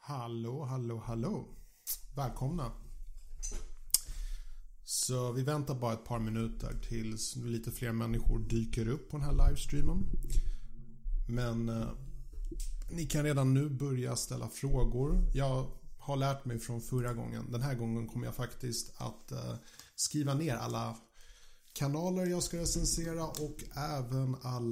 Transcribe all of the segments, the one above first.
Hallå. Välkomna. Så vi väntar bara ett par minuter tills lite fler människor dyker upp på den här livestreamen. Men ni kan redan nu börja ställa frågor. Jag har lärt mig från förra gången. Den här gången kommer jag faktiskt att skriva ner alla kanaler jag ska recensera och även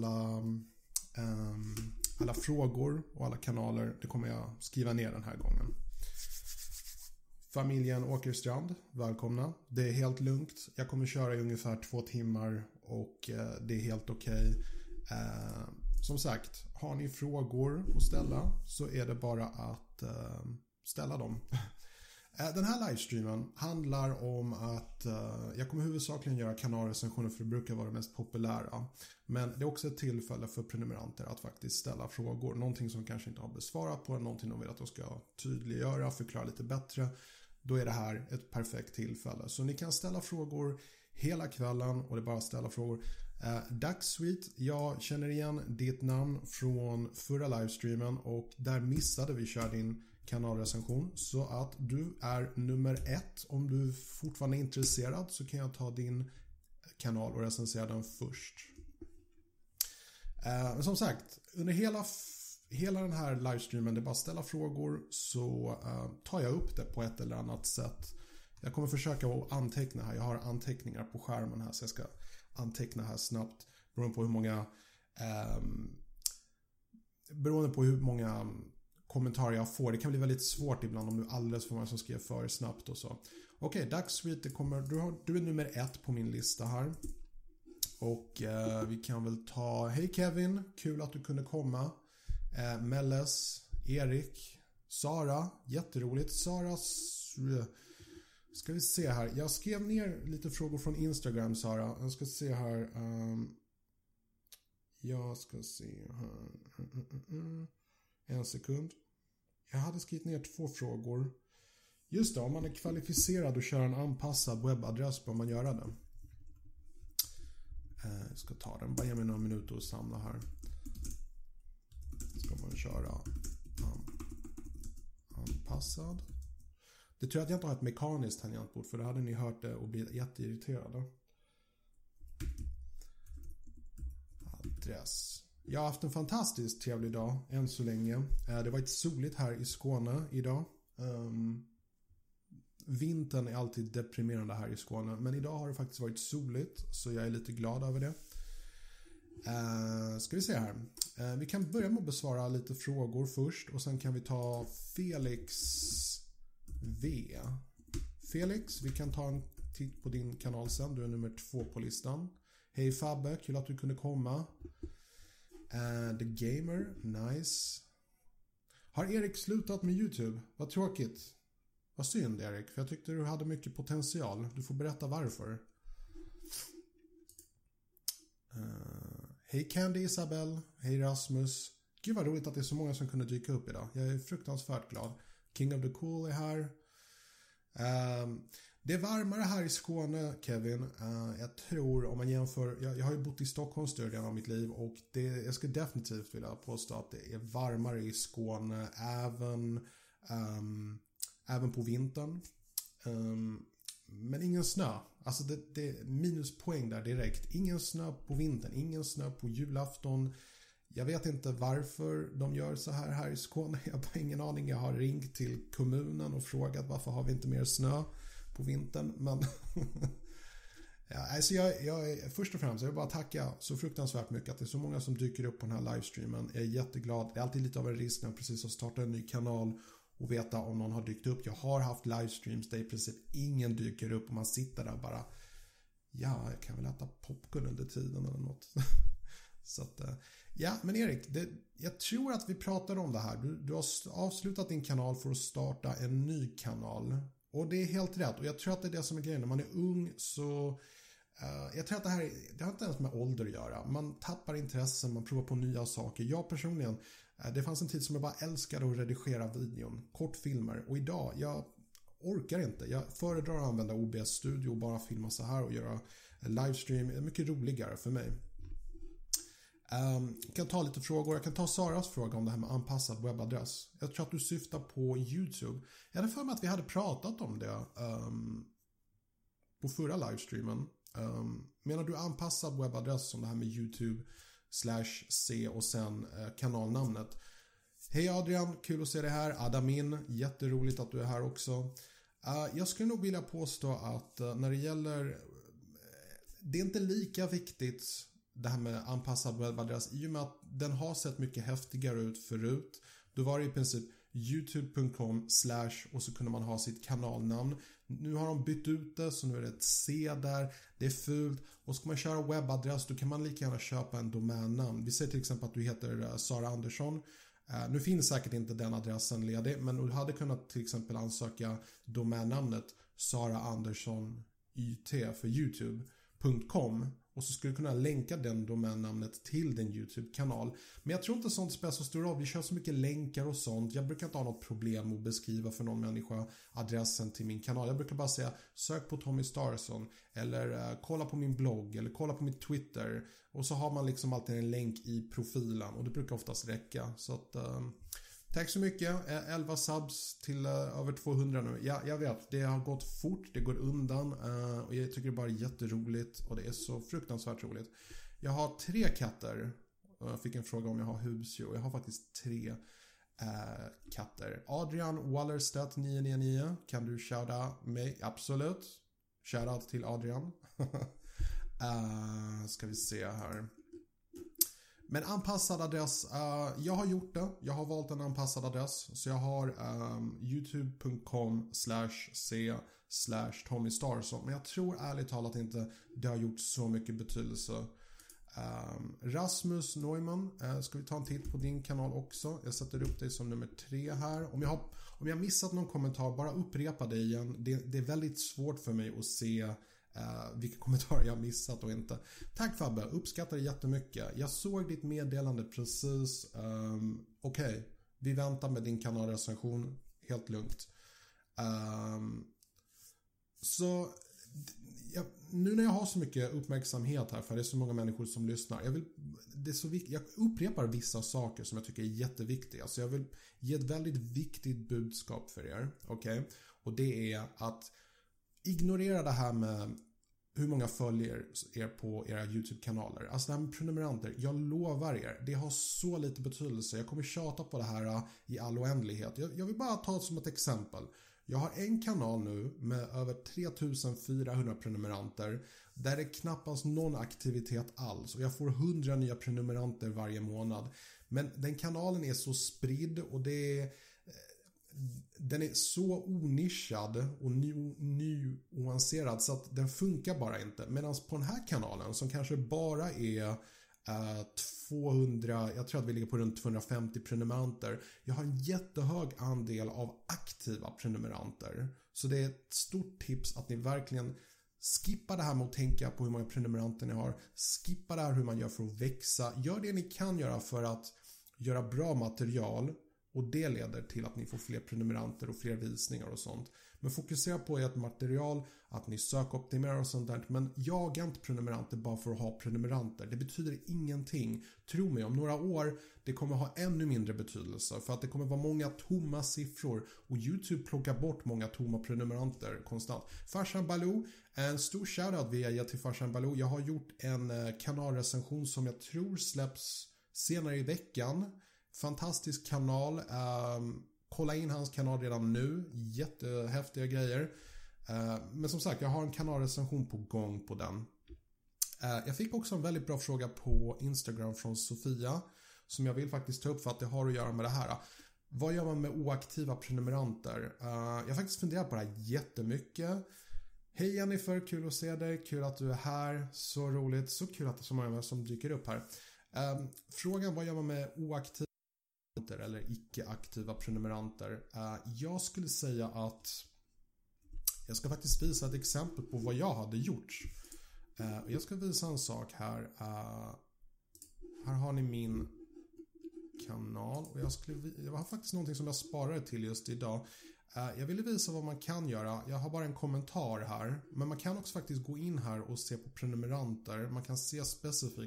alla frågor och alla kanaler. Det kommer jag skriva ner den här gången. Familjen Åkerstrand, välkomna. Det är helt lugnt. Jag kommer köra i ungefär 2 timmar och det är helt okej. Som sagt, har ni frågor att ställa så är det bara att ställa dem. Den här livestreamen handlar om att jag kommer huvudsakligen göra kanalrecensioner för det brukar vara det mest populära. Men det är också ett tillfälle för prenumeranter att faktiskt ställa frågor. Någonting som kanske inte har besvarat på, någonting de vill att jag ska tydliggöra, förklara lite bättre. Då är det här ett perfekt tillfälle. Så ni kan ställa frågor hela kvällen och det är bara att ställa frågor. Ducksweet, jag känner igen ditt namn från förra livestreamen och där missade vi köra din kanalrecension. Så att du är nummer 1. Om du fortfarande är intresserad så kan jag ta din kanal och recensera den först. Men som sagt, under hela den här livestreamen, det är bara att ställa frågor så tar jag upp det på ett eller annat sätt. Jag kommer försöka att anteckna här. Jag har anteckningar på skärmen här så jag ska anteckna här snabbt. Beroende på hur många kommentarer jag får. Det kan bli väldigt svårt ibland om du alldeles för många som skriver för snabbt och så. Okej, Ducksweet, du är nummer 1 på min lista här. Och vi kan väl ta... Hej Kevin, kul att du kunde komma. Melles, Erik, Sara, jätteroligt. Sara, ska vi se här. Jag skrev ner lite frågor från Instagram, Sara. Jag ska se här. En sekund. Jag hade skrivit ner 2 frågor. Just det, om man är kvalificerad och kör en anpassad webbadress bör man göra det. Jag ska ta den. Bara ge mig några minuter att samla här. Ska man köra anpassad. Det tror jag att jag inte har ett mekaniskt tangentbord för då hade ni hört det och blivit jätteirriterade. Adress. Jag har haft en fantastiskt trevlig dag än så länge. Det var ett soligt här i Skåne idag. Vintern är alltid deprimerande här i Skåne. Men idag har det faktiskt varit soligt. Så jag är lite glad över det. Ska vi se här. Vi kan börja med att besvara lite frågor först. Och sen kan vi ta Felix V. Felix, vi kan ta en titt på din kanal sen. Du är nummer 2 på listan. Hej Fabbe, kul att du kunde komma. The Gamer, nice. Har Erik slutat med YouTube? Vad tråkigt. Vad synd Erik, för jag tyckte du hade mycket potential. Du får berätta varför. Hej Candy Isabel, hej Rasmus. Gud vad roligt att det är så många som kunde dyka upp idag. Jag är fruktansvärt glad. King of the Cool är här. Det är varmare här i Skåne, Kevin. Jag tror, om man jämför... Jag har ju bott i Stockholm större delen av mitt liv och jag skulle definitivt vilja påstå att det är varmare i Skåne även på vintern. Men ingen snö. Alltså det är minuspoäng där direkt. Ingen snö på vintern, ingen snö på julafton. Jag vet inte varför de gör så här i Skåne. Jag har ingen aning. Jag har ringt till kommunen och frågat varför har vi inte mer snö på vintern. Men ja, alltså jag först och främst jag vill bara tacka så fruktansvärt mycket att det är så många som dyker upp på den här livestreamen. Jag är jätteglad. Det är alltid lite av en risk när jag precis har startat en ny kanal och veta om någon har dykt upp. Jag har haft livestreams där i princip ingen dyker upp och man sitter där bara ja, jag kan väl äta popcorn under tiden eller något. Så att, ja, men Erik, jag tror att vi pratar om det här. Du har avslutat din kanal för att starta en ny kanal. Och det är helt rätt. Och jag tror att det är det som är grejen. När man är ung så... jag tror att det har inte ens med ålder att göra. Man tappar intressen, man provar på nya saker. Jag personligen, det fanns en tid som jag bara älskade att redigera videon. Kortfilmer. Och idag, jag orkar inte. Jag föredrar att använda OBS Studio och bara filma så här och göra livestream. Det är mycket roligare för mig. Jag kan ta lite frågor. Jag kan ta Saras fråga om det här med anpassad webbadress. Jag tror att du syftar på YouTube. Jag hade för mig att vi hade pratat om det på förra livestreamen. Menar du anpassad webbadress som det här med YouTube/C och sen kanalnamnet? Hej Adrian, kul att se dig här. Adamin, jätteroligt att du är här också. Jag skulle nog vilja påstå att när det gäller... Det är inte lika viktigt det här med anpassad webbadress i och med att den har sett mycket häftigare ut förut. Då var det i princip youtube.com/ och så kunde man ha sitt kanalnamn. Nu har de bytt ut det så nu är det ett C där. Det är fult. Och ska man köra webbadress då kan man lika gärna köpa en domännamn. Vi säger till exempel att du heter Sara Andersson. Nu finns säkert inte den adressen ledig men du hade kunnat till exempel ansöka domännamnet Sara Andersson YT för youtube.com och så skulle du kunna länka den domännamnet till din YouTube-kanal. Men jag tror inte sånt spelar så stor roll. Vi kör så mycket länkar och sånt. Jag brukar inte ha något problem att beskriva för någon människa adressen till min kanal. Jag brukar bara säga sök på Tommy Starson eller kolla på min blogg eller kolla på mitt Twitter och så har man liksom alltid en länk i profilen och det brukar oftast räcka. Så att tack så mycket. 11 subs till över 200 nu. Ja, jag vet. Det har gått fort. Det går undan. Och jag tycker det är bara jätteroligt. Och det är så fruktansvärt roligt. Jag har 3 katter. Jag fick en fråga om jag har husdjur. Jag har faktiskt 3 katter. Adrian Wallerstedt 999. Kan du shouta mig? Absolut. Shoutout till Adrian. Ska vi se här. Men anpassad adress, jag har gjort det. Jag har valt en anpassad adress. Så jag har youtube.com/c/Tommy Starson. Men jag tror ärligt talat inte det har gjort så mycket betydelse. Rasmus Neumann, ska vi ta en titt på din kanal också? Jag sätter upp dig som nummer 3 här. Om jag missat någon kommentar, bara upprepa det igen. Det är väldigt svårt för mig att se vilka kommentarer jag har missat och inte. Tack Fabbe, uppskattar det jättemycket. Jag såg ditt meddelande precis. Okej, vi väntar med din kanalrecension. Helt lugnt. Så nu när jag har så mycket uppmärksamhet här för det är så många människor som lyssnar. Jag upprepar vissa saker som jag tycker är jätteviktiga. Så jag vill ge ett väldigt viktigt budskap för er. Okej? Och det är att ignorera det här med hur många följer er på era YouTube-kanaler. Alltså det här med prenumeranter. Jag lovar er, det har så lite betydelse. Jag kommer tjata på det här i all oändlighet. Jag vill bara ta det som ett exempel. Jag har en kanal nu med över 3400 prenumeranter där det knappast någon aktivitet alls. Och jag får 100 nya prenumeranter varje månad. Men den kanalen är så spridd och den är så onischad och nyanserad så att den funkar bara inte. Medan på den här kanalen som kanske bara är 200, jag tror att vi ligger på runt 250 prenumeranter. Jag har en jättehög andel av aktiva prenumeranter. Så det är ett stort tips att ni verkligen skippar det här med att tänka på hur många prenumeranter ni har. Skippa det här hur man gör för att växa. Gör det ni kan göra för att göra bra material. Och det leder till att ni får fler prenumeranter och fler visningar och sånt. Men fokusera på ert material, att ni sökoptimerar och sånt där. Men jaga inte prenumeranter bara för att ha prenumeranter. Det betyder ingenting. Tro mig, om några år det kommer ha ännu mindre betydelse. För att det kommer vara många tomma siffror. Och YouTube plockar bort många tomma prenumeranter konstant. Farsan Baloo, en stor shoutout vill jag ge till Farsan Baloo. Jag har gjort en kanalrecension som jag tror släpps senare i veckan. Fantastisk kanal. Kolla in hans kanal redan nu. Jättehäftiga grejer. Men som sagt, jag har en kanalrecension på gång på den. Jag fick också en väldigt bra fråga på Instagram från Sofia. Som jag vill faktiskt ta upp för att det har att göra med det här. Vad gör man med oaktiva prenumeranter? Jag har faktiskt funderat på det här jättemycket. Hej Jennifer, kul att se dig. Kul att du är här. Så roligt. Så kul att det är så många som dyker upp här. Frågan, vad gör man med oaktiva eller icke-aktiva prenumeranter? Jag skulle säga att jag ska faktiskt visa ett exempel på vad jag hade gjort. Jag ska visa en sak här. Här har ni min kanal och jag har faktiskt någonting som jag sparade till just idag. Jag ville visa vad man kan göra. Jag har bara en kommentar här. Men man kan också faktiskt gå in här och se på prenumeranter. Man kan se specifikt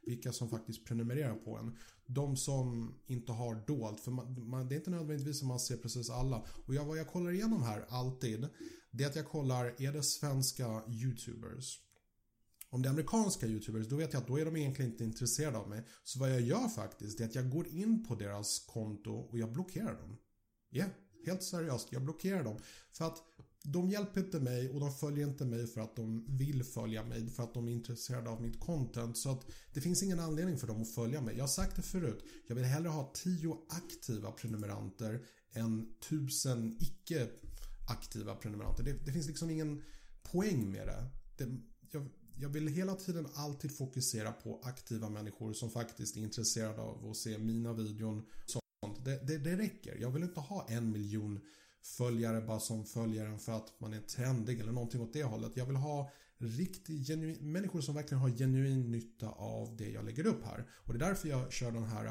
vilka som faktiskt prenumererar på en. De som inte har dolt, för det är inte nödvändigtvis som man ser precis alla. Och vad jag kollar igenom här alltid, det är att jag kollar, är det svenska YouTubers? Om det är amerikanska YouTubers, då vet jag att då är de egentligen inte intresserade av mig. Så vad jag gör faktiskt är att jag går in på deras konto och jag blockerar dem. Ja, helt seriöst, jag blockerar dem. För att de hjälper inte mig och de följer inte mig för att de vill följa mig, för att de är intresserade av mitt content. Så att det finns ingen anledning för dem att följa mig. Jag har sagt det förut, jag vill hellre ha 10 aktiva prenumeranter än 1000 icke aktiva prenumeranter. Det finns liksom ingen poäng med det. Jag vill hela tiden alltid fokusera på aktiva människor som faktiskt är intresserade av att se mina videon. Sånt. Det räcker. Jag vill inte ha 1 miljon följare bara som följaren för att man är trendig eller någonting åt det hållet. Jag vill ha människor som verkligen har genuin nytta av det jag lägger upp här. Och det är därför jag kör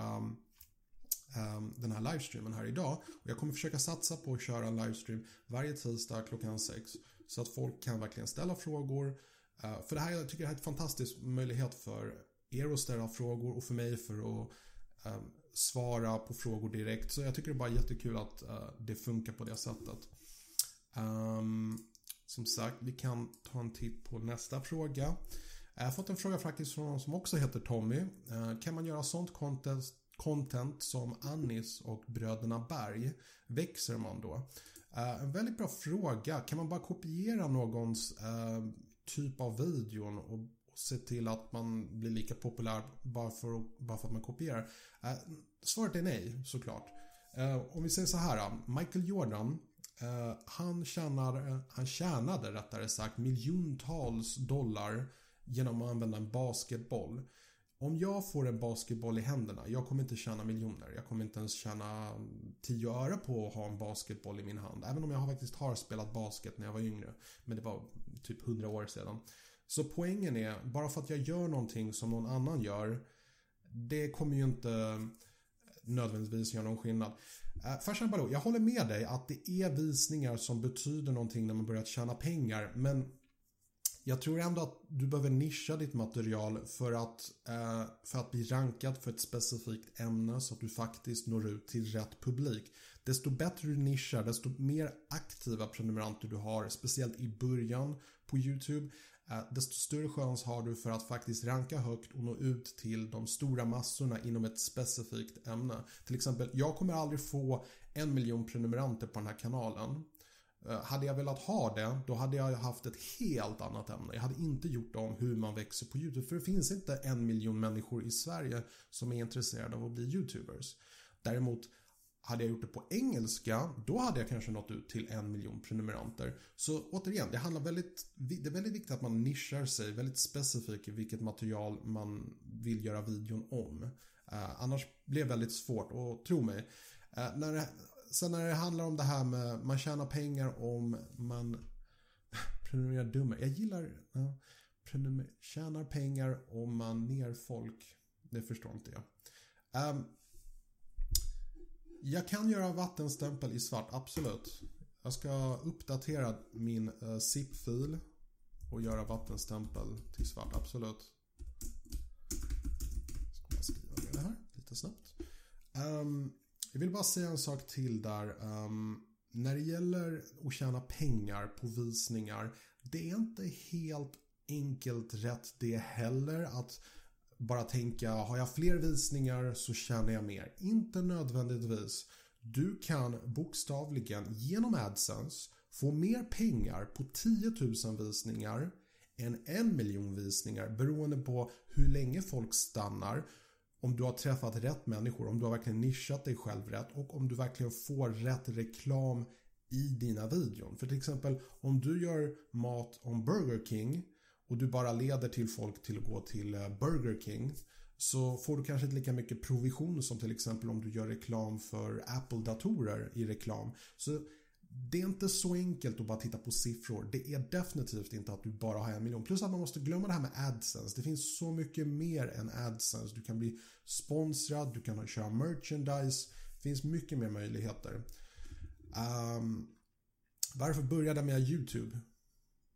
den här livestreamen här idag. Och jag kommer försöka satsa på att köra en livestream varje tisdag klockan 6. Så att folk kan verkligen ställa frågor. För det här, jag tycker det här är en fantastisk möjlighet för er att ställa frågor och för mig för att svara på frågor direkt. Så jag tycker det är bara jättekul att det funkar på det sättet. Som sagt, vi kan ta en titt på nästa fråga. Jag har fått en fråga faktiskt från någon som också heter Tommy. Kan man göra sånt content som Anis och Bröderna Berg? Växer man då? En väldigt bra fråga. Kan man bara kopiera någons typ av videon och se till att man blir lika populär bara för att man kopierar? Svaret är nej, såklart. Om vi säger så här, Michael Jordan, han tjänade rättare sagt miljontals dollar genom att använda en basketboll. Om jag får en basketboll i händerna, jag kommer inte tjäna miljoner. Jag kommer inte ens tjäna 10 öre på att ha en basketboll i min hand. Även om jag faktiskt har spelat basket när jag var yngre. Men det var typ 100 år sedan. Så poängen är, bara för att jag gör någonting som någon annan gör, det kommer ju inte nödvändigtvis göra någon skillnad. Farsan Baloo, jag håller med dig att det är visningar som betyder någonting när man börjar tjäna pengar. Men jag tror ändå att du behöver nischa ditt material för att bli rankad för ett specifikt ämne så att du faktiskt når ut till rätt publik. Desto bättre du nischar, desto mer aktiva prenumeranter du har, speciellt i början på YouTube, desto större chans har du för att faktiskt ranka högt och nå ut till de stora massorna inom ett specifikt ämne. Till exempel, jag kommer aldrig få 1 miljon prenumeranter på den här kanalen. Hade jag velat ha det, då hade jag haft ett helt annat ämne. Jag hade inte gjort det om hur man växer på YouTube. För det finns inte 1 miljon människor i Sverige som är intresserade av att bli YouTubers. Däremot hade jag gjort det på engelska, då hade jag kanske nått ut till 1 miljon prenumeranter. Så återigen, det är väldigt viktigt att man nischar sig väldigt specifikt i vilket material man vill göra videon om. Annars blir det väldigt svårt, och tro mig, när det handlar om det här med man tjänar pengar om man prenumererar dummer. Jag gillar tjänar pengar om man ner folk. Det förstår inte jag. Jag kan göra vattenstämpel i svart, absolut. Jag ska uppdatera min zip-fil och göra vattenstämpel till svart, absolut. Ska jag skriva ner det här lite snabbt. Jag vill bara säga en sak till där. När det gäller att tjäna pengar på visningar, det är inte helt enkelt rätt det heller att bara tänka, har jag fler visningar så tjänar jag mer. Inte nödvändigtvis. Du kan bokstavligen genom AdSense få mer pengar på 10 000 visningar än 1 miljon visningar, beroende på hur länge folk stannar, om du har träffat rätt människor, om du har verkligen nischat dig själv rätt och om du verkligen får rätt reklam i dina videon. För till exempel, om du gör mat om Burger King och du bara leder till folk till att gå till Burger King, så får du kanske inte lika mycket provision som till exempel om du gör reklam för Apple-datorer i reklam. Så det är inte så enkelt att bara titta på siffror. Det är definitivt inte att du bara har 1 miljon. Plus att man måste glömma det här med AdSense. Det finns så mycket mer än AdSense. Du kan bli sponsrad, du kan köra merchandise. Det finns mycket mer möjligheter. Varför började jag med YouTube?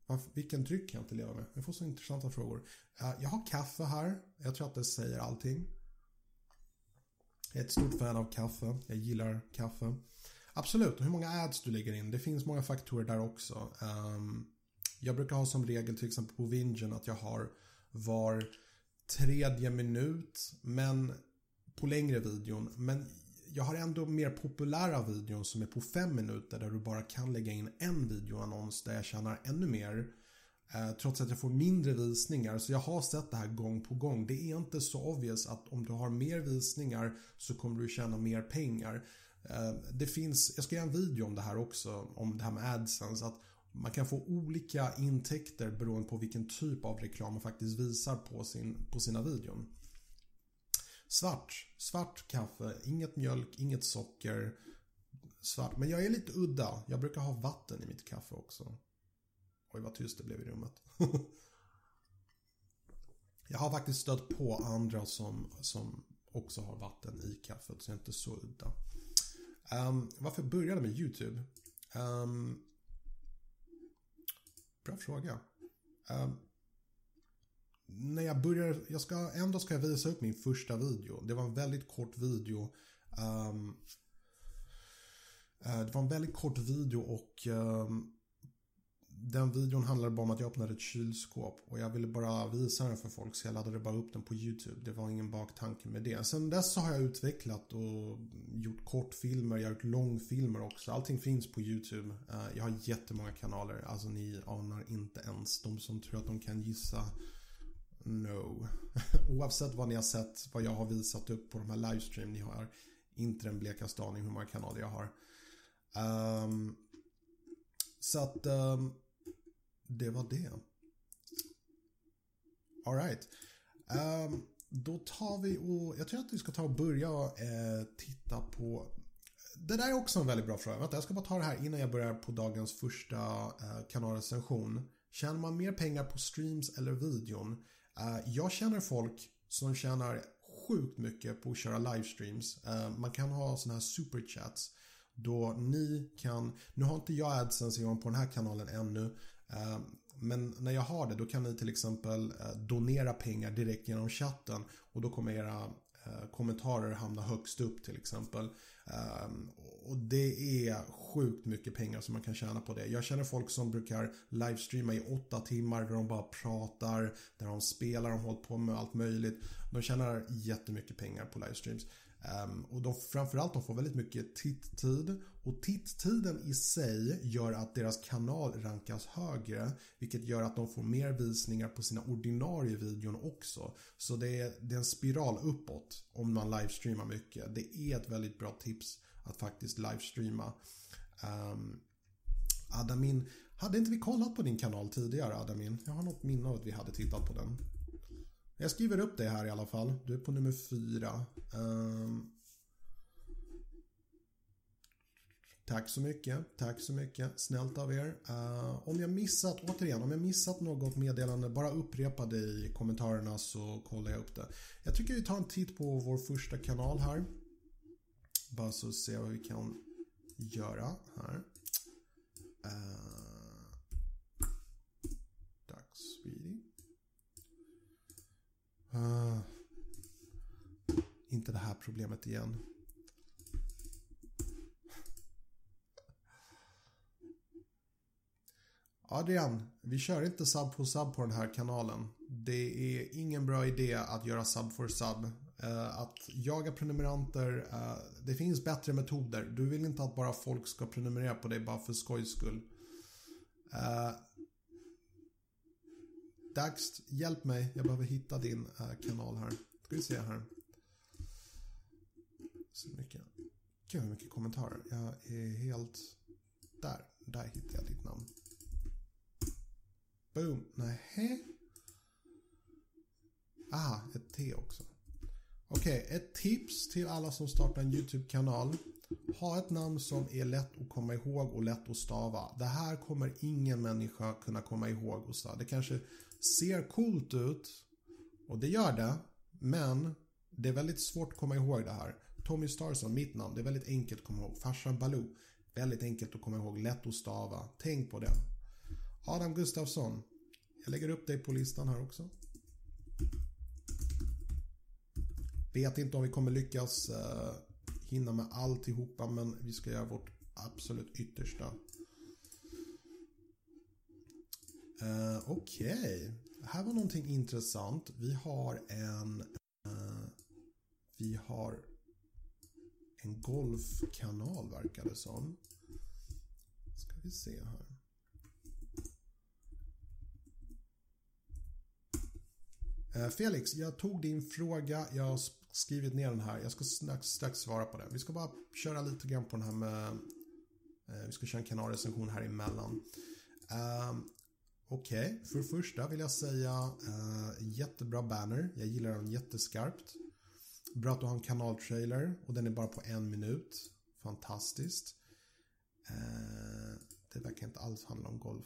Vilken dryck kan jag inte leva med? Jag får så intressanta frågor. Jag har kaffe här. Jag tror att det säger allting. Jag är ett stort fan av kaffe. Jag gillar kaffe. Absolut, hur många ads du lägger in. Det finns många faktorer där också. Jag brukar ha som regel till exempel på Vingen att jag har var 3:e minut men på längre videon. Men jag har ändå mer populära videon som är på 5 minuter där du bara kan lägga in en videoannons där jag tjänar ännu mer. Trots att jag får mindre visningar. Så jag har sett det här gång på gång. Det är inte så obvious att om du har mer visningar så kommer du tjäna mer pengar. Det finns, jag ska göra en video om det här också, om det här med AdSense, att man kan få olika intäkter beroende på vilken typ av reklam man faktiskt visar på sina videon. Svart kaffe, inget mjölk, inget socker, svart. Men jag är lite udda, jag brukar ha vatten i mitt kaffe också. Oj, vad tyst det blev i rummet. Jag har faktiskt stött på andra som också har vatten i kaffet, så jag är inte så udda. Varför började med YouTube? Bra fråga. När jag började, ska jag visa upp min första video. Det var en väldigt kort video. Det var en väldigt kort video och den videon handlade bara om att jag öppnade ett kylskåp och jag ville bara visa den för folk, så jag laddade bara upp den på YouTube. Det var ingen baktanke med det. Sen dess så har jag utvecklat och gjort kortfilmer, jag har gjort långfilmer också. Allting finns på YouTube. Jag har jättemånga kanaler, alltså ni anar inte ens. De som tror att de kan gissa, no. Oavsett vad ni har sett, vad jag har visat upp på de här livestream, ni har inte den blekaste aning hur många kanaler jag har. Så att det var det. All right. Då tar vi och jag tror att vi ska ta och börja titta på. Det där är också en väldigt bra fråga. Vänta, jag ska bara ta det här innan jag börjar på dagens första kanalrecension. Tjänar man mer pengar på streams eller videon? Jag känner folk som tjänar sjukt mycket på att köra livestreams. Man kan ha såna här superchats då ni kan, nu har inte jag AdSense igång på den här kanalen ännu, men när jag har det då kan ni till exempel donera pengar direkt genom chatten och då kommer era kommentarer hamna högst upp till exempel. Och det är sjukt mycket pengar som man kan tjäna på det. Jag känner folk som brukar livestreama i 8 timmar där de bara pratar, där de spelar, de håller på med allt möjligt. De tjänar jättemycket pengar på livestreams. Och framförallt de får väldigt mycket titttid, och titttiden i sig gör att deras kanal rankas högre, vilket gör att de får mer visningar på sina ordinarie videon också. Så det är en spiral uppåt om man livestreamar mycket. Det är ett väldigt bra tips att faktiskt livestreama. Adamin, hade inte vi kollat på din kanal tidigare, Adamin? Jag har något minne av att vi hade tittat på den. Jag skriver upp det här i alla fall. Du är på nummer 4. Tack så mycket. Tack så mycket. Snällt av er. Om jag missat något meddelande, bara upprepa det i kommentarerna så kollar jag upp det. Jag tycker vi tar en titt på vår första kanal här. Bara så se vad vi kan göra här. Tack, sweetie. Inte det här problemet igen. Adrian, vi kör inte sub på den här kanalen. Det är ingen bra idé att göra sub for sub. Att jaga prenumeranter, det finns bättre metoder. Du vill inte att bara folk ska prenumerera på dig bara för skojs skull. Dags, hjälp mig. Jag behöver hitta din kanal här. Ska vi se här. Så mycket. Gud, hur mycket kommentarer. Jag är helt... Där hittar jag ditt namn. Boom. Nej. Aha, ett T också. Okej, ett tips till alla som startar en YouTube-kanal. Ha ett namn som är lätt att komma ihåg och lätt att stava. Det här kommer ingen människa kunna komma ihåg och stava. Det kanske ser coolt ut, och det gör det, men det är väldigt svårt att komma ihåg det här. Tommy Starson, mitt namn, det är väldigt enkelt att komma ihåg. Farsan Baloo, väldigt enkelt att komma ihåg, lätt att stava. Tänk på det. Adam Gustafsson. Jag lägger upp dig på listan här också. Vet inte om vi kommer lyckas hinna med alltihopa, men vi ska göra vårt absolut yttersta. Okej. Här var någonting intressant. Vi har en golfkanal verkar det som. Ska vi se här. Felix, jag tog din fråga. Jag har skrivit ner den här. Jag ska strax svara på det. Vi ska bara köra lite grann på den här med... vi ska köra en kanalrecension här emellan. Okej, för det första vill jag säga jättebra banner. Jag gillar den jätteskarpt. Bra att du har en kanaltrailer och den är bara på 1 minut. Fantastiskt. Det verkar inte alls handla om golf.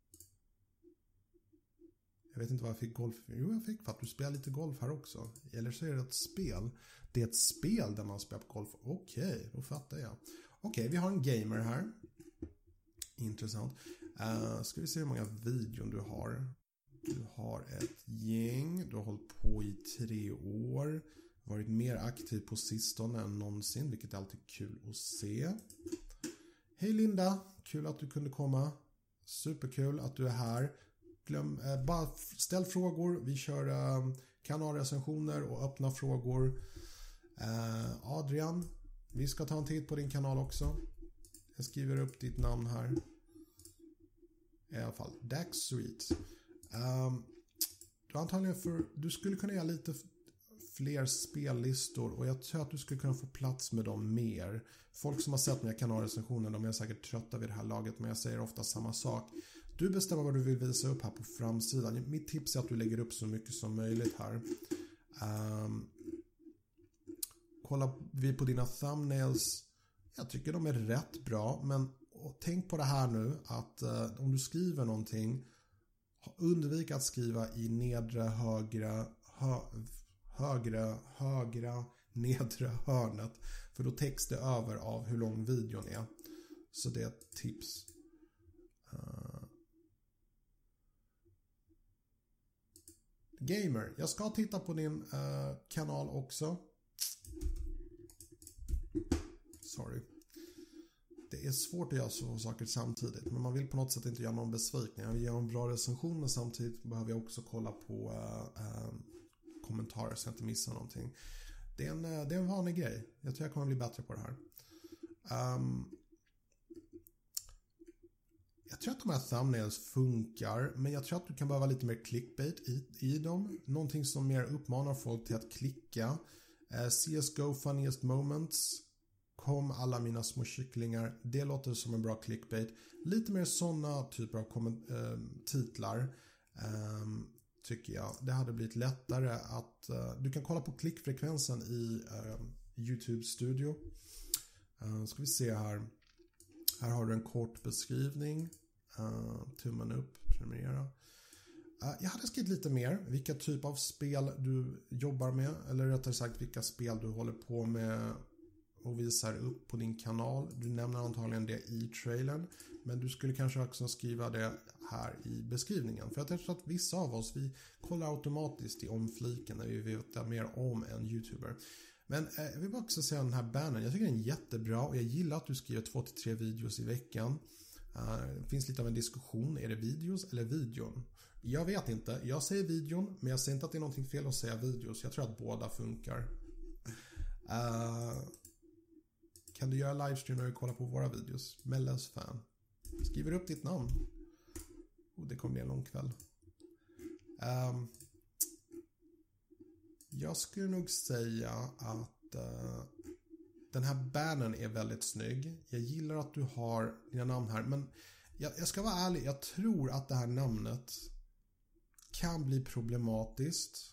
Jag vet inte vad jag fick golf. Jo, jag fick för att du spelar lite golf här också. Eller så är det ett spel. Det är ett spel där man spelar på golf. Okej, då fattar jag. Okej, vi har en gamer här. Intressant. Ska vi se hur många videon du har. Du har ett gäng. Du har hållit på i 3 år. Varit mer aktiv på sistone än någonsin. Vilket är alltid kul att se. Hej Linda. Kul att du kunde komma. Superkul att du är här. Bara ställ frågor. Vi kör kanalrecensioner och öppna frågor. Adrian. Vi ska ta en titt på din kanal också. Jag skriver upp ditt namn här. I alla fall. Dax Sweet. Du skulle kunna göra lite fler spellistor och jag tror att du skulle kunna få plats med dem mer. Folk som har sett mina kanalrecensioner, de är säkert trötta vid det här laget, men jag säger ofta samma sak. Du bestämmer vad du vill visa upp här på framsidan. Mitt tips är att du lägger upp så mycket som möjligt här. Kollar vi på dina thumbnails. Jag tycker de är rätt bra, men tänk på det här nu att om du skriver någonting, undvik att skriva i nedre högra nedre hörnet, för då täcks det över av hur lång videon är. Så det är ett tips. Gamer, jag ska titta på din kanal också. Sorry. Det är svårt att göra så saker samtidigt, men man vill på något sätt inte göra någon besviken. Jag vill göra en bra recension, men samtidigt behöver jag också kolla på kommentarer så jag inte missar någonting. Det är en vanlig grej. Jag tror jag kommer bli bättre på det här. Jag tror att de här thumbnails funkar, men jag tror att du kan behöva lite mer clickbait i dem. Någonting som mer uppmanar folk till att klicka. CSGO funniest moments. Kom alla mina små kycklingar. Det låter som en bra clickbait. Lite mer sådana typer av titlar tycker jag. Det hade blivit lättare att... du kan kolla på klickfrekvensen i YouTube Studio. Ska vi se här. Här har du en kort beskrivning. Tummen upp, prenumerera. Jag hade skrivit lite mer. Vilka typ av spel du jobbar med. Eller rättare sagt vilka spel du håller på med och visar upp på din kanal. Du nämner antagligen det i trailern. Men du skulle kanske också skriva det här i beskrivningen. För jag tror att vissa av oss, vi kollar automatiskt i omfliken när vi vet mer om en YouTuber. Men jag vill också säga den här bannern. Jag tycker den är jättebra och jag gillar att du skriver 2-3 videos i veckan. Det finns lite av en diskussion. Är det videos eller videon? Jag vet inte. Jag säger videon, men jag säger inte att det är någonting fel att säga videos. Jag tror att båda funkar. Kan du göra livestream när du kollar på våra videos? Mellas fan. Skriver upp ditt namn. Det kommer bli en lång kväll. Jag skulle nog säga att den här bannern är väldigt snygg. Jag gillar att du har dina namn här. Men jag ska vara ärlig. Jag tror att det här namnet kan bli problematiskt.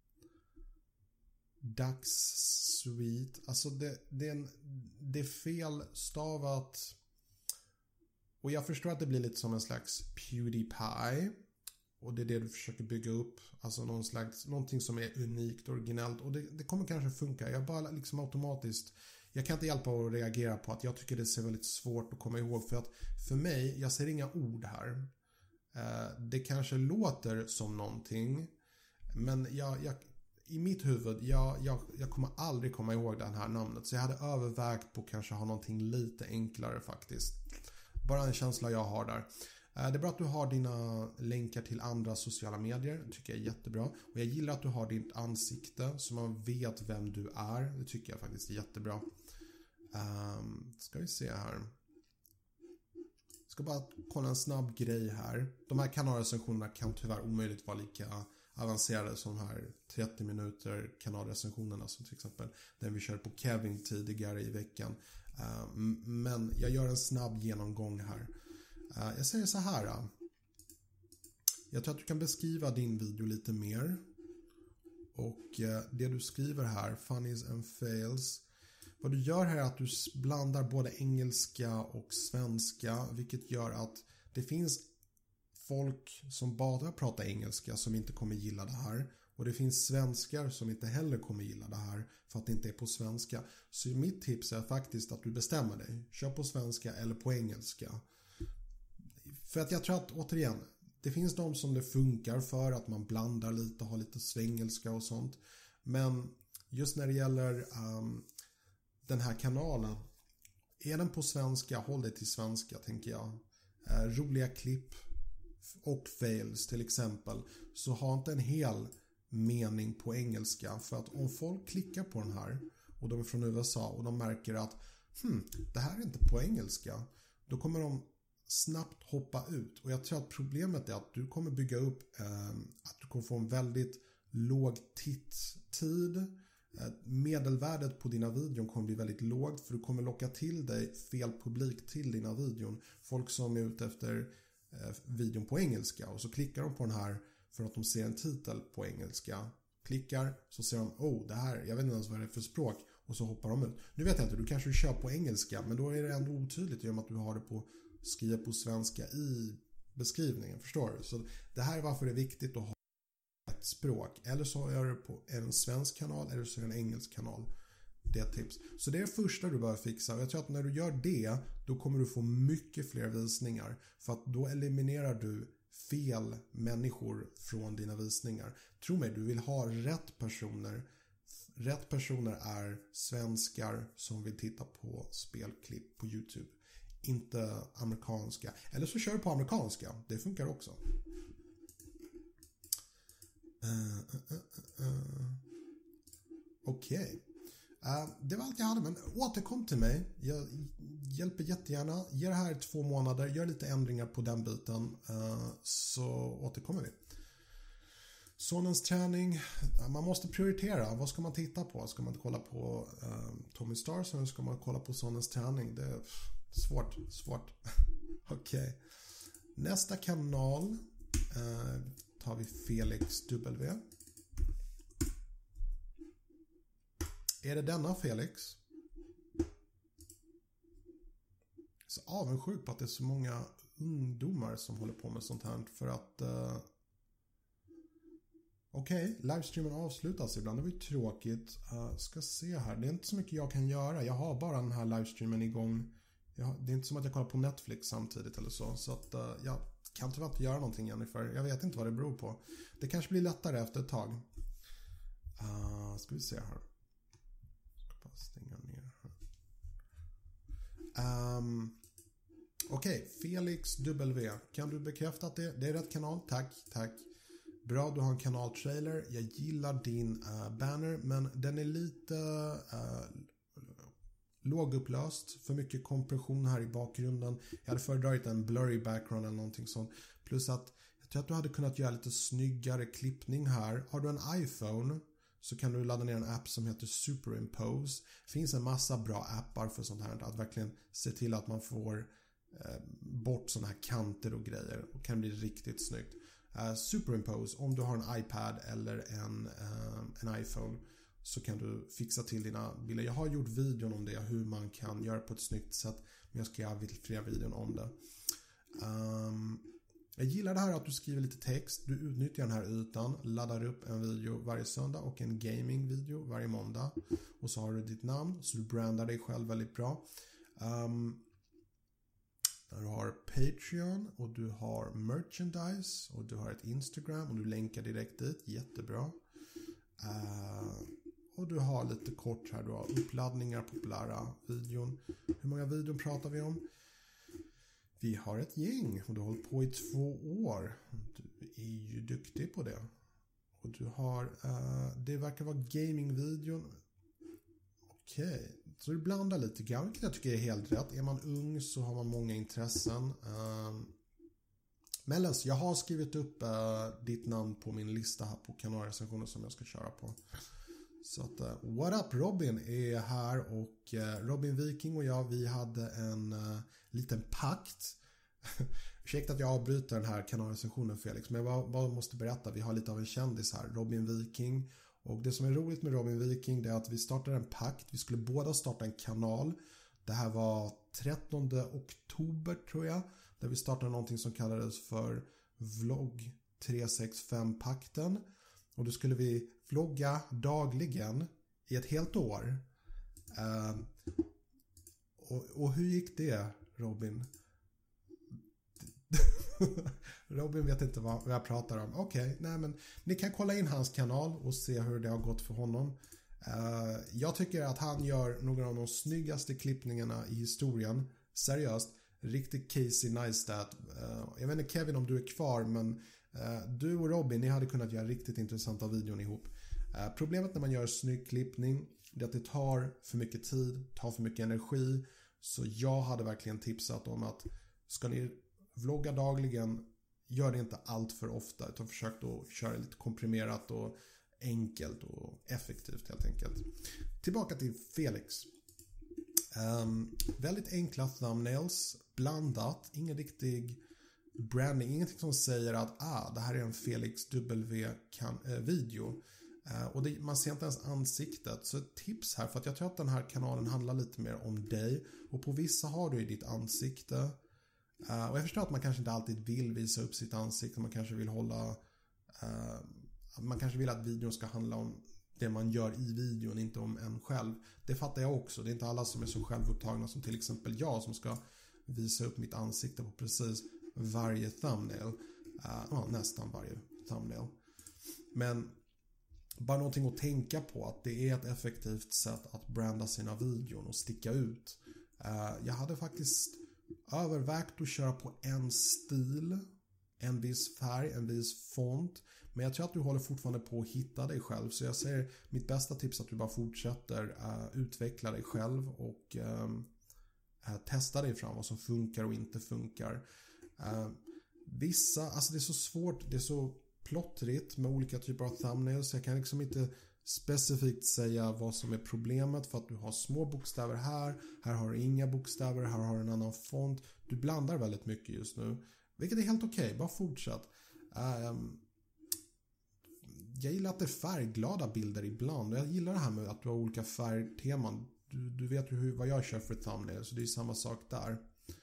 Dax Sweet. Alltså det är fel stavat. Och jag förstår att det blir lite som en slags PewDiePie. Och det är det du försöker bygga upp. Alltså någonting som är unikt, originellt. Och det kommer kanske funka. Jag bara liksom automatiskt. Jag kan inte hjälpa att reagera på att jag tycker det ser väldigt svårt att komma ihåg. För att för mig, jag ser inga ord här. Det kanske låter som någonting, men i mitt huvud, jag kommer aldrig komma ihåg det här namnet. Så jag hade övervägt på kanske ha någonting lite enklare faktiskt. Bara en känsla jag har där. Det är bra att du har dina länkar till andra sociala medier. Det tycker jag är jättebra. Och jag gillar att du har ditt ansikte så man vet vem du är. Det tycker jag faktiskt är jättebra. Ska vi se här. Ska bara kolla en snabb grej här. De här kanalrecensionerna kan tyvärr omöjligt vara lika avancerade som de här 30 minuter kanalrecensionerna, som till exempel den vi körde på Kevin tidigare i veckan. Men jag gör en snabb genomgång här. Jag säger så här. Jag tror att du kan beskriva din video lite mer. Och det du skriver här, funnies and fails. Vad du gör här är att du blandar både engelska och svenska, vilket gör att det finns folk som bara pratar engelska som inte kommer gilla det här. Och det finns svenskar som inte heller kommer gilla det här för att det inte är på svenska. Så mitt tips är faktiskt att du bestämmer dig. Kör på svenska eller på engelska. För att jag tror att, återigen, det finns de som det funkar för att man blandar lite och har lite svengelska och sånt. Men just när det gäller den här kanalen, är den på svenska, håll dig till svenska tänker jag. Roliga klipp och fails till exempel, så ha inte en hel mening på engelska. För att om folk klickar på den här och de är från USA och de märker att det här är inte på engelska, då kommer de snabbt hoppa ut. Och jag tror att problemet är att du kommer bygga upp att du kommer få en väldigt låg titttid. Medelvärdet på dina videon kommer bli väldigt lågt, för du kommer locka till dig fel publik till dina videon. Folk som är ute efter videon på engelska, och så klickar de på den här för att de ser en titel på engelska. Klickar, så ser de, det här, jag vet inte ens vad det är för språk, och så hoppar de ut. Nu vet jag inte, du kanske kör på engelska, men då är det ändå otydligt genom att du har det på skriva på svenska i beskrivningen, förstår du? Så det här är varför det är viktigt att ha ett språk. Eller så är det på en svensk kanal, eller så är det en engelsk kanal. Det är ett tips. Så det är det första du bör fixa. Och jag tror att när du gör det, då kommer du få mycket fler visningar. För att då eliminerar du fel människor från dina visningar. Tro mig, du vill ha rätt personer. Rätt personer är svenskar som vill titta på spelklipp på YouTube. Inte amerikanska. Eller så kör du på amerikanska. Det funkar också. Okej. Det var allt jag hade, men återkom till mig. Jag hjälper jättegärna. Ge det här 2 månader. Gör lite ändringar på den biten. Så återkommer vi. Sonens träning. Man måste prioritera. Vad ska man titta på? Ska man kolla på Tommy Stars, eller ska man kolla på Sonens träning? Det är svårt. Okej. Nästa kanal tar vi Felix W. Är det denna Felix? Så avundsjuk på att det är så många ungdomar som håller på med sånt här. För att okej, livestreamen avslutas ibland. Det var ju tråkigt. Ska se här. Det är inte så mycket jag kan göra. Jag har bara den här livestreamen igång. Det är inte som att jag kollar på Netflix samtidigt eller så. Så att jag kan tyvärr inte göra någonting, Jennifer. Jag vet inte vad det beror på. Det kanske blir lättare efter ett tag. Ska vi se här. Ska bara stänga ner här. Okej, Felix W. Kan du bekräfta att det är rätt kanal? Tack. Bra, du har en kanaltrailer. Jag gillar din banner, men den är lite lågupplöst. För mycket kompression här i bakgrunden. Jag hade föredragit en blurry background eller någonting sånt. Plus att jag tror att du hade kunnat göra lite snyggare klippning här. Har du en iPhone så kan du ladda ner en app som heter Superimpose. Det finns en massa bra appar för sånt här. Att verkligen se till att man får bort såna här kanter och grejer. Och kan bli riktigt snyggt. Superimpose, om du har en iPad eller en iPhone, så kan du fixa till dina bilder. Jag har gjort videon om det, hur man kan göra på ett snyggt sätt, men jag ska göra fler videon om det. Jag gillar det här att du skriver lite text, du utnyttjar den här ytan, laddar upp en video varje söndag och en gaming-video varje måndag, och så har du ditt namn, så du brandar dig själv väldigt bra. När du har Patreon och du har merchandise och du har ett Instagram och du länkar direkt dit. Jättebra. Och du har lite kort här, du har uppladdningar, populära videon. Hur många videor pratar vi om? Vi har ett gäng och du har hållit på i 2 år. Du är ju duktig på det. Och du har, det verkar vara gamingvideon. Okej, så du blandar lite grann, vilket jag tycker är helt rätt. Är man ung så har man många intressen. Mellis, jag har skrivit upp ditt namn på min lista här på kanalrecensioner som jag ska köra på. Så att, what up, Robin är här och Robin Viking och jag, vi hade en liten pakt. Ursäkta att jag avbryter den här kanalrecensionen, Felix, men jag bara måste berätta, vi har lite av en kändis här, Robin Viking. Och det som är roligt med Robin Viking, det är att vi startade en pakt. Vi skulle båda starta en kanal. Det här var 13 oktober tror jag, där vi startade någonting som kallades för Vlogg 365-pakten. Och då skulle vi vlogga dagligen i ett helt år. Och hur gick det, Robin? Robin vet inte vad jag pratar om. Okej, nej men ni kan kolla in hans kanal och se hur det har gått för honom. Jag tycker att han gör några av de snyggaste klippningarna i historien. Seriöst, riktigt Casey Neistat. Jag vet inte Kevin om du är kvar, men du och Robin, ni hade kunnat göra riktigt intressanta videon ihop. Problemet när man gör snygg klippning är att det tar för mycket tid, tar för mycket energi. Så jag hade verkligen tipsat om att ska ni vlogga dagligen, gör det inte allt för ofta, utan försök att köra lite komprimerat och enkelt och effektivt helt enkelt. Tillbaka till Felix. Väldigt enkla thumbnails, blandat, ingen riktig branding, ingenting som säger att det här är en Felix W-video. Och man ser inte ens ansiktet. Så ett tips här, för att jag tror att den här kanalen handlar lite mer om dig. Och på vissa har du i ditt ansikte. Och jag förstår att man kanske inte alltid vill visa upp sitt ansikte. Man kanske vill man kanske vill att videon ska handla om det man gör i videon, inte om en själv. Det fattar jag också. Det är inte alla som är så självupptagna som till exempel jag, som ska visa upp mitt ansikte på precis varje thumbnail. Nästan varje thumbnail. Men bara någonting att tänka på, att det är ett effektivt sätt att branda sina videon och sticka ut. Jag hade faktiskt övervägt att köra på en stil, en viss färg, en viss font. Men jag tror att du håller fortfarande på att hitta dig själv. Så jag säger, mitt bästa tips är att du bara fortsätter utveckla dig själv och testa dig fram vad som funkar och inte funkar. Alltså det är så svårt, det är så plottrigt med olika typer av thumbnails. Jag kan liksom inte specifikt säga vad som är problemet, för att du har små bokstäver här har du inga bokstäver, här har du en annan font. Du blandar väldigt mycket just nu, vilket är helt okej. Bara fortsätt. Jag gillar att det är färgglada bilder ibland. Jag gillar det här med att du har olika färgteman. Du vet ju vad jag kör för thumbnail, så det är samma sak där.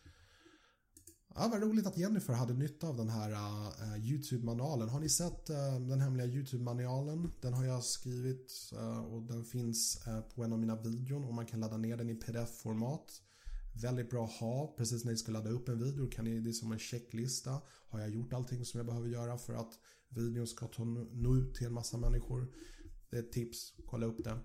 Vad roligt att Jennifer hade nytta av den här YouTube-manualen. Har ni sett den hemliga YouTube-manualen? Den har jag skrivit och den finns på en av mina videon och man kan ladda ner den i pdf-format. Väldigt bra att ha. Precis när ni ska ladda upp en video kan det är som en checklista. Har jag gjort allting som jag behöver göra för att videon ska nå ut till en massa människor? Det är ett tips. Kolla upp det.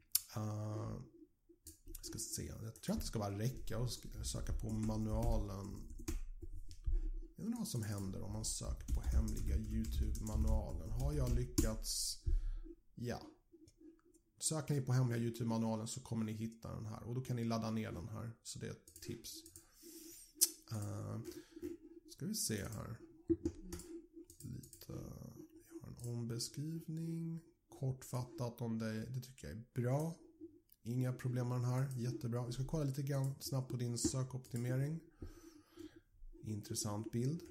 Jag ska se. Jag tror att det ska bara räcka och söka på manualen. Jag undrar vad som händer om man söker på hemliga YouTube-manualen. Har jag lyckats? Ja. Söker ni på hemliga YouTube-manualen så kommer ni hitta den här. Och då kan ni ladda ner den här. Så det är ett tips. Ska vi se här. Vi har en ombeskrivning. Kortfattat om det. Det tycker jag är bra. Inga problem med den här. Jättebra. Vi ska kolla lite grann snabbt på din sökoptimering. Intressant bild.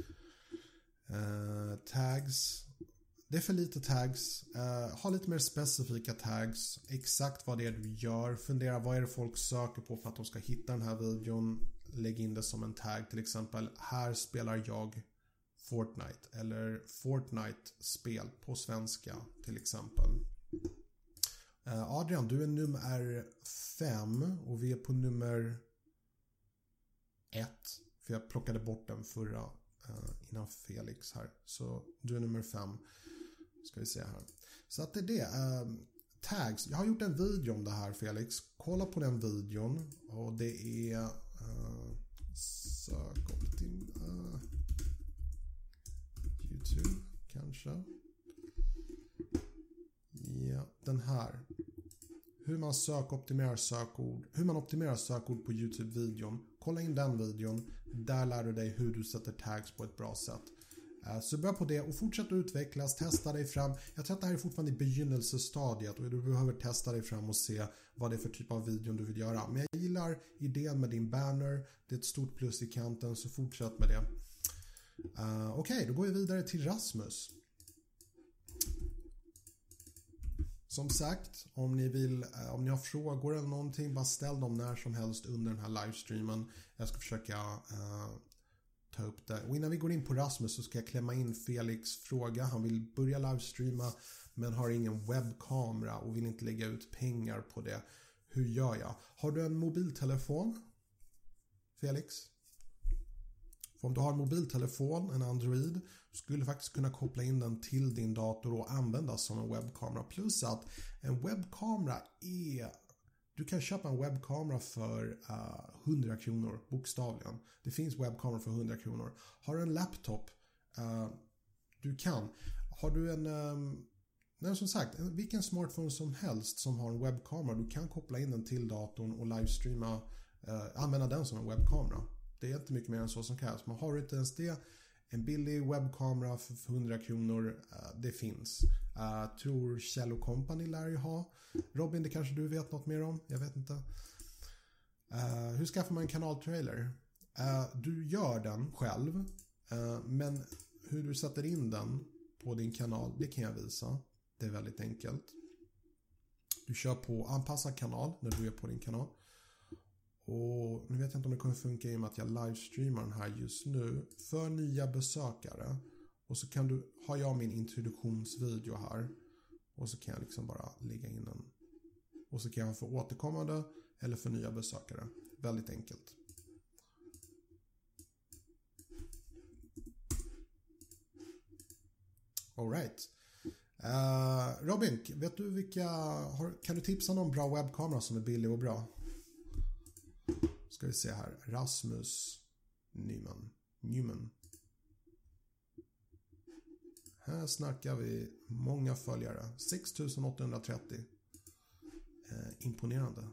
Tags. Det är för lite tags. Ha lite mer specifika tags. Exakt vad det är du gör. Fundera vad är det folk söker på för att de ska hitta den här videon. Lägg in det som en tag. Till exempel, här spelar jag Fortnite. Eller Fortnite-spel på svenska till exempel. Adrian, du är nummer 5 och vi är på nummer 1. För jag plockade bort den förra innan Felix här. Så du är nummer 5. Ska vi se här. Så att det är det. Tags. Jag har gjort en video om det här, Felix. Kolla på den videon. Och det är sök upp din YouTube kanske. Ja, den här. Hur man sökoptimerar sökord. Hur man optimerar sökord på YouTube-videon. Kolla in den videon. Där lär du dig hur du sätter tags på ett bra sätt. Så börja på det och fortsätt att utvecklas. Testa dig fram. Jag tror att det här är fortfarande i begynnelsestadiet. Och du behöver testa dig fram och se vad det är för typ av video du vill göra. Men jag gillar idén med din banner. Det är ett stort plus i kanten. Så fortsätt med det. Okej, då går vi vidare till Rasmus. Som sagt, om ni har frågor eller någonting, bara ställ dem när som helst under den här livestreamen. Jag ska försöka ta upp det. Och innan vi går in på Rasmus så ska jag klämma in Felix fråga. Han vill börja livestreama men har ingen webbkamera och vill inte lägga ut pengar på det. Hur gör jag? Har du en mobiltelefon, Felix? För om du har en mobiltelefon, en Android, skulle du faktiskt kunna koppla in den till din dator och använda som en webbkamera. Plus att en webbkamera du kan köpa en webbkamera för 100 kronor, bokstavligen. Det finns webbkameror för 100 kronor. Har du en laptop, du kan. Har du som sagt, vilken smartphone som helst som har en webbkamera, du kan koppla in den till datorn och livestreama, använda den som en webbkamera. Det är inte mycket mer än så som krävs. Men har du inte ens det, en billig webbkamera för 100 kronor, det finns. Tror Kjell & Company lär ju ha. Robin, det kanske du vet något mer om? Jag vet inte. Hur skaffar man en kanaltrailer? Du gör den själv. Men hur du sätter in den på din kanal, det kan jag visa. Det är väldigt enkelt. Du kör på anpassad kanal när du är på din kanal. Och nu vet jag inte om det kommer funka i och med att jag livestreamar den här just nu för nya besökare. Och så har jag min introduktionsvideo här. Och så kan jag liksom bara lägga in den. Och så kan jag ha för återkommande eller för nya besökare. Väldigt enkelt. All right. Robin, vet du kan du tipsa någon bra webbkamera som är billig och bra? Ska vi se här. Rasmus Newman. Här snackar vi många följare. 6830. Imponerande.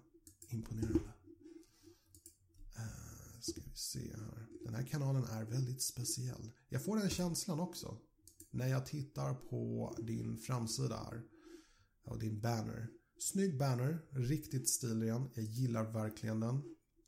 Ska vi se här. Den här kanalen är väldigt speciell. Jag får den känslan också när jag tittar på din framsida här. Och din banner. Snygg banner. Riktigt stilren. Jag gillar verkligen den.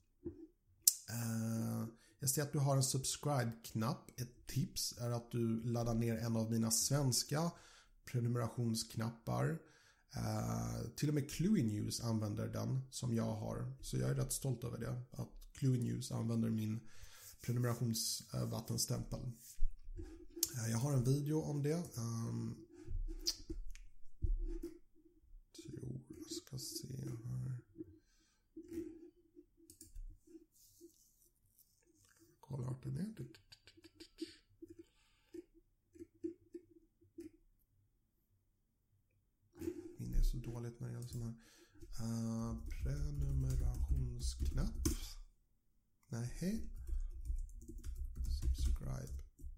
Jag ser att du har en subscribe-knapp. Ett tips är att du laddar ner en av mina svenska prenumerationsknappar. Till och med Cluey News använder den som jag har. Så jag är rätt stolt över det. Att Cluey News använder min prenumerationsvattenstämpel. Jag har en video om det. Jag ska se här. Kolla vart den är. Min är så dåligt när det gäller sån här prenumerationsknapp. Nej. Subscribe.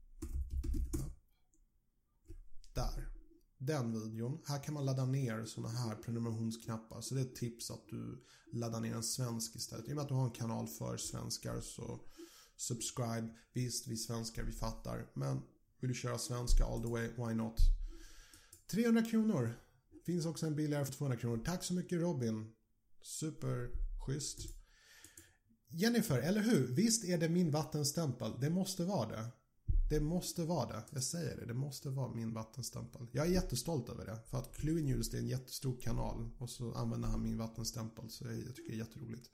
Där. Den videon. Här kan man ladda ner såna här prenumerationsknappar. Så det är ett tips att du laddar ner en svensk istället. I och med att du har en kanal för svenskar så subscribe. Visst, vi svenskar, vi fattar. Men vill du köra svenska all the way, why not? 300 kronor. Finns också en billigare för 200 kronor. Tack så mycket Robin. Super schysst. Jennifer, eller hur? Visst är det min vattenstämpel. Det måste vara det. Det måste vara det. Jag säger det. Det måste vara min vattenstämpel. Jag är jättestolt över det. För att Cluey News är en jättestor kanal. Och så använder han min vattenstämpel. Så jag tycker det är jätteroligt.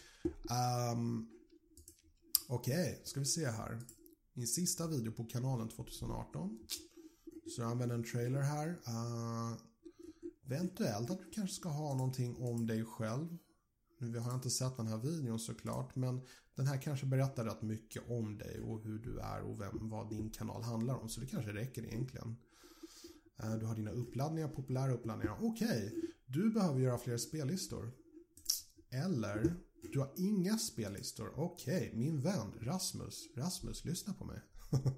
Okej, ska vi se här. Min sista video på kanalen 2018. Så jag använder en trailer här. Eventuellt att du kanske ska ha någonting om dig själv. Nu har jag inte sett den här videon såklart. Men den här kanske berättar rätt mycket om dig och hur du är och vad din kanal handlar om. Så det kanske räcker egentligen. Du har dina uppladdningar, populära uppladdningar. Okej, du behöver göra fler spellistor. Eller, du har inga spellistor. Okej, min vän Rasmus, lyssna på mig.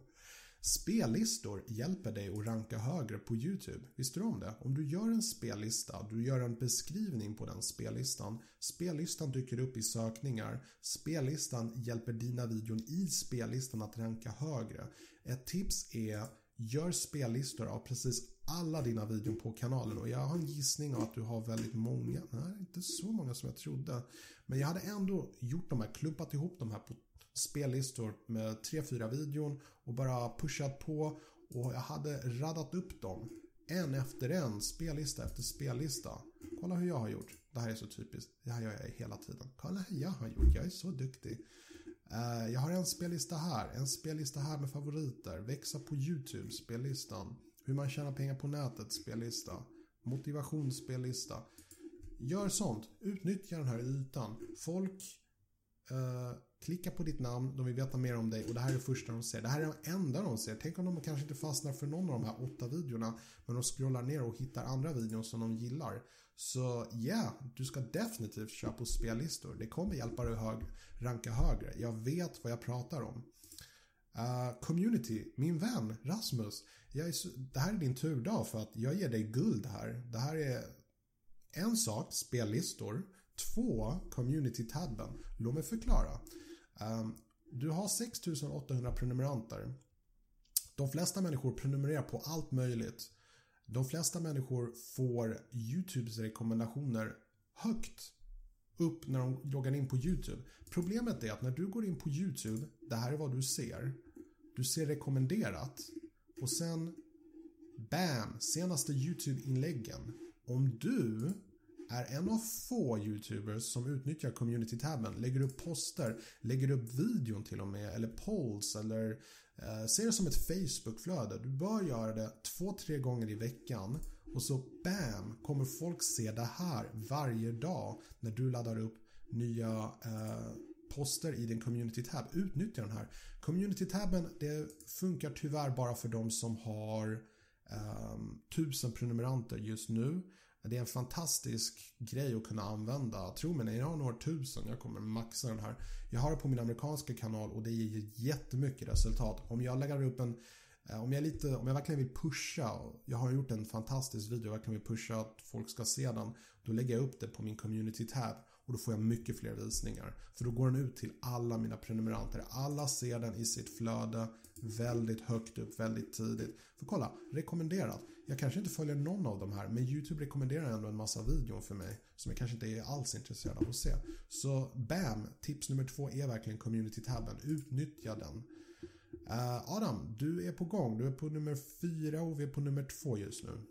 Spellistor hjälper dig att ranka högre på YouTube. Visste du om det? Om du gör en spellista, du gör en beskrivning på den spellistan. Spellistan dyker upp i sökningar. Spellistan hjälper dina videon i spellistan att ranka högre. Ett tips är, gör spellistor av precis alla dina videor på kanalen. Och jag har en gissning av att du har väldigt många. Nej, inte så många som jag trodde. Men jag hade ändå gjort de här, klumpat ihop de här på spellistor med 3-4 videon och bara pushat på, och jag hade raddat upp dem en efter en, spellista efter spellista. Kolla hur jag har gjort. Det här är så typiskt. Det här gör jag hela tiden. Kolla hur jag har gjort. Jag är så duktig. Jag har en spellista här med favoriter. Växa på YouTube, spellistan. Hur man tjänar pengar på nätet, spellista. Motivationsspellista. Gör sånt. Utnyttja den här ytan. Folk klicka på ditt namn, de vill veta mer om dig, och det här är det första de ser. Det här är det enda de ser. Tänk om de kanske inte fastnar för någon av de här 8 videorna, men de scrollar ner och hittar andra videor som de gillar. Så du ska definitivt köra på spellistor. Det kommer hjälpa dig att ranka högre. Jag vet vad jag pratar om. Community, min vän Rasmus, det här är din turdag, för att jag ger dig guld här. Det här är en sak, spellistor. 2, community-tabben. Låt mig förklara. Du har 6800 prenumeranter. De flesta människor prenumererar på allt möjligt. De flesta människor får YouTubes rekommendationer högt upp när de loggar in på YouTube. Problemet är att när du går in på YouTube, det här är vad du ser. Du ser rekommenderat. Och sen, bam, senaste YouTube-inläggen. Om du är en av få YouTubers som utnyttjar community-tabben, lägger upp poster, lägger upp videon till och med, eller polls, eller ser det som ett Facebook-flöde. Du bör göra det 2-3 gånger i veckan, och så bam, kommer folk se det här varje dag när du laddar upp nya poster i din community-tab. Utnyttja den här. Community-tabben, det funkar tyvärr bara för de som har 1000 prenumeranter just nu. Det är en fantastisk grej att kunna använda. Tro mig, när jag har några 1000, jag kommer maxa den här. Jag har det på min amerikanska kanal och det ger jättemycket resultat. Om jag lägger upp om jag verkligen vill pusha, jag har gjort en fantastisk video, jag verkligen vill pusha att folk ska se den, då lägger jag upp det på min community tab och då får jag mycket fler visningar. För då går den ut till alla mina prenumeranter. Alla ser den i sitt flöde väldigt högt upp, väldigt tidigt. För kolla, rekommenderat. Jag kanske inte följer någon av de här, men YouTube rekommenderar ändå en massa videor för mig som jag kanske inte är alls intresserad av att se. Så bam, tips nummer 2 är verkligen community-tabben. Utnyttja den. Adam, du är på gång. Du är på nummer 4 och vi är på nummer 2 just nu.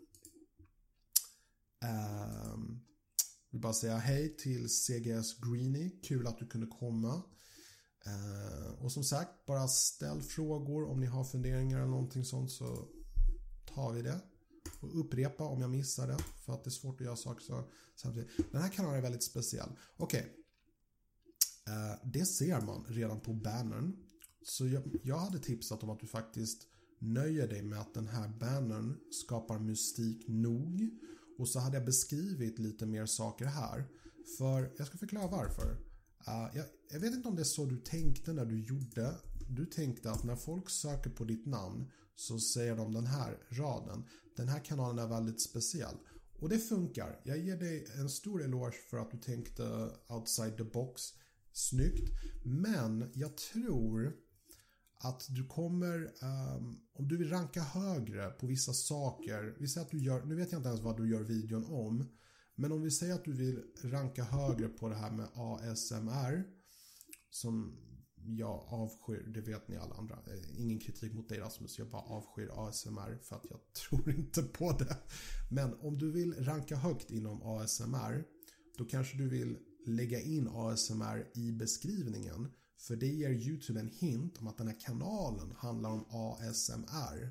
Jag vill bara säga hej till CGS Greenie. Kul att du kunde komma. Och som sagt, bara ställ frågor om ni har funderingar eller någonting sånt, så tar vi det. Och upprepa om jag missar det, för att det är svårt att göra saker samtidigt. Den här kanalen är väldigt speciell. Okej. Det ser man redan på bannern. Så jag hade tipsat om att du faktiskt nöjer dig med att den här bannern skapar mystik nog. Och så hade jag beskrivit lite mer saker här. För jag ska förklara varför. Jag vet inte om det är så du tänkte när du gjorde. Du tänkte att när folk söker på ditt namn så säger de den här raden. Den här kanalen är väldigt speciell. Och det funkar. Jag ger dig en stor eloge för att du tänkte outside the box. Snyggt. Men jag tror att du kommer, om du vill ranka högre på vissa saker. Vi säger att du gör, nu vet jag inte ens vad du gör videon om. Men om vi säger att du vill ranka högre på det här med ASMR, som jag avskyr, det vet ni alla andra. Ingen kritik mot dig Rasmus, jag bara avskyr ASMR för att jag tror inte på det. Men om du vill ranka högt inom ASMR, då kanske du vill lägga in ASMR i beskrivningen. För det ger YouTube en hint om att den här kanalen handlar om ASMR.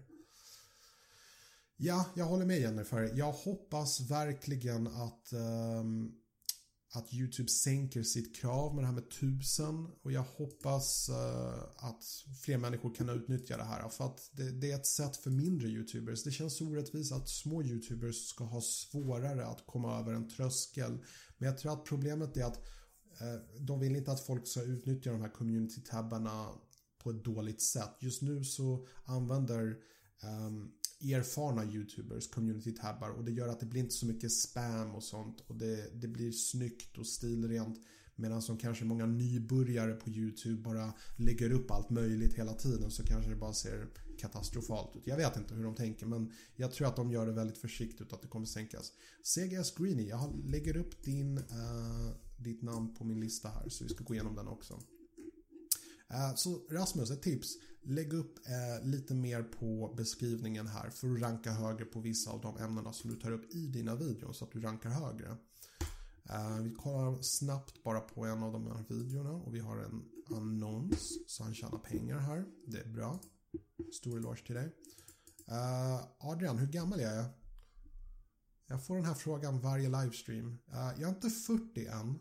Ja, jag håller med Jennifer. Jag hoppas verkligen att YouTube sänker sitt krav med det här med 1000 och jag hoppas att fler människor kan utnyttja det här för att det är ett sätt för mindre YouTubers. Det känns orättvist att små YouTubers ska ha svårare att komma över en tröskel, men jag tror att problemet är att de vill inte att folk ska utnyttja de här community-tabbarna på ett dåligt sätt. Just nu så använder erfarna YouTubers community-tabbar och det gör att det blir inte så mycket spam och sånt och det blir snyggt och stilrent, medan som kanske många nybörjare på YouTube bara lägger upp allt möjligt hela tiden, så kanske det bara ser katastrofalt ut. Jag vet inte hur de tänker, men jag tror att de gör det väldigt försiktigt att det kommer sänkas. CGS Greenie, jag lägger upp ditt namn på min lista här så vi ska gå igenom den också. Så Rasmus, ett tips. Lägg upp lite mer på beskrivningen här för att ranka högre på vissa av de ämnena som du tar upp i dina videor så att du rankar högre. Vi kollar snabbt bara på en av de här videorna och vi har en annons så han tjänar pengar här. Det är bra. Stor eloge till dig. Adrian, hur gammal är jag? Jag får den här frågan varje livestream. Jag är inte 40 än.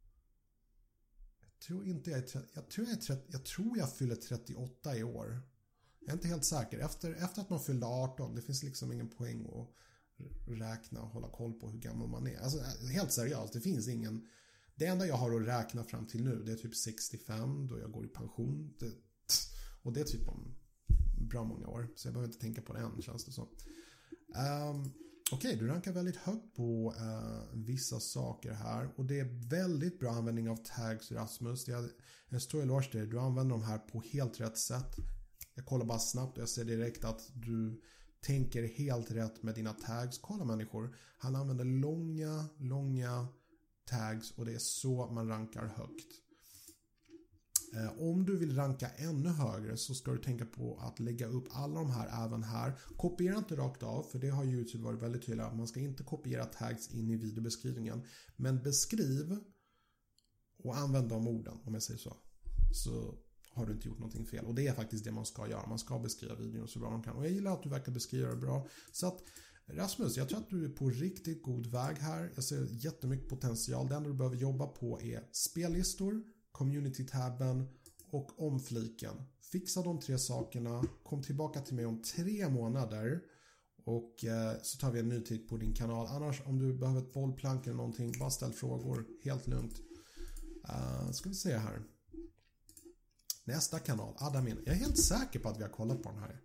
Jag tror jag fyller 38 i år. Jag är inte helt säker. Efter att man fyllde 18, det finns liksom ingen poäng att räkna och hålla koll på hur gammal man är. Alltså helt seriöst, det finns ingen. Det enda jag har att räkna fram till nu, det är typ 65 då jag går i pension. Och det är typ om bra många år. Så jag behöver inte tänka på det än, känns det så. Okej, du rankar väldigt högt på vissa saker här. Och det är väldigt bra användning av tags, Rasmus. Det är en stor eloge till dig. Du använder de här på helt rätt sätt. Jag kollar bara snabbt och jag ser direkt att du tänker helt rätt med dina tags. Kolla människor. Han använder långa tags och det är så man rankar högt. Om du vill ranka ännu högre så ska du tänka på att lägga upp alla de här även här. Kopiera inte rakt av, för det har YouTube varit väldigt tydliga. Man ska inte kopiera tags in i videobeskrivningen. Men beskriv och använd de orden, om jag säger så. Så har du inte gjort någonting fel. Och det är faktiskt det man ska göra. Man ska beskriva videon så bra man kan. Och jag gillar att du verkar beskriva det bra. Så att Rasmus, jag tror att du är på riktigt god väg här. Jag ser jättemycket potential. Det enda du behöver jobba på är spellistor, community-tabben och omfliken. Fixa de 3 sakerna. Kom tillbaka till mig om 3 månader och så tar vi en ny titt på din kanal. Annars om du behöver ett bollplank eller någonting, bara ställ frågor. Helt lugnt. Ska vi se här. Nästa kanal, Adamin. Jag är helt säker på att vi har kollat på den här.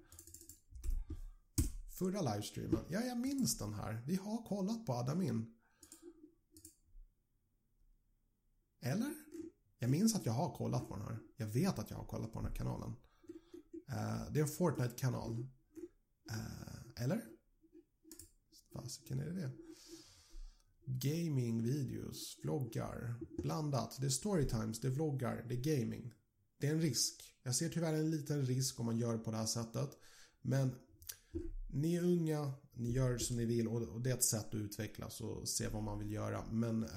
Förra livestreamen. Ja, jag minns den här. Vi har kollat på Adamin. Eller? Jag minns att jag har kollat på den här. Jag vet att jag har kollat på den här kanalen. Det är en Fortnite-kanal. Eller? Fasiken är det? Gaming-videos, vloggar, blandat. Det är storytimes, det är vloggar, det är gaming. Det är en risk. Jag ser tyvärr en liten risk om man gör på det här sättet. Men ni är unga, ni gör som ni vill och det är ett sätt att utvecklas och se vad man vill göra. Men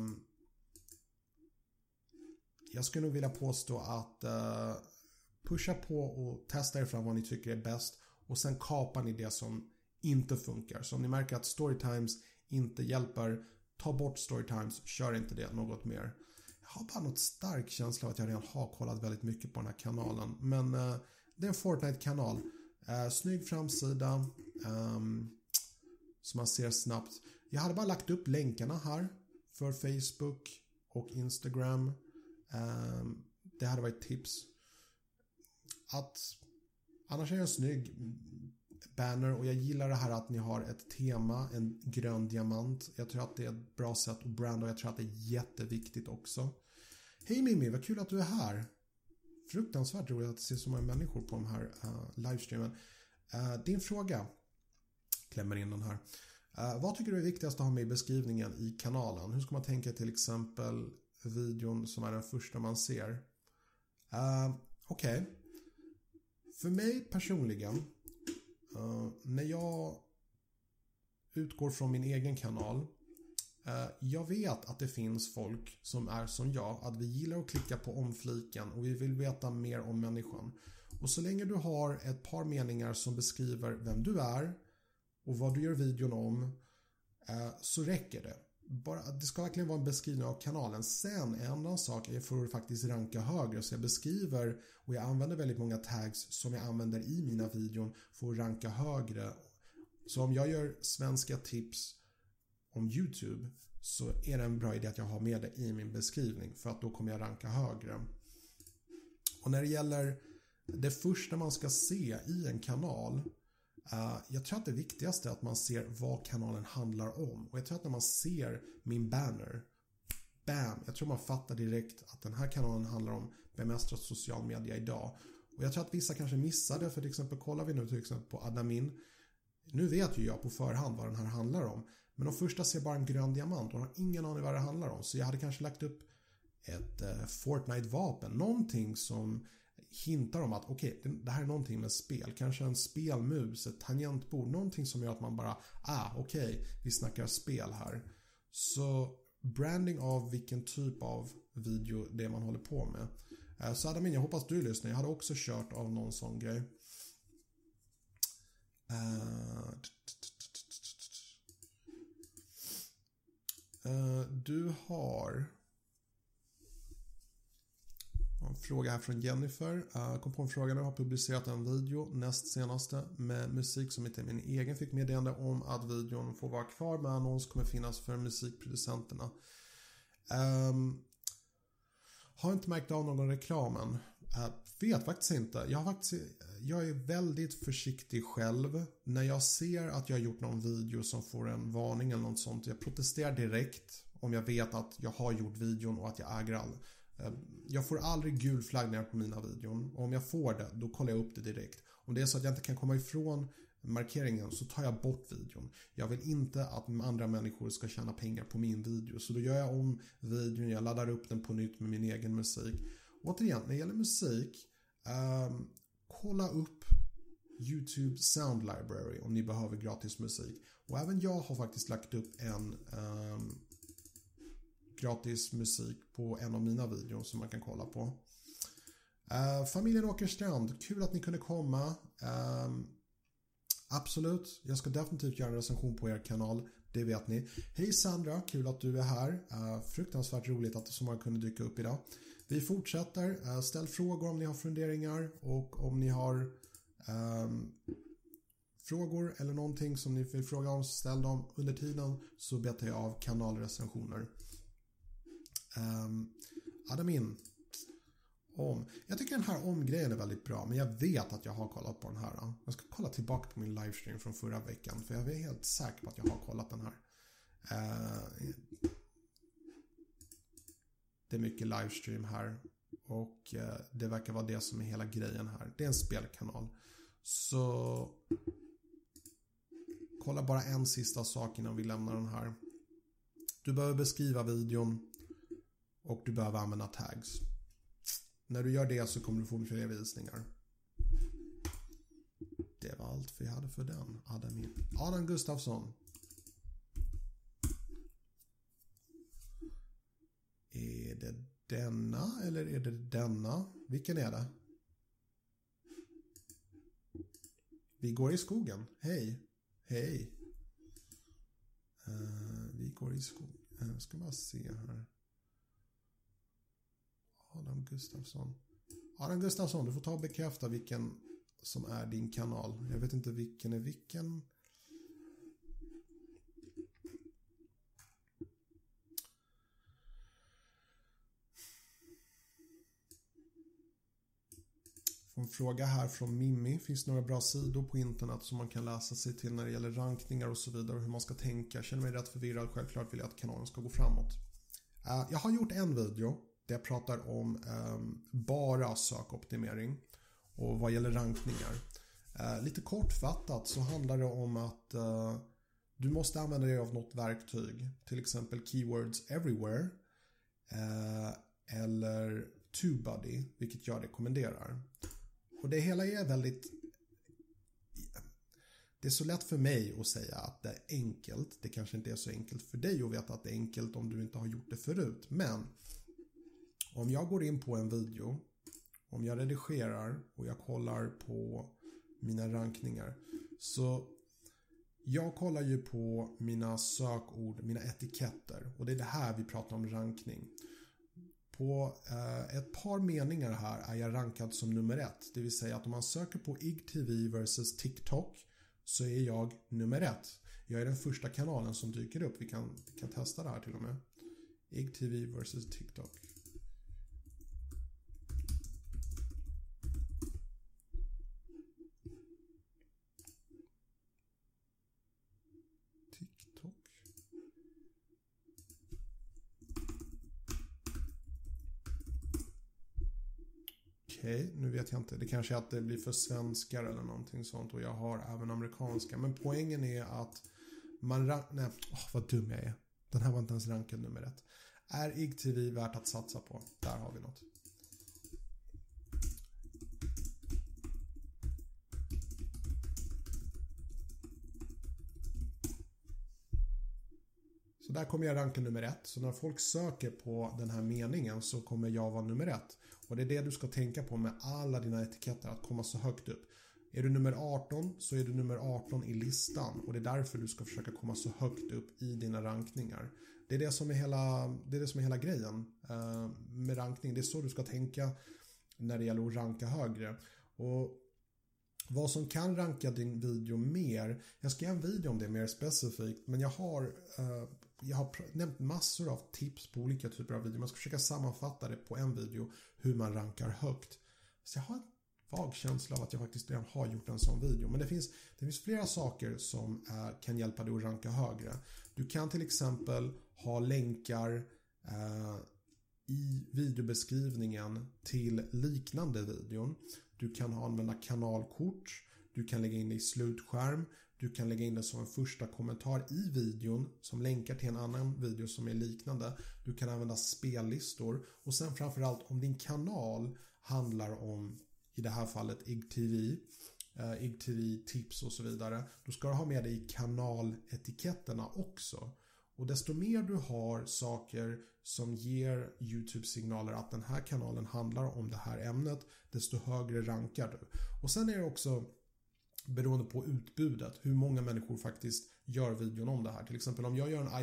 jag skulle nog vilja påstå att pusha på och testa er fram vad ni tycker är bäst och sen kapar ni det som inte funkar. Så om ni märker att storytimes inte hjälper, ta bort storytimes, kör inte det något mer. Jag har bara något stark känsla av att jag redan har kollat väldigt mycket på den här kanalen. Men det är en Fortnite-kanal. Snygg framsida som man ser snabbt. Jag hade bara lagt upp länkarna här för Facebook och Instagram. Det hade varit tips. Annars är det en snygg banner och jag gillar det här att ni har ett tema, en grön diamant. Jag tror att det är ett bra sätt att branda och jag tror att det är jätteviktigt också. Hej Mimmi, vad kul att du är här. Fruktansvärt roligt att se så många människor på de här livestreamen. Din fråga, klämmer in den här. Vad tycker du är viktigast att ha med i beskrivningen i kanalen? Hur ska man tänka till exempel videon som är den första man ser? Okej. För mig personligen, när jag utgår från min egen kanal, jag vet att det finns folk som är som jag, att vi gillar att klicka på omfliken och vi vill veta mer om människan. Och så länge du har ett par meningar som beskriver vem du är och vad du gör videon om, så räcker det. det ska verkligen vara en beskrivning av kanalen. Sen en annan sak är för att faktiskt ranka högre. Så jag beskriver och jag använder väldigt många tags som jag använder i mina videon för att ranka högre. Så om jag gör svenska tips om YouTube så är det en bra idé att jag har med det i min beskrivning, för att då kommer jag ranka högre. Och när det gäller det första man ska se i en kanal, jag tror att det viktigaste är att man ser vad kanalen handlar om. Och jag tror att när man ser min banner, bam, jag tror man fattar direkt att den här kanalen handlar om bemästrat social media idag. Och jag tror att vissa kanske missade, för till exempel kollar vi nu till exempel på Adamin. Nu vet ju jag på förhand vad den här handlar om. Men de första ser bara en grön diamant och har ingen aning vad det handlar om. Så jag hade kanske lagt upp ett Fortnite-vapen. Någonting som hintar om att okej, det här är någonting med spel. Kanske en spelmus, ett tangentbord. Någonting som gör att man bara, okej, vi snackar spel här. Så branding av vilken typ av video det man håller på med. Så Adamin, jag hoppas du lyssnar. Jag hade också kört av någon sån grej. Du har en fråga här från Jennifer. Kom på en fråga nu. Jag har publicerat en video näst senaste med musik som inte är min egen. Fick meddelande om att videon får vara kvar, men annons kommer finnas för musikproducenterna. Har inte märkt av någon reklamen. Vet faktiskt inte. Jag är väldigt försiktig själv. När jag ser att jag har gjort någon video som får en varning eller något sånt, jag protesterar direkt om jag vet att jag har gjort videon och att jag äger all. Jag får aldrig gul flaggningar på mina videon. Och om jag får det, då kollar jag upp det direkt. Om det är så att jag inte kan komma ifrån markeringen, så tar jag bort videon. Jag vill inte att andra människor ska tjäna pengar på min video. Så då gör jag om videon, jag laddar upp den på nytt med min egen musik. Återigen, när det gäller musik, kolla upp YouTube Sound Library om ni behöver gratis musik. Och även jag har faktiskt lagt upp en gratis musik på en av mina videor som man kan kolla på. Familjen Åkerstrand, kul att ni kunde komma. Absolut, jag ska definitivt göra en recension på er kanal, det vet ni. Hej Sandra, kul att du är här. Fruktansvärt roligt att så många kunde dyka upp idag. Vi fortsätter. Ställ frågor om ni har funderingar, och om ni har frågor eller någonting som ni vill fråga om, ställ dem under tiden, så betar jag av kanalrecensioner. Adamin, jag tycker den här omgrejen är väldigt bra, men jag vet att jag har kollat på den här. Jag ska kolla tillbaka på min livestream från förra veckan, för jag är helt säker på att jag har kollat den här. Det är mycket livestream här, och det verkar vara det som är hela grejen här. Det är en spelkanal. Så kolla bara en sista sak innan vi lämnar den här. Du behöver beskriva videon och du behöver använda tags. När du gör det så kommer du få fler visningar. Det var allt vi hade för den. Adam Gustafsson. Är det denna eller är det denna? Vilken är det? Vi går i skogen. Hej. Vi går i skogen. Ska bara se här. Adam Gustafsson, du får ta och bekräfta vilken som är din kanal. Jag vet inte vilken är vilken. En fråga här från Mimmi. Finns det några bra sidor på internet som man kan läsa sig till när det gäller rankningar och så vidare, och hur man ska tänka? Jag känner mig rätt förvirrad. Självklart vill jag att kanalen ska gå framåt. Jag har gjort en video där jag pratar om bara sökoptimering och vad gäller rankningar. Lite kortfattat så handlar det om att du måste använda dig av något verktyg. Till exempel Keywords Everywhere eller TubeBuddy, vilket jag rekommenderar. Och det hela är väldigt... Det är så lätt för mig att säga att det är enkelt. Det kanske inte är så enkelt för dig att veta att det är enkelt om du inte har gjort det förut. Men om jag går in på en video, om jag redigerar och jag kollar på mina rankningar, så Jag kollar ju på mina sökord, mina etiketter. Och det är det här vi pratar om rankning. På ett par meningar här är jag rankad som nummer 1. Det vill säga att om man söker på IGTV versus TikTok så är jag nummer 1. Jag är den första kanalen som dyker upp. Vi kan testa det här till och med. IGTV versus TikTok. Okej, nu vet jag inte. Det kanske är att det blir för svenskar eller någonting sånt och jag har även amerikanska. Men poängen är att vad dum jag är. Den här var inte ens rankad nummer 1. Är IGTV värt att satsa på? Där har vi något. Så där kommer jag ranka nummer 1. Så när folk söker på den här meningen så kommer jag vara nummer 1. Och det är det du ska tänka på med alla dina etiketter, att komma så högt upp. Är du nummer 18 så är du nummer 18 i listan. Och det är därför du ska försöka komma så högt upp i dina rankningar. Det är det som är hela grejen med rankning. Det är så du ska tänka när det gäller att ranka högre. Och vad som kan ranka din video mer, jag ska göra en video om det mer specifikt, men jag har nämnt massor av tips på olika typer av videor. Man ska försöka sammanfatta det på en video hur man rankar högt. Så jag har en vag känsla av att jag faktiskt redan har gjort en sån video. Men det finns flera saker som kan hjälpa dig att ranka högre. Du kan till exempel ha länkar i videobeskrivningen till liknande videon. Du kan använda kanalkort. Du kan lägga in det i slutskärm. Du kan lägga in det som en första kommentar i videon som länkar till en annan video som är liknande. Du kan använda spellistor. Och sen framförallt om din kanal handlar om, i det här fallet, IGTV tips och så vidare. Då ska du ha med dig i kanaletikettterna också. Och desto mer du har saker som ger YouTube-signaler att den här kanalen handlar om det här ämnet, desto högre rankar du. Och sen är det också beroende på utbudet, hur många människor faktiskt gör videon om det här. Till exempel om jag gör en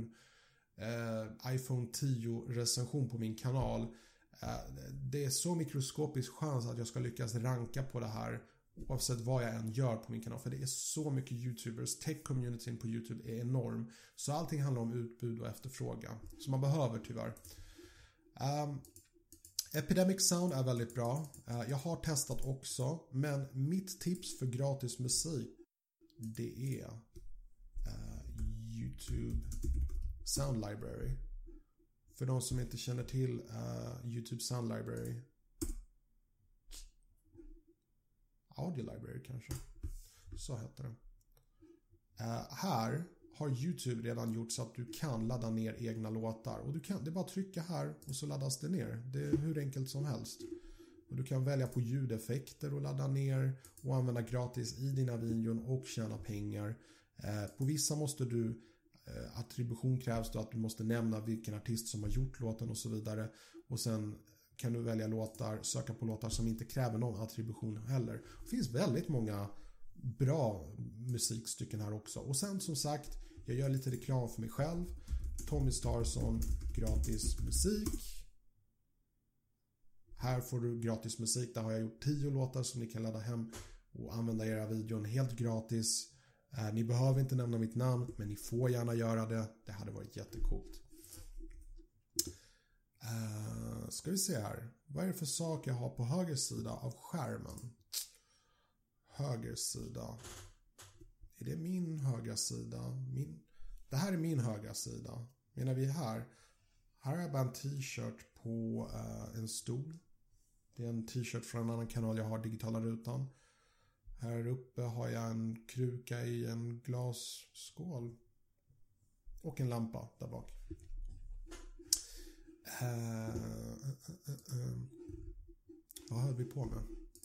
iPhone 10 recension på min kanal, det är så mikroskopisk chans att jag ska lyckas ranka på det här oavsett vad jag än gör på min kanal, för det är så mycket YouTubers. Tech-communityn på YouTube är enorm, så allting handlar om utbud och efterfrågan, så man behöver tyvärr. Epidemic Sound är väldigt bra. Jag har testat också, men mitt tips för gratis musik, det är YouTube Sound Library. För de som inte känner till YouTube Sound Library, Audio Library kanske, så heter det. Här har YouTube redan gjort så att du kan ladda ner egna låtar. Och det är bara att trycka här och så laddas det ner. Det är hur enkelt som helst. Och du kan välja på ljudeffekter och ladda ner och använda gratis i dina videon och tjäna pengar. På vissa måste du, attribution krävs då att du måste nämna vilken artist som har gjort låten och så vidare. Och sen kan du välja låtar, söka på låtar som inte kräver någon attribution heller. Det finns väldigt många bra musikstycken här också. Och sen som sagt, jag gör lite reklam för mig själv. Tommy Starson, gratis musik. Här får du gratis musik. Där har jag gjort 10 låtar som ni kan ladda hem och använda i era videon helt gratis. Ni behöver inte nämna mitt namn, men ni får gärna göra det. Det hade varit jättecoolt. Ska vi se här. Vad är det för saker jag har på höger sida av skärmen? Höger sida. Är det min högra sida? Det här är min högra sida. Menar vi här? Här har jag bara en t-shirt på en stol. Det är en t-shirt från en annan kanal jag har, digitala rutan. Här uppe har jag en kruka i en glasskål. Och en lampa där bak. Vad höll vi på med?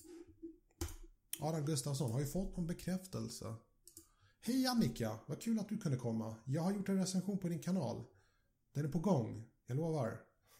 Adam Gustafsson har ju fått en bekräftelse. Hej Annika, vad kul att du kunde komma. Jag har gjort en recension på din kanal. Den är på gång, jag lovar.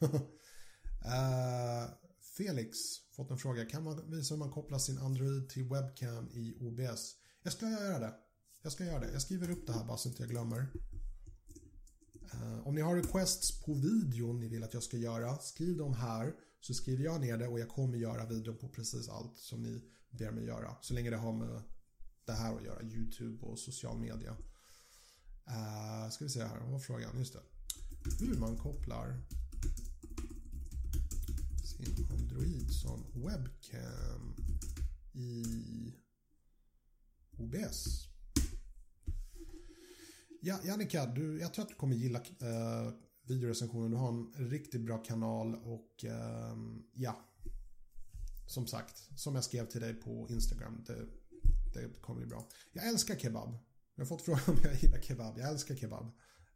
Felix fått en fråga. Kan man visa hur man kopplar sin Android till webcam i OBS? Jag ska göra det. Jag ska göra det. Jag skriver upp det här bara så inte jag glömmer. Om ni har requests på videon ni vill att jag ska göra, skriv dem här så skriver jag ner det och jag kommer göra videon på precis allt som ni ber mig göra. Så länge det har med det här att göra, YouTube och social media. Ska vi se här, vad var frågan? Just det. Hur man kopplar sin Android som webcam i OBS. Ja, Jannica, jag tror att du kommer gilla videorecensionen. Du har en riktigt bra kanal och ja, som sagt, som jag skrev till dig på Instagram, det kommer bli bra. Jag älskar kebab. Jag har fått frågan om jag gillar kebab. Jag älskar kebab.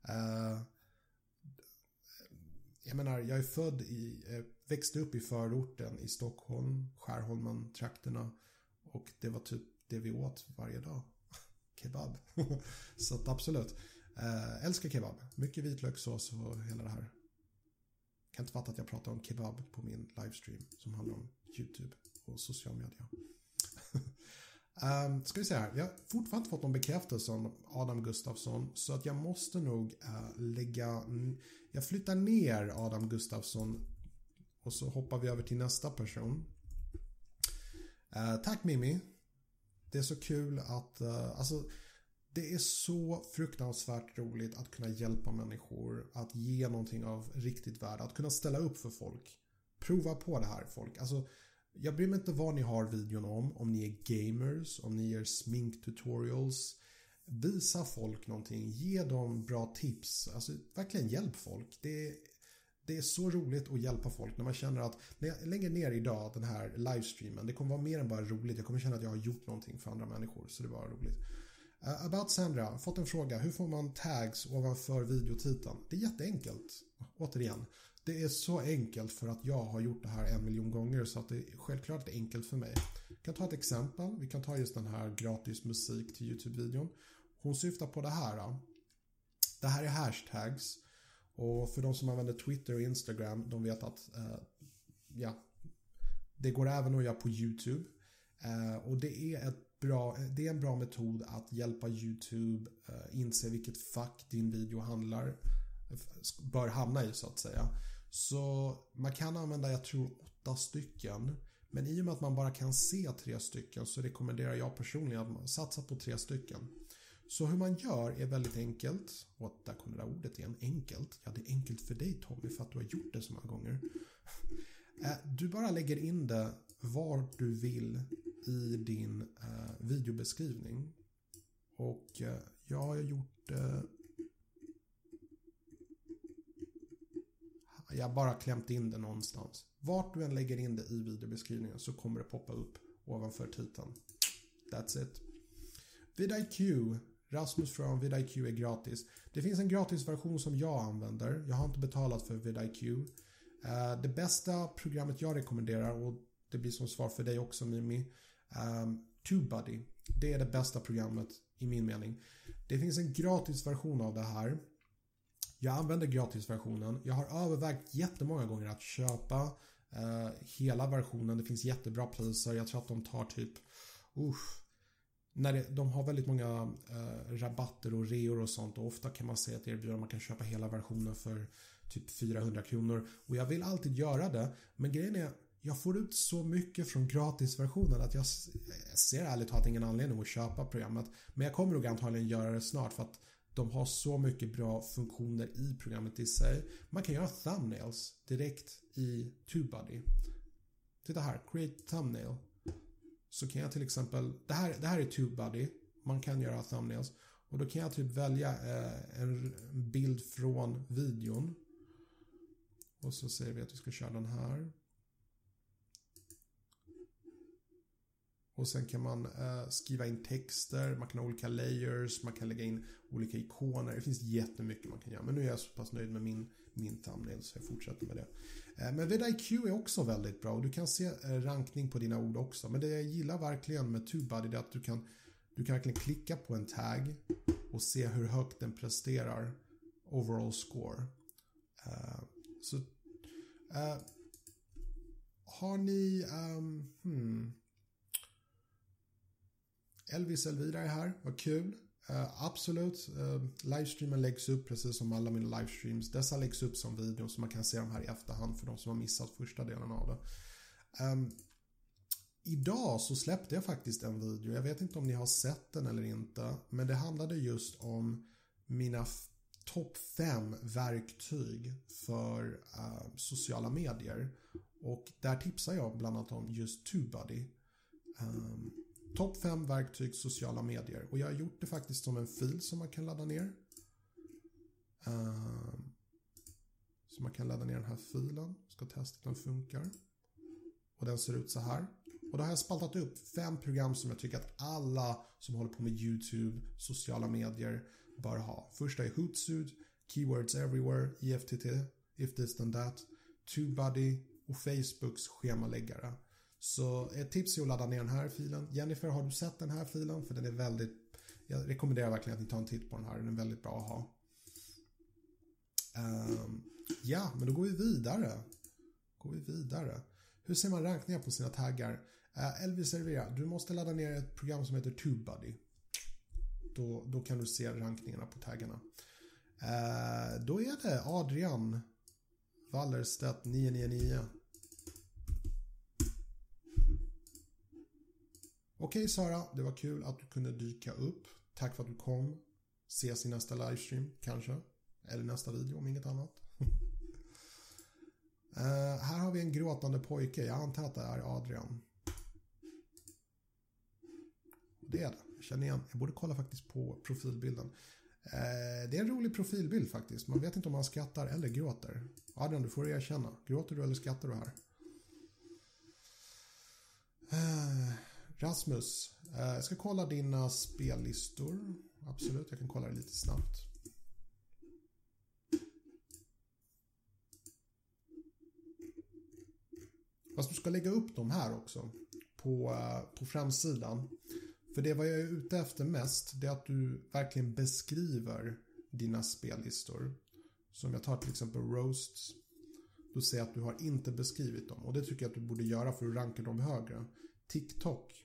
Jag menar, jag är född växte upp i förorten i Stockholm, Skärholmen-trakterna och det var typ det vi åt varje dag. Kebab. Så att absolut. Älskar kebab. Mycket vitlökssås och hela det här. Kan inte fatta att jag pratar om kebab på min livestream som handlar om YouTube och social media. Ska vi se här. Jag har fortfarande inte fått någon bekräftelse om Adam Gustafsson så att jag måste nog jag flyttar ner Adam Gustafsson och så hoppar vi över till nästa person. Tack Mimi. Det är så kul att det är så fruktansvärt roligt att kunna hjälpa människor, att ge någonting av riktigt värde, att kunna ställa upp för folk. Prova på det här folk. Alltså, jag bryr mig inte vad ni har videon om ni är gamers, om ni gör sminktutorials. Visa folk någonting, ge dem bra tips. Alltså verkligen hjälp folk. Det är så roligt att hjälpa folk när man känner att när jag lägger ner idag den här livestreamen, det kommer vara mer än bara roligt. Jag kommer känna att jag har gjort någonting för andra människor, så det var roligt. About Sandra, fått en fråga. Hur får man tags ovanför videotiteln? Det är jätteenkelt. Återigen, det är så enkelt för att jag har gjort det här 1 miljon gånger så att det är självklart enkelt för mig. Jag kan ta ett exempel. Vi kan ta just den här gratis musik till YouTube-videon. Hon syftar på det här. Då. Det här är hashtags. Och för de som använder Twitter och Instagram, de vet att det går även att göra på YouTube. Och det är en bra metod att hjälpa YouTube inse vilket fack din video bör hamna i så att säga. Så man kan använda, jag tror 8 stycken. Men i och med att man bara kan se 3 stycken så rekommenderar jag personligen att man satsar på 3 stycken. Så hur man gör är väldigt enkelt. Och där kommer det där ordet igen, enkelt. Ja, det är enkelt för dig Tommy för att du har gjort det så många gånger. Du bara lägger in det var du vill i din videobeskrivning. Och jag har gjort jag bara klämt in det någonstans. Vart du än lägger in det i videobeskrivningen så kommer det poppa upp ovanför titeln. That's it. vidIQ. Rasmus från vidIQ är gratis. Det finns en gratisversion som jag använder. Jag har inte betalat för vidIQ. Det bästa programmet jag rekommenderar, och det blir som svar för dig också Mimi, TubeBuddy. Det är det bästa programmet i min mening. Det finns en gratisversion av det här. Jag använder gratisversionen. Jag har övervägt jättemånga gånger att köpa hela versionen. Det finns jättebra priser. Jag tror att de tar typ de har väldigt många rabatter och reor och sånt, och ofta kan man säga att erbjuder man kan köpa hela versionen för typ 400 kronor, och jag vill alltid göra det, men grejen är jag får ut så mycket från gratisversionen att jag ser ärligt talat ingen anledning att köpa programmet, men jag kommer nog antagligen göra det snart för att de har så mycket bra funktioner i programmet i sig. Man kan göra thumbnails direkt i TubeBuddy. Titta här, create thumbnail. Så kan jag till exempel, det här är TubeBuddy. Man kan göra thumbnails. Och då kan jag typ välja en bild från videon. Och så säger vi att vi ska köra den här. Och sen kan man skriva in texter, man kan ha olika layers, man kan lägga in olika ikoner. Det finns jättemycket man kan göra. Men nu är jag så pass nöjd med min thumbnail så jag fortsätter med det. Men vidIQ är också väldigt bra och du kan se rankning på dina ord också. Men det jag gillar verkligen med TubeBuddy är att du kan verkligen klicka på en tag och se hur högt den presterar overall score. Har ni Elvis Elvira är här, vad kul. Absolut. Livestreamen läggs upp precis som alla mina livestreams. Dessa läggs upp som video så man kan se dem här i efterhand för de som har missat första delen av det. Idag så släppte jag faktiskt en video. Jag vet inte om ni har sett den eller inte. Men det handlade just om mina topp 5 verktyg för sociala medier. Och där tipsar jag bland annat om just TubeBuddy. Topp 5 verktyg sociala medier. Och jag har gjort det faktiskt som en fil som man kan ladda ner. Så man kan ladda ner den här filen. Ska testa att den funkar. Och den ser ut så här. Och då har jag spaltat upp 5 program som jag tycker att alla som håller på med YouTube, sociala medier bör ha. Första är Hootsuite, Keywords Everywhere, IFTT, If This Then That, TubeBuddy och Facebooks schemaläggare. Så ett tips är att ladda ner den här filen. Jennifer, har du sett den här filen? För den är väldigt... Jag rekommenderar verkligen att ni tar en titt på den här. Den är väldigt bra att ha. Ja, men då går vi vidare. Hur ser man rankningar på sina taggar? Elvis Servera, du måste ladda ner ett program som heter TubeBuddy. Då kan du se rankningarna på taggarna. Då är det Adrian Wallerstedt 999. Okej, Sara, det var kul att du kunde dyka upp. Tack för att du kom. Ses i nästa livestream, kanske. Eller nästa video, om inget annat. Här har vi en gråtande pojke. Jag antar att det är Adrian. Det är det. Jag känner igen. Jag borde kolla faktiskt på profilbilden. Det är en rolig profilbild faktiskt. Man vet inte om man skrattar eller gråter. Adrian, du får erkänna. Gråter du eller skrattar du här? Rasmus. Jag ska kolla dina spellistor. Absolut, jag kan kolla det lite snabbt. Fast du ska lägga upp dem här också. På framsidan. För det vad jag är ute efter mest, det är att du verkligen beskriver dina spellistor. Så om jag tar till exempel roasts, då ser jag att du har inte beskrivit dem. Och det tycker jag att du borde göra för att ranka dem högre. TikTok.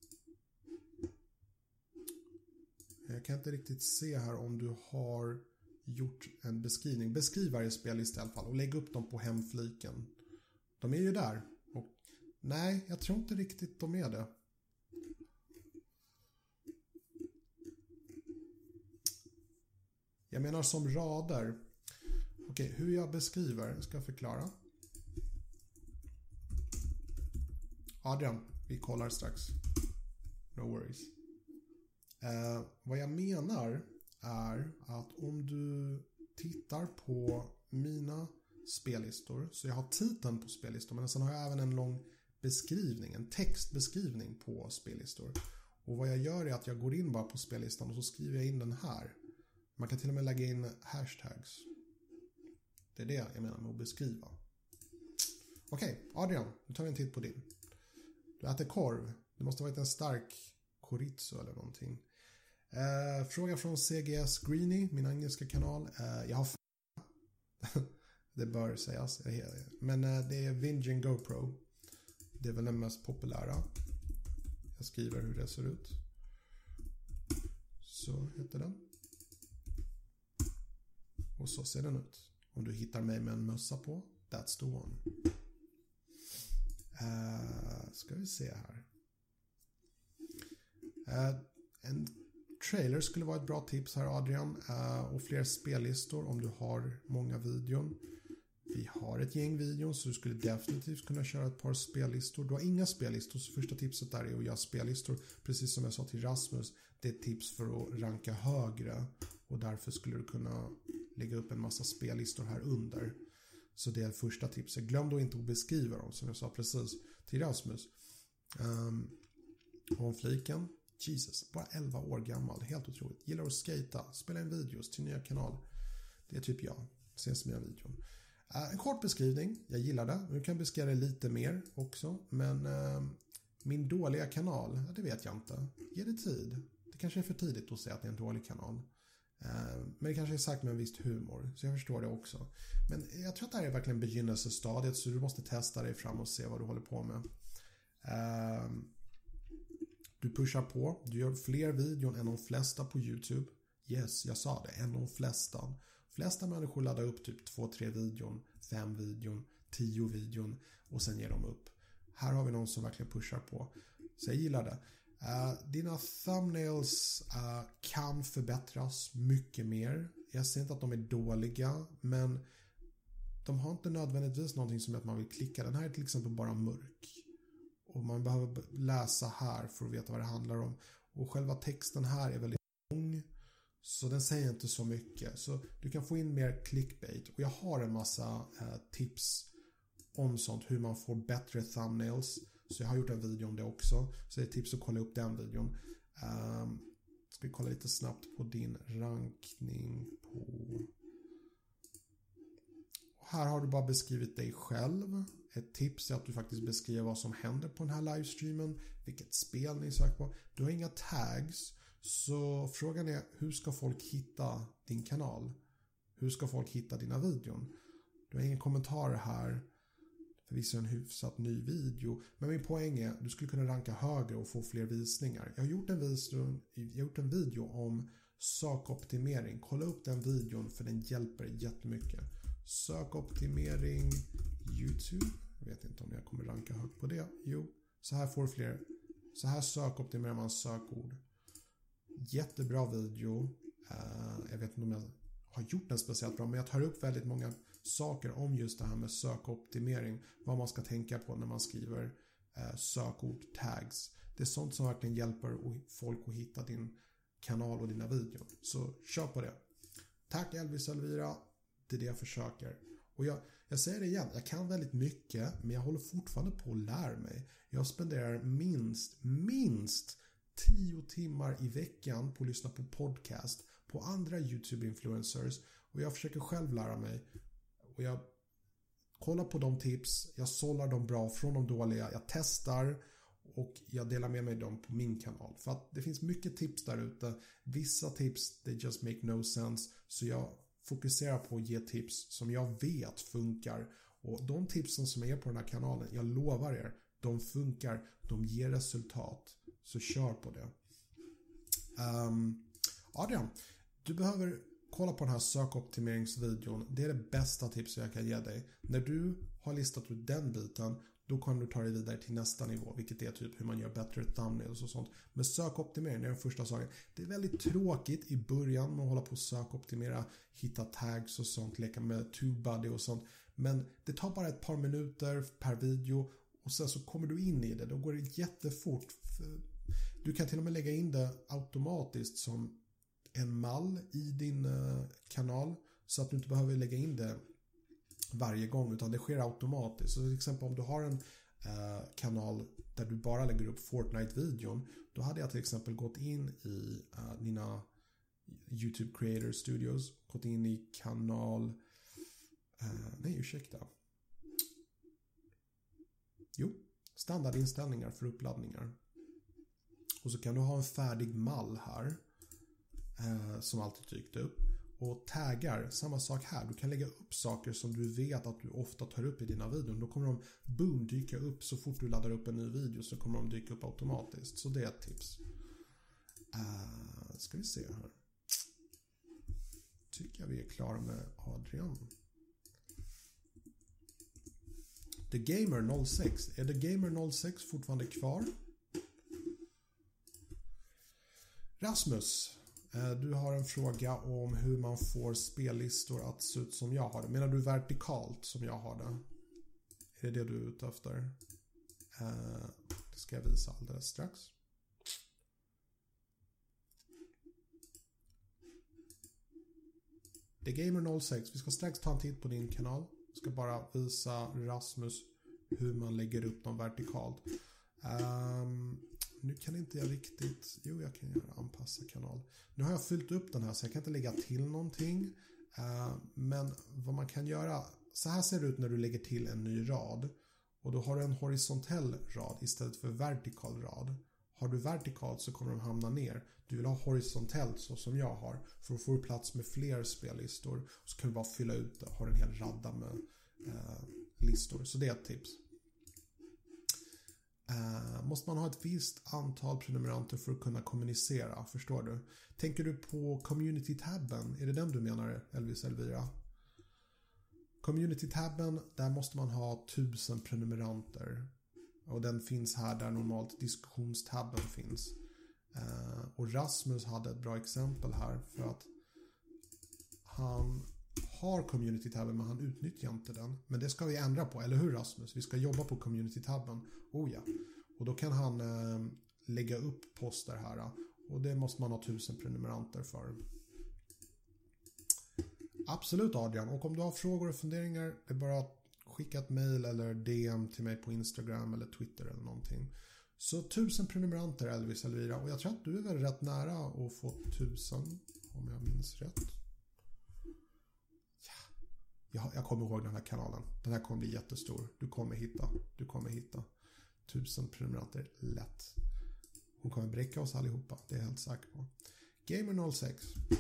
Jag kan inte riktigt se här om du har gjort en beskrivning. Beskriv varje spellista i alla fall och lägg upp dem på hemfliken. De är ju där. Och nej, jag tror inte riktigt de är det. Jag menar som rader. Okej, hur jag beskriver ska jag förklara. Adrian, vi kollar strax. No worries. Vad jag menar är att om du tittar på mina spellistor, så jag har titeln på spellistor, men sen har jag även en lång beskrivning, en textbeskrivning på spellistor. Och vad jag gör är att jag går in bara på spellistan och så skriver jag in den här. Man kan till och med lägga in hashtags. Det är det jag menar med att beskriva. Okej, Adrian, nu tar vi en titt på din. Du äter korv. Det måste ha varit en stark chorizo eller någonting. Fråga från CGS Greenie, min engelska kanal. Jag har det bör sägas. Men det är Vingen GoPro. Det är väl den mest populära. Jag skriver hur det ser ut. Så heter den. Och så ser den ut. Om du hittar mig med en mössa på, that's the one. Ska vi se här. En trailer skulle vara ett bra tips här, Adrian. Och fler spellistor om du har många videon. Vi har ett gäng videon så du skulle definitivt kunna köra ett par spellistor. Du har inga spellistor, så första tipset där är att göra spellistor. Precis som jag sa till Rasmus, det är ett tips för att ranka högre. Och därför skulle du kunna lägga upp en massa spellistor här under. Så det är första tipset. Glöm då inte att beskriva dem, som jag sa precis till Rasmus. Om fliken, Jesus, bara 11 år gammal, helt otroligt. Gillar att skata, spela in videos till nya kanal. Det är typ jag, ses mina videon. En kort beskrivning, jag gillar det. Nu kan jag beskriva det lite mer också. Men min dåliga kanal, det vet jag inte. Ge det tid. Det kanske är för tidigt att säga att det är en dålig kanal. Men det kanske är sagt med en viss humor. Så jag förstår det också. Men jag tror att det här är verkligen begynnelsestadiet. Så du måste testa dig fram och se vad du håller på med. Du pushar på. Du gör fler videon än de flesta på YouTube. Yes, jag sa det. Än de flesta. Flesta människor laddar upp typ 2-3 videon, 5 videon, 10 videon och sen ger de upp. Här har vi någon som verkligen pushar på. Så jag gillar det. Dina thumbnails kan förbättras mycket mer. Jag säger inte att de är dåliga, men de har inte nödvändigtvis någonting som att man vill klicka. Den här är till exempel bara mörk. Och man behöver läsa här för att veta vad det handlar om. Och själva texten här är väldigt lång. Så den säger inte så mycket. Så du kan få in mer clickbait. Och jag har en massa tips om sånt. Hur man får bättre thumbnails. Så jag har gjort en video om det också. Så det är tips att kolla upp den videon. Ska vi kolla lite snabbt på din rankning på... Och här har du bara beskrivit dig själv. Ett tips är att du faktiskt beskriver vad som händer på den här livestreamen. Vilket spel ni söker på. Du har inga tags. Så frågan är, hur ska folk hitta din kanal? Hur ska folk hitta dina videon? Du har ingen kommentar här. Förvisso en hyfsat ny video. Men min poäng är, du skulle kunna ranka högre och få fler visningar. Jag har gjort en video om sökoptimering. Kolla upp den videon för den hjälper jättemycket. Sökoptimering YouTube. Jag vet inte om jag kommer ranka högt på det. Jo, så här får du fler. Så här sökoptimerar man sökord. Jättebra video. Jag vet inte om jag har gjort den speciellt bra, men jag tar upp väldigt många saker om just det här med sökoptimering. Vad man ska tänka på när man skriver sökord, tags. Det är sånt som verkligen hjälper folk att hitta din kanal och dina videor. Så kör på det. Tack Elvis Elvira. Det är det jag försöker. Och jag säger det igen, jag kan väldigt mycket, men jag håller fortfarande på att lära mig. Jag spenderar minst 10 timmar i veckan på att lyssna på podcast, på andra YouTube-influencers, och jag försöker själv lära mig. Och jag kollar på de tips, jag sållar dem bra från de dåliga, jag testar och jag delar med mig dem på min kanal. För att det finns mycket tips där ute. Vissa tips, they just make no sense. Så jag fokuserar på att ge tips som jag vet funkar. Och de tipsen som är på den här kanalen, jag lovar er, de funkar, de ger resultat. Så kör på det. Adrian, du behöver kolla på den här sökoptimeringsvideon. Det är det bästa tipset jag kan ge dig. När du har listat ut den biten, då kan du ta dig vidare till nästa nivå, vilket är typ hur man gör bättre thumbnails och sånt. Men sökoptimering är den första saken. Det är väldigt tråkigt i början med att hålla på och sökoptimera, hitta tags och sånt, leka med TubeBuddy och sånt. Men det tar bara ett par minuter per video och sen så kommer du in i det. Då går det jättefort. Du kan till och med lägga in det automatiskt som en mall i din kanal, så att du inte behöver lägga in det varje gång, utan det sker automatiskt. Så till exempel om du har en kanal där du bara lägger upp Fortnite-videon, då hade jag till exempel gått in i dina YouTube Creator Studios, gått in i kanal standardinställningar för uppladdningar. Och så kan du ha en färdig mall här som alltid dykt upp. Och taggar, samma sak här. Du kan lägga upp saker som du vet att du ofta tar upp i dina videor. Då kommer de dyka upp så fort du laddar upp en ny video, så kommer de dyka upp automatiskt. Så det är ett tips. Ska vi se här. Tycker jag vi är klara med Adrian. The Gamer 06. Är The Gamer 06 fortfarande kvar? Rasmus, du har en fråga om hur man får spellistor att se ut som jag har det. Menar du vertikalt som jag har det? Är det du är ute efter? Det ska jag visa alldeles strax. The Gamer 06. Vi ska strax ta en titt på din kanal. Jag ska bara visa Rasmus hur man lägger upp dem vertikalt. Nu kan inte jag riktigt... Jo, jag kan göra anpassa kanal. Nu har jag fyllt upp den här så jag kan inte lägga till någonting. Men vad man kan göra... Så här ser det ut när du lägger till en ny rad. Och då har du en horisontell rad istället för vertikal rad. Har du vertikalt så kommer de hamna ner. Du vill ha horisontellt så som jag har. För att få plats med fler spellistor. Så kan du bara fylla ut det. Har en hel radda med listor. Så det är ett tips. måste man ha ett visst antal prenumeranter för att kunna kommunicera, förstår du? Tänker du på community-tabben? Är det den du menar, Elvis Elvira? Community-tabben, där måste man ha 1000 prenumeranter. Och den finns här där normalt diskussionstabben finns. Och Rasmus hade ett bra exempel här för att han har community-tabben men han utnyttjar inte den. Men det ska vi ändra på, eller hur Rasmus? Vi ska jobba på community-tabben. Oh ja. Och då kan han lägga upp poster här. Och det måste man ha 1000 prenumeranter för. Absolut Adrian. Och om du har frågor och funderingar, det är bara att skicka ett mail eller DM till mig på Instagram eller Twitter eller någonting. Så 1000 prenumeranter Elvis Elvira. Och jag tror att du är väl rätt nära att få 1000 om jag minns rätt. Ja, jag kommer ihåg den här kanalen. Den här kommer bli jättestor. Du kommer hitta 1000 prenumeranter lätt. Hon kommer bräcka oss allihopa. Det är jag helt säker på. Gamer06.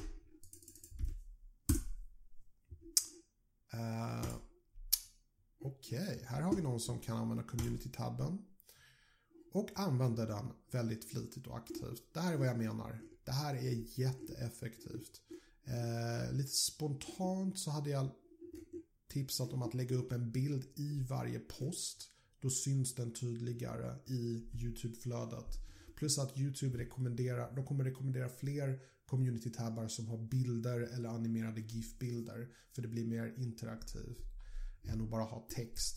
Okej, här har vi någon som kan använda community-tabben och använder den väldigt flitigt och aktivt. Det här är vad jag menar. Det här är jätteeffektivt. Lite spontant så hade jag tipsat om att lägga upp en bild i varje post. Då syns den tydligare i YouTube-flödet. Plus att YouTube kommer rekommendera fler community-tabbar som har bilder eller animerade GIF-bilder. För det blir mer interaktivt än att bara ha text.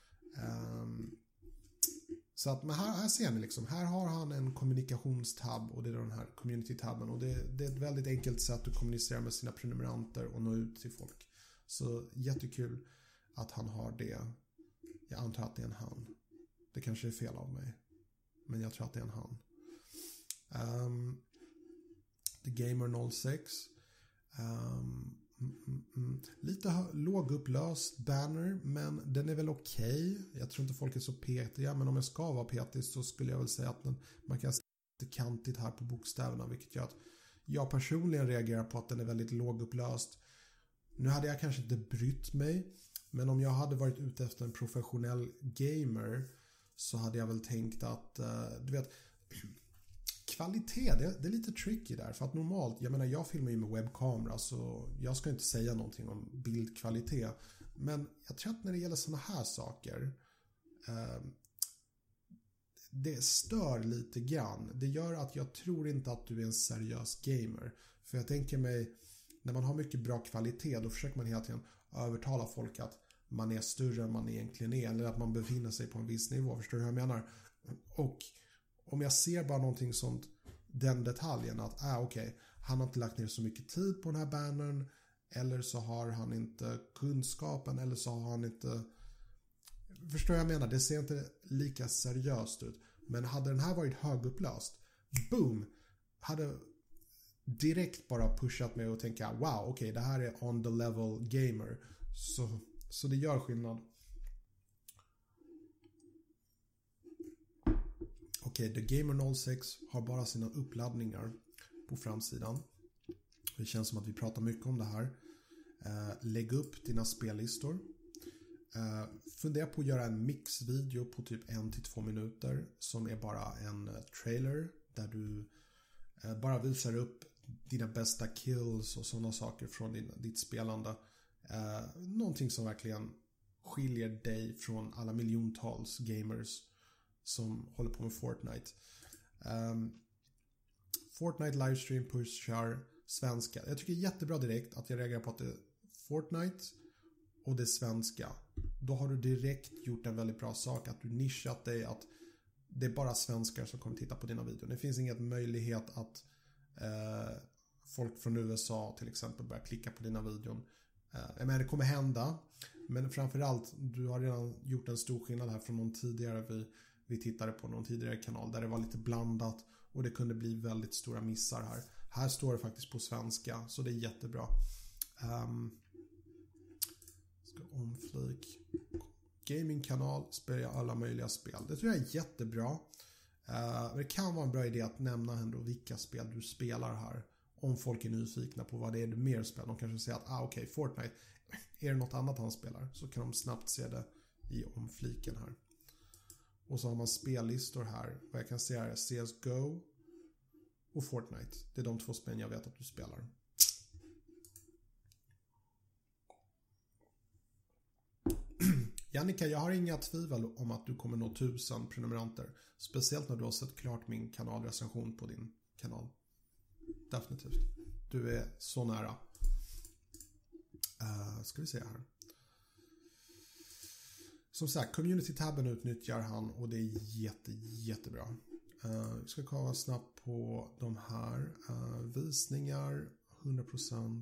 Så att, men här ser ni liksom, här har han en kommunikationstab och det är den här community-tabben. Och det är ett väldigt enkelt sätt att kommunicera med sina prenumeranter och nå ut till folk. Så jättekul att han har det. Jag antar att det är en han. Det kanske är fel av mig. Men jag tror att det är en han. The Gamer 06. Lite lågupplöst banner. Men den är väl okej. Jag tror inte folk är så petiga. Men om jag ska vara petig så skulle jag väl säga att man kan se kantigt här på bokstäverna. Vilket gör att jag personligen reagerar på att den är väldigt lågupplöst. Nu hade jag kanske inte brytt mig. Men om jag hade varit ute efter en professionell gamer så hade jag väl tänkt att du vet, kvalitet, det är lite tricky där. För att normalt, jag menar jag filmar ju med webbkamera så jag ska inte säga någonting om bildkvalitet. Men jag tror att när det gäller såna här saker det stör lite grann. Det gör att jag tror inte att du är en seriös gamer. För jag tänker mig, när man har mycket bra kvalitet då försöker man hela tiden övertala folk att man är större än man egentligen är. Eller att man befinner sig på en viss nivå. Förstår du hur jag menar? Och om jag ser bara någonting sånt, den detaljen att okej, han har inte lagt ner så mycket tid på den här bannern. Eller så har han inte kunskapen. Eller så har han inte... Förstår du vad jag menar? Det ser inte lika seriöst ut. Men hade den här varit högupplöst, boom, hade direkt bara pushat mig och tänka wow, okej, det här är on the level gamer. Så det gör skillnad. Okej, The Gamer 06 har bara sina uppladdningar på framsidan. Det känns som att vi pratar mycket om det här. Lägg upp dina spellistor. Fundera på att göra en mixvideo på typ 1-2 minuter som är bara en trailer där du bara visar upp dina bästa kills och sådana saker från ditt spelande. Någonting som verkligen skiljer dig från alla miljontals gamers som håller på med Fortnite. Fortnite livestream pushar svenska. Jag tycker jättebra direkt att jag reagerar på att det är Fortnite och det svenska. Då har du direkt gjort en väldigt bra sak. Att du nischat dig att det är bara svenskar som kommer titta på dina videor. Det finns ingen möjlighet att folk från USA till exempel börjar klicka på dina videon. Men det kommer hända. Men framförallt, du har redan gjort en stor skillnad här från någon tidigare vi tittade på någon tidigare kanal där det var lite blandat och det kunde bli väldigt stora missar här. Här står det faktiskt på svenska, så det är jättebra. Ska omflik. Gamingkanal, spelar alla möjliga spel. Det tror jag är jättebra. Det kan vara en bra idé att nämna ändå vilka spel du spelar här. Om folk är nyfikna på vad det är du mer spelar. De kanske säger att okej, Fortnite. Är det något annat han spelar? Så kan de snabbt se det i omfliken här. Och så har man spellistor här. Vad jag kan se här är CSGO och Fortnite. Det är de 2 spel jag vet att du spelar. Jannica, jag har inga tvivel om att du kommer nå 1000 prenumeranter. Speciellt när du har sett klart min kanalrecension på din kanal. Definitivt. Du är så nära. Ska vi se här. Som sagt, community-tabben utnyttjar han och det är jättebra. Vi ska kolla snabbt på de här. Visningar, 100%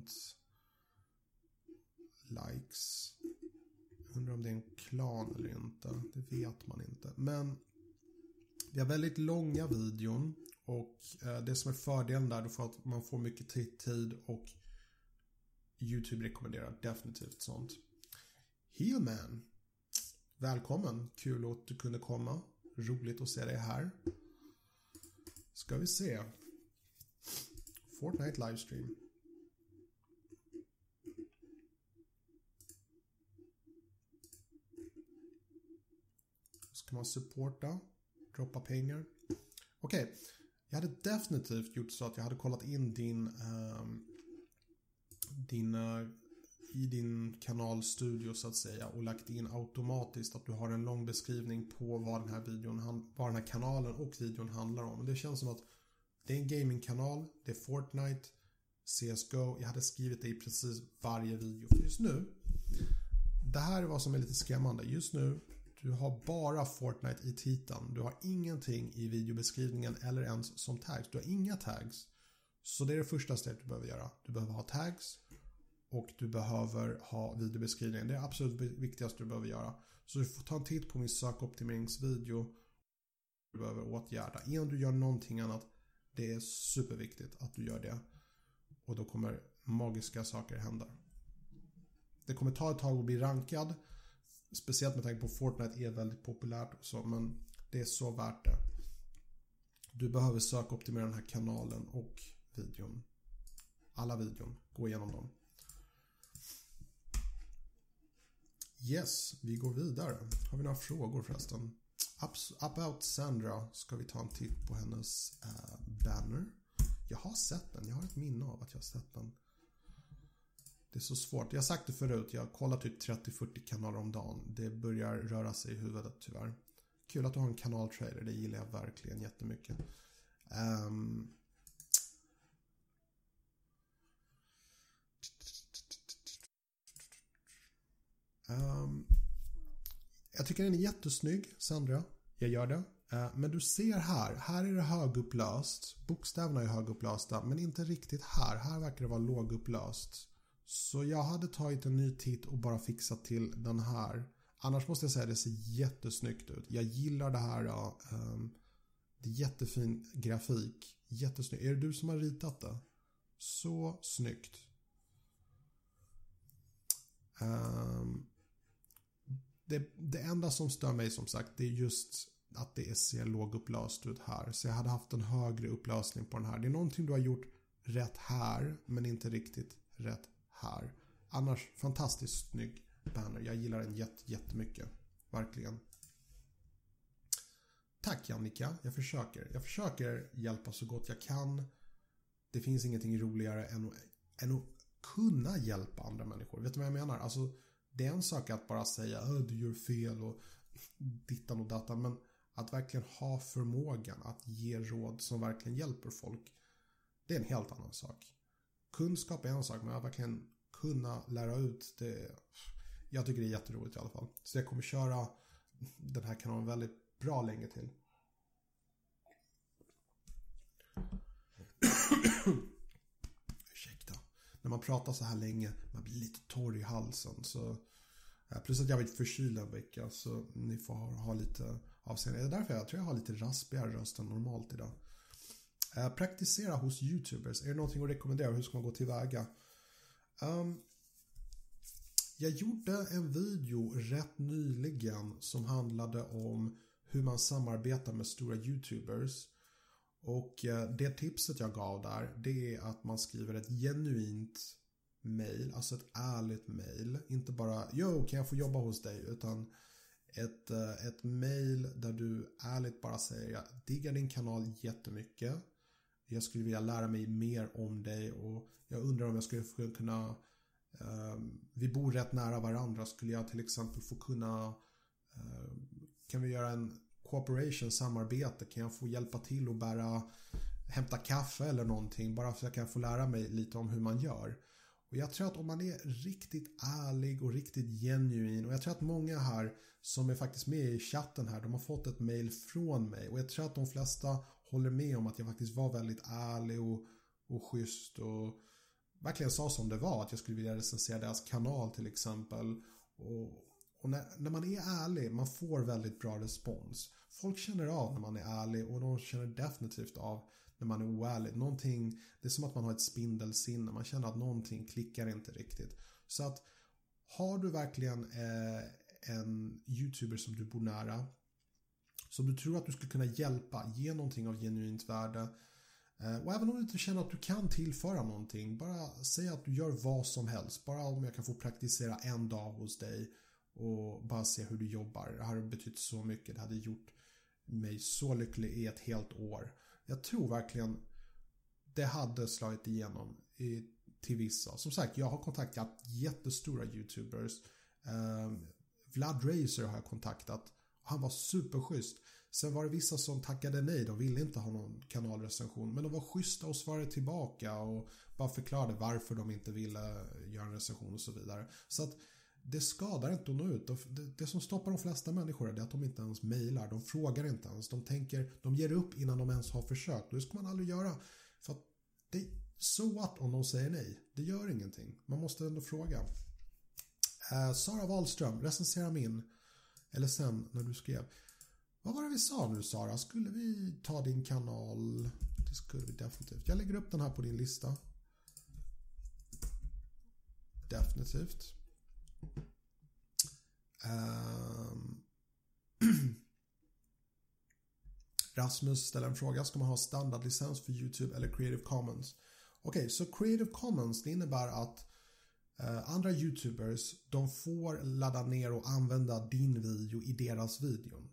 likes. Undrar om det är en klan eller inte. Det vet man inte. Men vi har väldigt långa videon. Och det som är fördelen där är att man får mycket tid och YouTube rekommenderar definitivt sånt. Heelman. Välkommen. Kul att du kunde komma. Roligt att se dig här. Ska vi se. Fortnite livestream. Ska man supporta? Droppa pengar? Okej. Jag hade definitivt gjort så att jag hade kollat in i din kanalstudio så att säga och lagt in automatiskt att du har en lång beskrivning på vad den här kanalen och videon handlar om. Det känns som att det är en gamingkanal, det är Fortnite, CSGO. Jag hade skrivit det i precis varje video. För just nu, det här är vad som är lite skrämmande. Just nu, du har bara Fortnite i titeln. Du har ingenting i videobeskrivningen eller ens som tags. Du har inga tags. Så det är det första steget du behöver göra. Du behöver ha tags och du behöver ha videobeskrivningen. Det är absolut viktigaste du behöver göra. Så du får ta en titt på min sökoptimeringsvideo. Du behöver åtgärda. Innan du gör någonting annat, det är superviktigt att du gör det. Och då kommer magiska saker hända. Det kommer ta ett tag att bli rankad. Speciellt med tanke på Fortnite är väldigt populärt och så, men det är så värt det. Du behöver sökoptimera den här kanalen och videon. Alla videon. Gå igenom dem. Yes, vi går vidare. Har vi några frågor förresten? About Sandra ska vi ta en titt på hennes banner. Jag har sett den. Jag har ett minne av att jag har sett den. Det är så svårt. Jag har sagt det förut. Jag kollar typ 30-40 kanaler om dagen. Det börjar röra sig i huvudet tyvärr. Kul att du har en kanaltrailer. Det gillar jag verkligen jättemycket. Jag tycker den är jättesnygg, Sandra. Jag gör det. Men du ser här. Här är det högupplöst. Bokstäverna är högupplösta. Men inte riktigt här. Här verkar det vara lågupplöst. Så jag hade tagit en ny titt och bara fixat till den här. Annars måste jag säga att det ser jättesnyggt ut. Jag gillar det här. Det är jättefin grafik. Jättesnyggt. Är det du som har ritat det? Så snyggt. Det enda som stör mig som sagt, det är just att det ser lågupplöst ut här. Så jag hade haft en högre upplösning på den här. Det är någonting du har gjort rätt här, men inte riktigt rätt här. Annars fantastiskt snygg banner. Jag gillar den jättemycket. Verkligen. Tack Jannica. Jag försöker hjälpa så gott jag kan. Det finns ingenting roligare än att kunna hjälpa andra människor. Vet du vad jag menar? Alltså, det är en sak att bara säga att du gör fel och dittan och datan. Men att verkligen ha förmågan att ge råd som verkligen hjälper folk. Det är en helt annan sak. Kunskap är en sak, men att verkligen kunna lära ut det. Jag tycker det är jätteroligt i alla fall. Så jag kommer köra den här kanalen väldigt bra länge till. Ursäkta. När man pratar så här länge, man blir lite torr i halsen. Så, plus att jag varit förkyld en vecka, så ni får ha lite avseende. Det är därför jag tror jag har lite raspigare röst än normalt idag. Praktisera hos YouTubers. Är det någonting att rekommendera? Hur ska man gå tillväga? Jag gjorde en video rätt nyligen som handlade om hur man samarbetar med stora YouTubers. Och det tipset jag gav där, det är att man skriver ett genuint mail, alltså ett ärligt mail. Inte bara, kan jag få jobba hos dig? Utan ett mail där du ärligt bara säger jag diggar din kanal jättemycket. Jag skulle vilja lära mig mer om dig och jag undrar om jag skulle kunna vi bor rätt nära varandra. Skulle jag till exempel få kunna kan vi göra en cooperation, samarbete? Kan jag få hjälpa till och hämta kaffe eller någonting bara för att jag kan få lära mig lite om hur man gör? Och jag tror att om man är riktigt ärlig och riktigt genuin, och jag tror att många här som är faktiskt med i chatten här, de har fått ett mail från mig och jag tror att de flesta håller med om att jag faktiskt var väldigt ärlig och schysst och verkligen sa som det var, att jag skulle vilja recensera deras kanal till exempel. Och när man är ärlig, man får väldigt bra respons. Folk känner av när man är ärlig och de känner definitivt av när man är oärlig. Det är som att man har ett spindelsinne. Man känner att någonting klickar inte riktigt. Så att har du verkligen en YouTuber som du bor nära, som du tror att du skulle kunna hjälpa, ge någonting av genuint värde, och även om du inte känner att du kan tillföra någonting, bara säg att du gör vad som helst. Bara om jag kan få praktisera en dag hos dig och bara se hur du jobbar. Det här har betytt så mycket. Det hade gjort mig så lycklig i ett helt år. Jag tror verkligen det hade slagit igenom till vissa. Som sagt, jag har kontaktat jättestora YouTubers. Vlad Racer har jag kontaktat. Han var superschysst. Sen var det vissa som tackade nej. De ville inte ha någon kanalrecension. Men de var schyssta och svarade tillbaka. Och bara förklarade varför de inte ville göra en recension och så vidare. Så att det skadar inte att nå ut. Det som stoppar de flesta människor är att de inte ens mejlar. De frågar inte ens. De ger upp innan de ens har försökt. Och det ska man aldrig göra. För att det så att om de säger nej. Det gör ingenting. Man måste ändå fråga. Sara Wahlström, recensera min. Eller sen när du skrev. Vad var det vi sa nu, Sara? Skulle vi ta din kanal? Det skulle vi definitivt. Jag lägger upp den här på din lista. Definitivt. Rasmus ställer en fråga. Ska man ha standardlicens för YouTube eller Creative Commons? Okej, så Creative Commons, det innebär att andra YouTubers, de får ladda ner och använda din video i deras videon.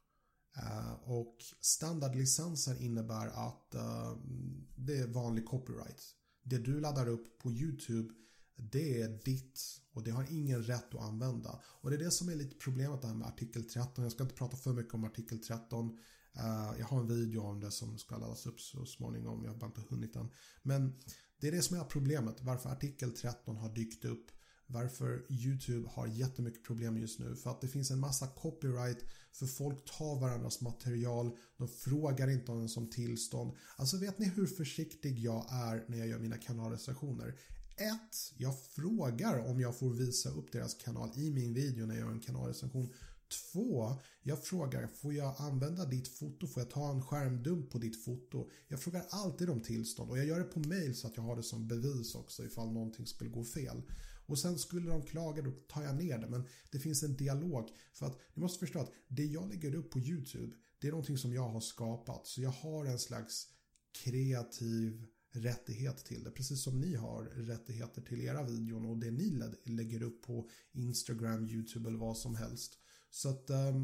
Och standardlicensen innebär att det är vanlig copyright. Det du laddar upp på YouTube, det är ditt och det har ingen rätt att använda. Och det är det som är lite problemet där med artikel 13. Jag ska inte prata för mycket om artikel 13. Jag har en video om det som ska laddas upp så småningom. Jag har bara inte hunnit än. Men det är det som är problemet. Varför artikel 13 har dykt upp. Varför YouTube har jättemycket problem just nu. För att det finns en massa copyright. För folk tar varandras material. De frågar inte ens om tillstånd. Alltså vet ni hur försiktig jag är när jag gör mina kanalrecensioner? 1. Jag frågar om jag får visa upp deras kanal i min video när jag gör en kanalrecension. 2. Jag frågar, får jag använda ditt foto? Får jag ta en skärmdump på ditt foto? Jag frågar alltid om tillstånd och jag gör det på mail så att jag har det som bevis också ifall någonting skulle gå fel. Och sen skulle de klaga, då tar jag ner det. Men det finns en dialog. För att ni måste förstå att det jag lägger upp på YouTube, det är någonting som jag har skapat. Så jag har en slags kreativ rättighet till det. Precis som ni har rättigheter till era videor och det ni lägger upp på Instagram, YouTube eller vad som helst. Så att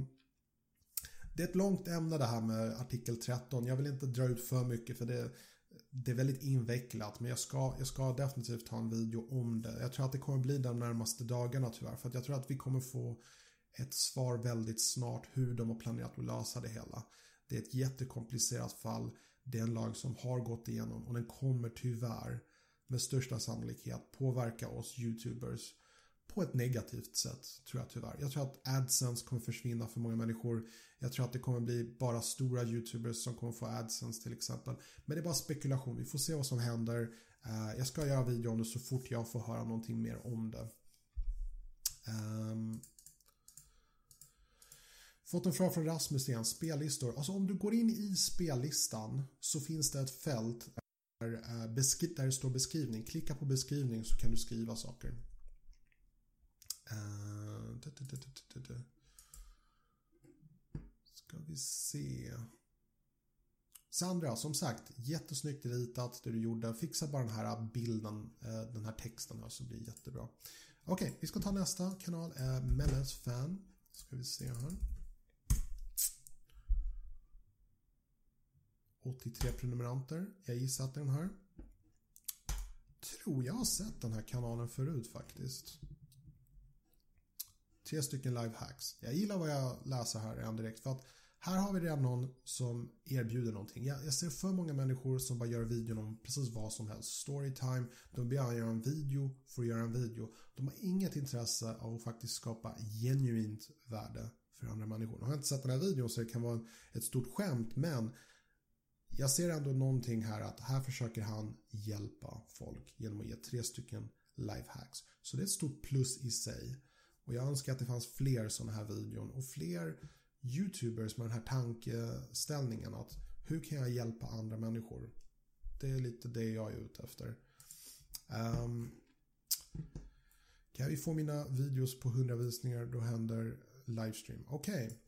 det är ett långt ämne det här med artikel 13. Jag vill inte dra ut för mycket för det är väldigt invecklat. Men jag ska definitivt ha en video om det. Jag tror att det kommer bli de närmaste dagarna tyvärr. För att jag tror att vi kommer få ett svar väldigt snart hur de har planerat att lösa det hela. Det är ett jättekomplicerat fall. Det är en lag som har gått igenom och den kommer tyvärr med största sannolikhet påverka oss YouTubers på ett negativt sätt, tror jag tyvärr. Jag tror att AdSense kommer försvinna för många människor. Jag tror att det kommer bli bara stora YouTubers som kommer få AdSense till exempel. Men det är bara spekulation. Vi får se vad som händer. Jag ska göra video om det så fort jag får höra någonting mer om det. Fått en fråga från Rasmus igen. Spellistor. Alltså om du går in i spellistan så finns det ett fält där det står beskrivning. Klicka på beskrivning så kan du skriva saker. Ska vi se. Sandra, som sagt, jättesnyggt ritat det du gjorde. Fixa bara den här bilden, den här texten här så blir det jättebra. Okej, vi ska ta nästa kanal. Melles fan. Ska vi se här. 83 prenumeranter. Jag gissar att den här. Tror jag har sett den här kanalen förut faktiskt. 3 stycken live hacks. Jag gillar vad jag läser här redan direkt. För att här har vi redan någon som erbjuder någonting. Jag ser för många människor som bara gör videon om precis vad som helst. Storytime. De begär göra en video för att göra en video. De har inget intresse av att faktiskt skapa genuint värde för andra människor. Jag har inte sett den här videon så det kan vara ett stort skämt. Men jag ser ändå någonting här att här försöker han hjälpa folk genom att ge 3 stycken live hacks. Så det är ett stort plus i sig. Och jag önskar att det fanns fler sådana här videon och fler YouTubers med den här tankeställningen att hur kan jag hjälpa andra människor? Det är lite det jag är ute efter. Kan vi få mina videos på 100 visningar då händer livestream. Okej.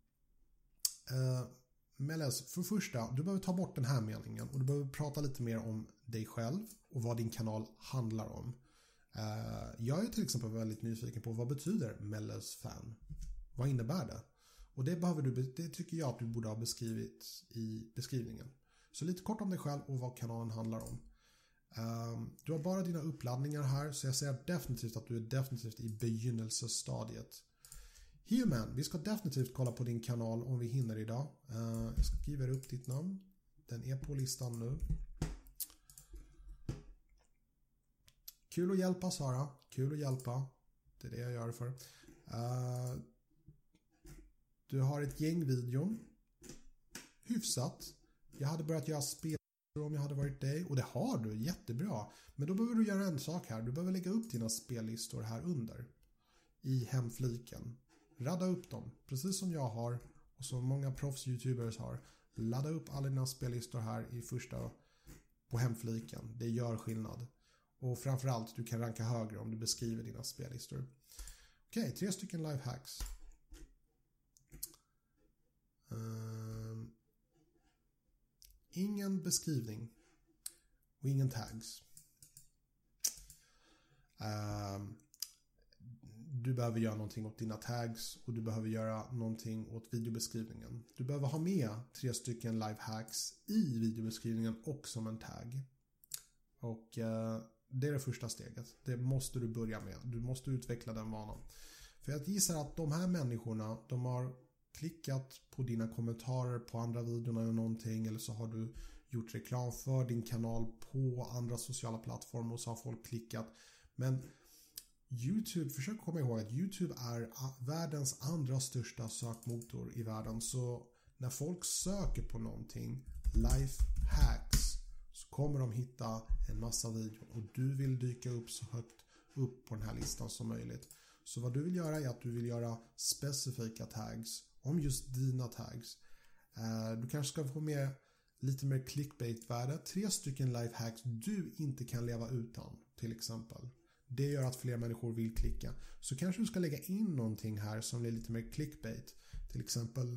Mellis, för första, du behöver ta bort den här meningen och du behöver prata lite mer om dig själv och vad din kanal handlar om. Jag är till exempel väldigt nyfiken på vad betyder Mellis fan? Vad innebär det? Och det tycker jag att du borde ha beskrivit i beskrivningen. Så lite kort om dig själv och vad kanalen handlar om. Du har bara dina uppladdningar här så jag säger definitivt att du är definitivt i begynnelsestadiet. Human, vi ska definitivt kolla på din kanal om vi hinner idag. Jag ska skriva upp ditt namn. Den är på listan nu. Kul att hjälpa Sara. Kul att hjälpa. Det är det jag gör för. Du har ett gäng videon. Hyfsat. Jag hade börjat göra spel om jag hade varit dig. Och det har du. Jättebra. Men då behöver du göra en sak här. Du behöver lägga upp dina spellistor här under. I hemfliken. Radda upp dem. Precis som jag har. Och som många proffs-youtubers har. Ladda upp alla dina spellistor här i första på hemfliken. Det gör skillnad. Och framförallt du kan ranka högre om du beskriver dina spellistor. Okej, 3 stycken live hacks. Ingen beskrivning. Och ingen tags. Du behöver göra någonting åt dina tags. Och du behöver göra någonting åt videobeskrivningen. Du behöver ha med 3 stycken live hacks i videobeskrivningen och som en tag. Och det är det första steget. Det måste du börja med. Du måste utveckla den vanan. För jag gissar att de här människorna, de har klickat på dina kommentarer på andra videorna eller någonting. Eller så har du gjort reklam för din kanal på andra sociala plattformar och så har folk klickat. Men YouTube, försök komma ihåg att YouTube är världens andra största sökmotor i världen. Så när folk söker på någonting, life hacks, så kommer de hitta en massa videor och du vill dyka upp så högt upp på den här listan som möjligt. Så vad du vill göra är att du vill göra specifika tags om just dina tags. Du kanske ska få med lite mer clickbait-värde. 3 stycken life hacks du inte kan leva utan till exempel. Det gör att fler människor vill klicka. Så kanske du ska lägga in någonting här som blir lite mer clickbait. Till exempel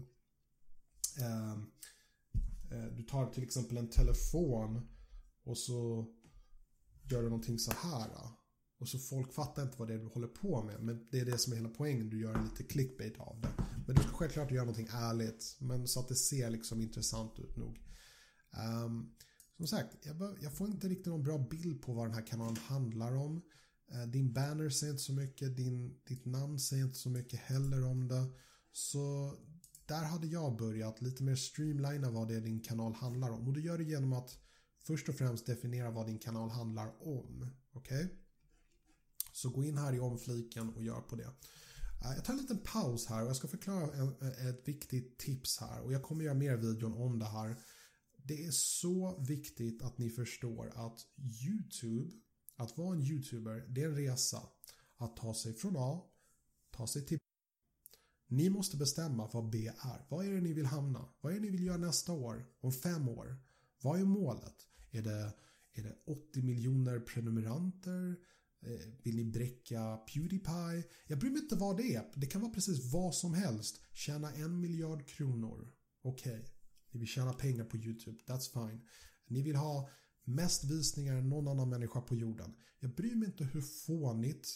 du tar till exempel en telefon och så gör du någonting så här. Och så folk fattar inte vad det är du håller på med. Men det är det som är hela poängen. Du gör lite clickbait av det. Men du ska självklart göra någonting ärligt. Men så att det ser liksom intressant ut nog. Som sagt, jag får inte riktigt någon bra bild på vad den här kanalen handlar om. Din banner säger inte så mycket. Ditt namn säger inte så mycket heller om det. Så där hade jag börjat lite mer streamlina vad det är din kanal handlar om. Och du gör det genom att först och främst definiera vad din kanal handlar om. Okej? Så gå in här i omfliken och gör på det. Jag tar en liten paus här och jag ska förklara ett viktigt tips här. Och jag kommer göra mer videon om det här. Det är så viktigt att ni förstår att YouTube, att vara en YouTuber, det är en resa. Att ta sig från A, ta sig till B. Ni måste bestämma vad B är. Vad är det ni vill hamna? Vad är det ni vill göra nästa år? Om 5 år? Vad är målet? Är det 80 miljoner prenumeranter? Vill ni bräcka PewDiePie? Jag bryr mig inte vad det är. Det kan vara precis vad som helst. Tjäna 1 miljard kronor. Okej. Ni vill tjäna pengar på YouTube. That's fine. Ni vill ha mest visningar än någon annan människa på jorden. Jag bryr mig inte hur fånigt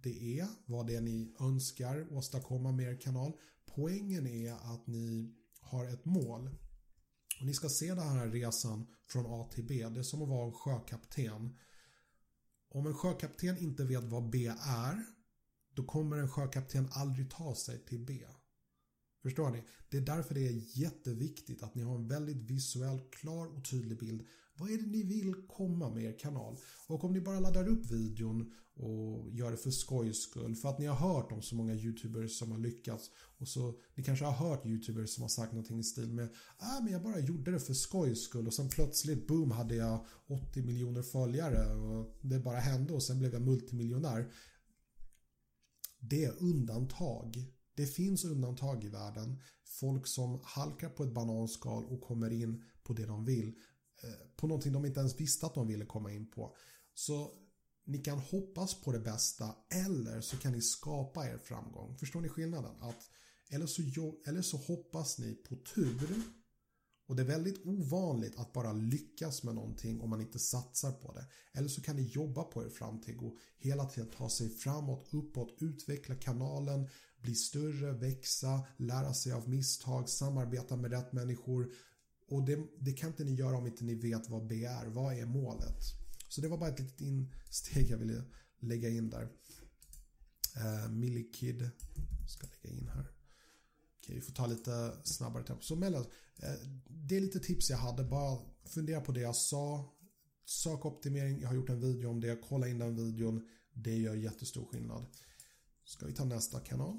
det är, vad det är ni önskar åstadkomma med er kanal. Poängen är att ni har ett mål. Och ni ska se den här resan från A till B. Det är som att vara en sjökapten. Om en sjökapten inte vet vad B är, då kommer en sjökapten aldrig ta sig till B. Förstår ni? Det är därför det är jätteviktigt att ni har en väldigt visuell, klar och tydlig bild. Vad är det ni vill komma med er kanal? Och om ni bara laddar upp videon och gör det för skojs skull, för att ni har hört om så många YouTubers som har lyckats, och så ni kanske har hört YouTubers som har sagt någonting i stil med men jag bara gjorde det för skojs skull och sen plötsligt boom hade jag 80 miljoner följare och det bara hände och sen blev jag multimiljonär. Det är undantag. Det finns undantag i världen. Folk som halkar på ett bananskal och kommer in på det de vill. På någonting de inte ens visste att de ville komma in på. Så ni kan hoppas på det bästa eller så kan ni skapa er framgång. Förstår ni skillnaden? Eller så hoppas ni på tur. Och det är väldigt ovanligt att bara lyckas med någonting om man inte satsar på det. Eller så kan ni jobba på er framtid och hela tiden ta sig framåt, uppåt, utveckla kanalen, bli större, växa, lära sig av misstag, samarbeta med rätt människor. Och det kan inte ni göra om inte ni vet vad B är. Vad är målet? Så det var bara ett litet insteg jag ville lägga in där. Millikid ska lägga in här. Okej, vi får ta lite snabbare tempo. Så det är lite tips jag hade. Bara fundera på det jag sa. Sökoptimering, jag har gjort en video om det. Kolla in den videon. Det gör jättestor skillnad. Ska vi ta nästa kanal.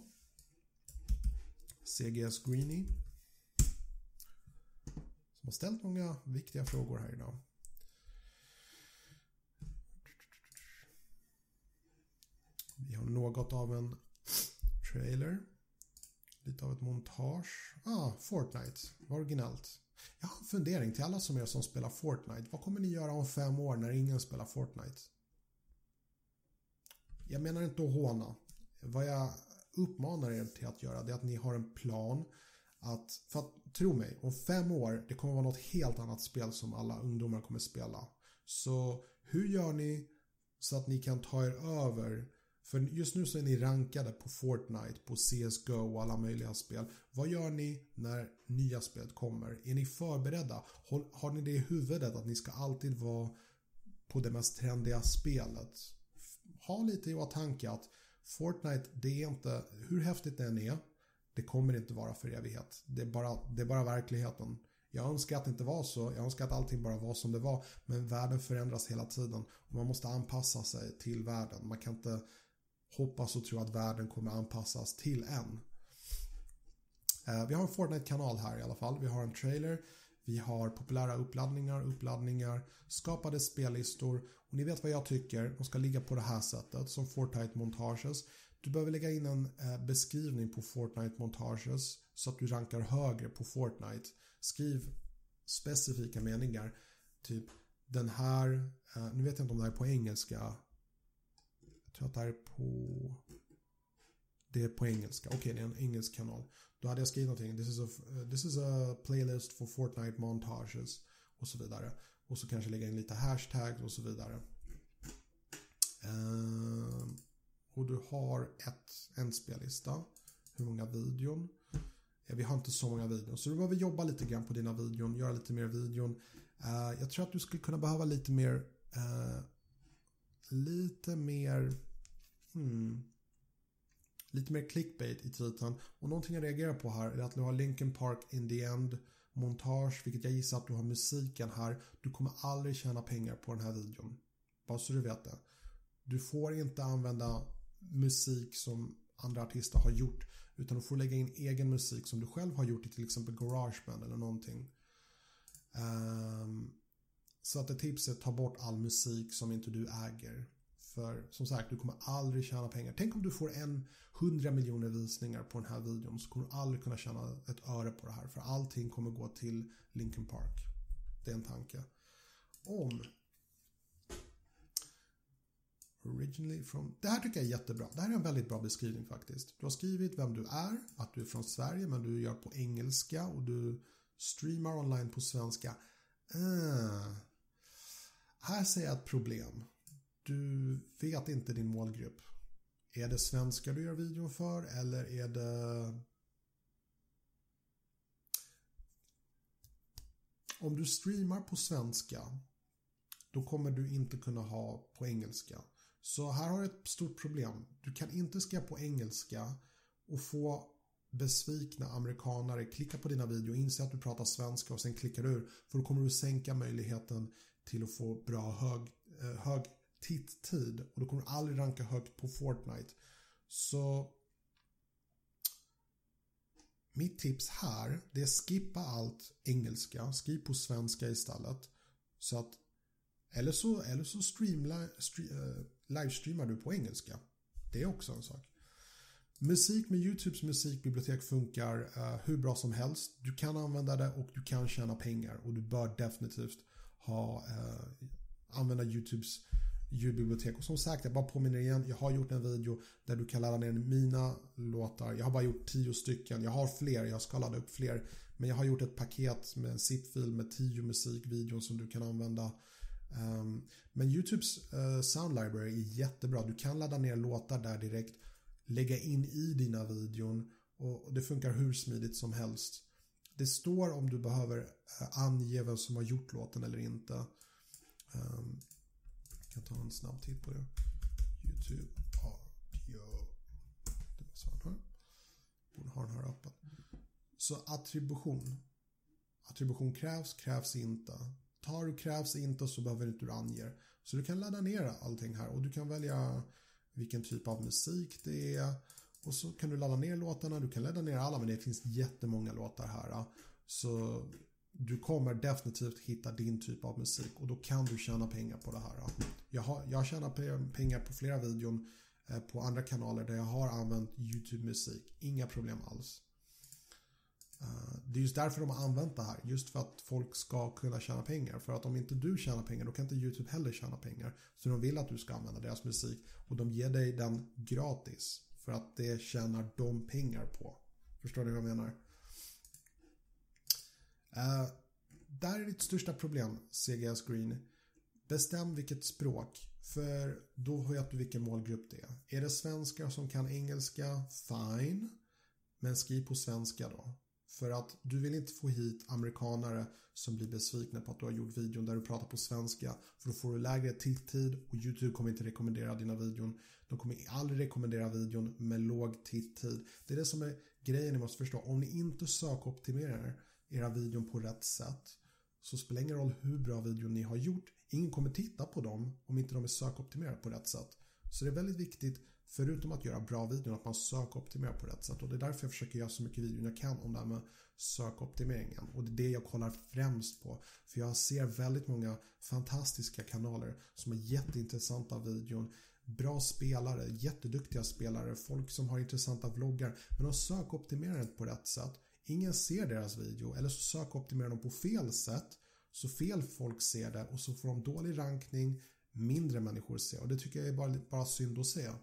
CGS Greenie. Som har ställt många viktiga frågor här idag. Vi har något av en trailer. Lite av ett montage. Fortnite. Vad originellt. Jag har en fundering till alla som spelar Fortnite. Vad kommer ni göra om 5 år när ingen spelar Fortnite? Jag menar inte att håna. Vad jag uppmanar er till att göra det är att ni har en plan. För att tro mig, om 5 år det kommer vara något helt annat spel som alla ungdomar kommer spela. Så hur gör ni så att ni kan ta er över? För just nu så är ni rankade på Fortnite, på CSGO och alla möjliga spel. Vad gör ni när nya spel kommer? Är ni förberedda? Har ni det i huvudet att ni ska alltid vara på det mest trendiga spelet? Ha lite i åtanke att Fortnite, det är inte, hur häftigt det än är, det kommer inte vara för evighet. Det är bara verkligheten. Jag önskar att det inte var så. Jag önskar att allting bara var som det var. Men världen förändras hela tiden. Och man måste anpassa sig till världen. Man kan inte hoppas och tro att världen kommer anpassas till en. Vi har en Fortnite-kanal här i alla fall. Vi har en trailer. Vi har populära uppladdningar, skapade spellistor. Och ni vet vad jag tycker. De ska ligga på det här sättet som Fortnite-montages. Du behöver lägga in en beskrivning på Fortnite-montages så att du rankar högre på Fortnite. Skriv specifika meningar. Typ den här, nu vet jag inte om det här är på engelska. Jag tror att det är på engelska. Okej, det är en engelsk kanal. Då hade jag skrivit någonting. This is a playlist for Fortnite montages och så vidare. Och så kanske lägga in lite hashtags och så vidare. Och du har en spellista. Hur många videon? Ja, vi har inte så många videon. Så du behöver jobba lite grann på dina videon. Göra lite mer videon. Jag tror att du skulle kunna behöva lite mer clickbait i titeln. Och någonting jag reagerar på här är att du har Linkin Park in the end montage, vilket jag gissar att du har musiken här. Du kommer aldrig tjäna pengar på den här videon. Bara så du vet det. Du får inte använda musik som andra artister har gjort, utan du får lägga in egen musik som du själv har gjort i till exempel GarageBand eller någonting. Så att det tipset, ta bort all musik som inte du äger. För som sagt, du kommer aldrig tjäna pengar. Tänk om du får 100 miljoner visningar på den här videon, så kommer du aldrig kunna tjäna ett öre på det här. För allting kommer gå till Linkin Park. Det är en tanke. Det här tycker jag är jättebra. Det här är en väldigt bra beskrivning faktiskt. Du har skrivit vem du är, att du är från Sverige men du gör på engelska och du streamar online på svenska. Här ser jag ett problem. Du vet inte din målgrupp. Är det svenska du gör videon för eller är det... Om du streamar på svenska, då kommer du inte kunna ha på engelska. Så här har du ett stort problem. Du kan inte skriva på engelska och få besvikna amerikanare klicka på dina videor, inse att du pratar svenska och sen klickar ur. För då kommer du sänka möjligheten till att få bra hög titt-tid. Och då kommer du aldrig ranka högt på Fortnite. Så mitt tips här, det är skippa allt engelska. Skriv på svenska istället. Så att, eller så livestreamar du på engelska. Det är också en sak. Musik med YouTubes musikbibliotek funkar hur bra som helst. Du kan använda det och du kan tjäna pengar. Och du bör definitivt använda YouTubes ljudbibliotek. Och som sagt, jag bara påminner igen. Jag har gjort en video där du kan ladda ner mina låtar. Jag har bara gjort 10 stycken. Jag har fler, jag ska ladda upp fler. Men jag har gjort ett paket med en zip-fil med 10 musikvideon som du kan använda. Men YouTubes Sound Library är jättebra. Du kan ladda ner låtar där direkt. Lägga in i dina videon. Och det funkar hur smidigt som helst. Det står om du behöver ange vem som har gjort låten eller inte. Jag kan ta en snabb titt på det. YouTube audio. Det måste vara den här. Borde ha den här öppen. Så attribution krävs inte. Tar du krävs inte så behöver inte du ange. Så du kan ladda ner allting här och du kan välja vilken typ av musik det är. Och så kan du ladda ner låtarna. Du kan ladda ner alla, men det finns jättemånga låtar här. Så du kommer definitivt hitta din typ av musik och då kan du tjäna pengar på det här. Jag tjänar pengar på flera videon på andra kanaler där jag har använt YouTube-musik. Inga problem alls. Det är just därför de har använt det här. Just för att folk ska kunna tjäna pengar. För att om inte du tjänar pengar, då kan inte YouTube heller tjäna pengar. Så de vill att du ska använda deras musik. Och de ger dig den gratis. För att det tjänar de pengar på. Förstår du vad jag menar? Där är ditt största problem, CGS Green. Bestäm vilket språk. För då vet du vilken målgrupp det är. Är det svenskar som kan engelska? Fine. Men skriv på svenska då. För att du vill inte få hit amerikanare som blir besvikna på att du har gjort videon där du pratar på svenska. För då får du lägre tittid och YouTube kommer inte rekommendera dina videon. De kommer aldrig rekommendera videon med låg tittid. Det är det som är grejen ni måste förstå. Om ni inte sökoptimerar era videon på rätt sätt så spelar ingen roll hur bra videon ni har gjort. Ingen kommer titta på dem om inte de är sökoptimerade på rätt sätt. Så det är väldigt viktigt, förutom att göra bra videon, att man sökoptimerar på rätt sätt. Och det är därför jag försöker göra så mycket videor jag kan om det här med sökoptimeringen. Och det är det jag kollar främst på. För jag ser väldigt många fantastiska kanaler som har jätteintressanta videon. Bra spelare, jätteduktiga spelare, folk som har intressanta vloggar. Men de sökoptimerar inte på rätt sätt. Ingen ser deras video, eller så sökoptimerar de på fel sätt. Så fel folk ser det och så får de dålig rankning, mindre människor ser. Och det tycker jag är bara synd att se.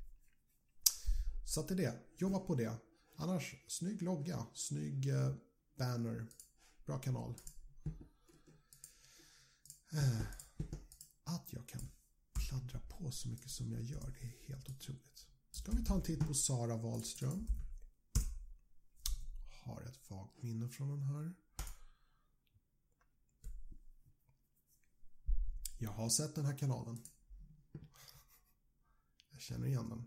Så att det är det. Jobba på det. Annars, snygg logga. Snygg banner. Bra kanal. Att jag kan pladdra på så mycket som jag gör, det är helt otroligt. Ska vi ta en titt på Sara Wahlström. Har ett vagt minne från den här. Jag har sett den här kanalen. Jag känner igen den.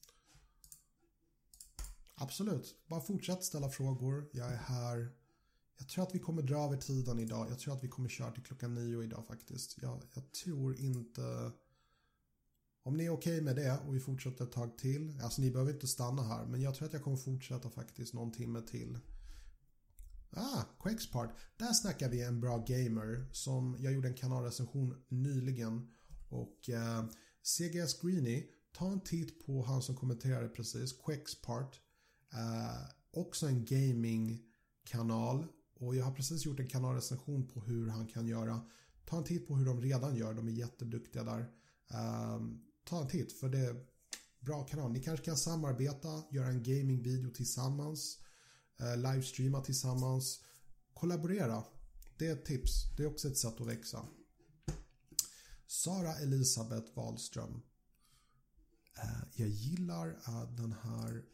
Absolut. Bara fortsätt ställa frågor. Jag är här. Jag tror att vi kommer dra över tiden idag. Jag tror att vi kommer köra till 9:00 idag faktiskt. Jag tror inte... Om ni är okej med det och vi fortsätter ett tag till. Alltså ni behöver inte stanna här. Men jag tror att jag kommer fortsätta faktiskt någon timme till. Quexpart. Där snackar vi en bra gamer som jag gjorde en kanalrecension nyligen. Och CGS Greeny, ta en titt på han som kommenterade precis. Quexpart. Också en gaming-kanal. Och jag har precis gjort en kanalrecension på hur han kan göra. Ta en titt på hur de redan gör. De är jätteduktiga där. Ta en titt för det är bra kanal. Ni kanske kan samarbeta, göra en gaming-video tillsammans. Livestreama tillsammans. Kollaborera. Det är ett tips. Det är också ett sätt att växa. Sara Elisabeth Wahlström. Jag gillar den här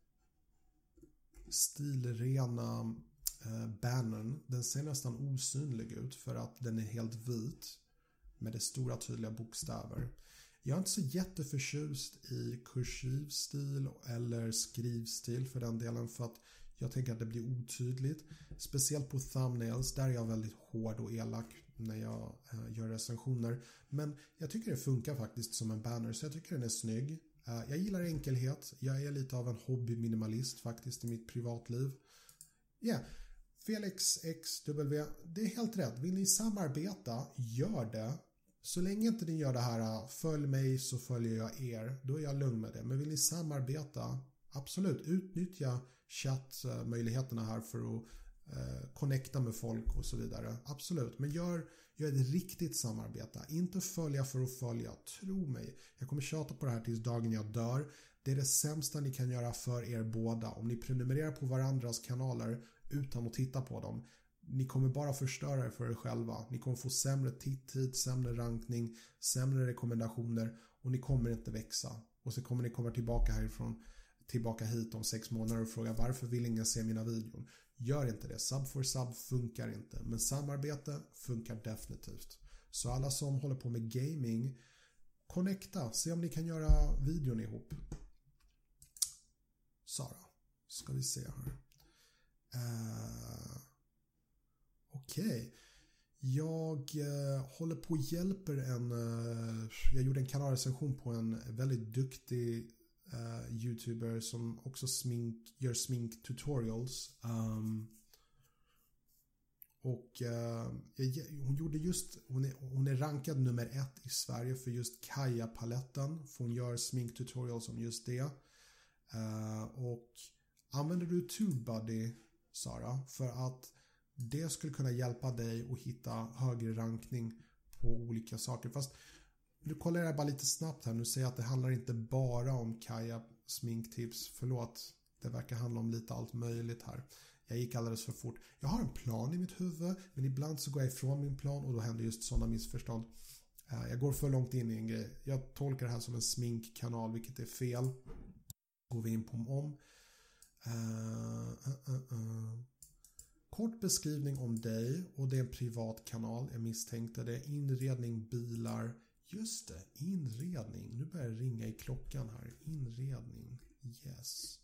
stilrena bannern. Den ser nästan osynlig ut för att den är helt vit med det stora tydliga bokstäver. Jag är inte så jätteförtjust i kursivstil eller skrivstil för den delen, för att jag tänker att det blir otydligt. Speciellt på thumbnails, där är jag väldigt hård och elak när jag gör recensioner. Men jag tycker det funkar faktiskt som en banner, så jag tycker den är snygg. Jag gillar enkelhet. Jag är lite av en hobbyminimalist faktiskt i mitt privatliv. Felix XW, det är helt rätt. Vill ni samarbeta, gör det. Så länge inte ni gör det här, följ mig så följer jag er, då är jag lugn med det. Men vill ni samarbeta, absolut, utnyttja chattmöjligheterna här för att connecta med folk och så vidare. Absolut, men gör ett riktigt samarbete. Inte följa för att följa, tro mig. Jag kommer tjata på det här tills dagen jag dör. Det är det sämsta ni kan göra för er båda. Om ni prenumererar på varandras kanaler utan att titta på dem, ni kommer bara förstöra er för er själva. Ni kommer få sämre titt-tid, sämre rankning, sämre rekommendationer och ni kommer inte växa. Och så kommer ni komma tillbaka hit om 6 månader och fråga varför vill ingen se mina videor. Gör inte det. Sub for sub funkar inte. Men samarbete funkar definitivt. Så alla som håller på med gaming, connecta. Se om ni kan göra videon ihop. Sara, ska vi se här. Okej. Jag håller på och hjälper jag gjorde en kanalrecension på en väldigt duktig YouTuber som också gör smink-tutorials. Hon är rankad nummer 1 i Sverige för just Kaja-paletten. För hon gör smink-tutorials om just det. Och använder du TubeBuddy, Sara, för att det skulle kunna hjälpa dig att hitta högre rankning på olika saker. Fast nu kollar jag bara lite snabbt här. Nu säger jag att det handlar inte bara om Kaja sminktips. Förlåt, det verkar handla om lite allt möjligt här. Jag gick alldeles för fort. Jag har en plan i mitt huvud, men ibland så går jag ifrån min plan och då händer just sådana missförstånd. Jag går för långt in i en grej. Jag tolkar det här som en sminkkanal, vilket är fel. Går vi in på om. Kort beskrivning om dig, och det är en privat kanal. Jag misstänkte det. Inredning, bilar. Just det, inredning. Nu börjar det ringa i klockan här. Inredning, yes.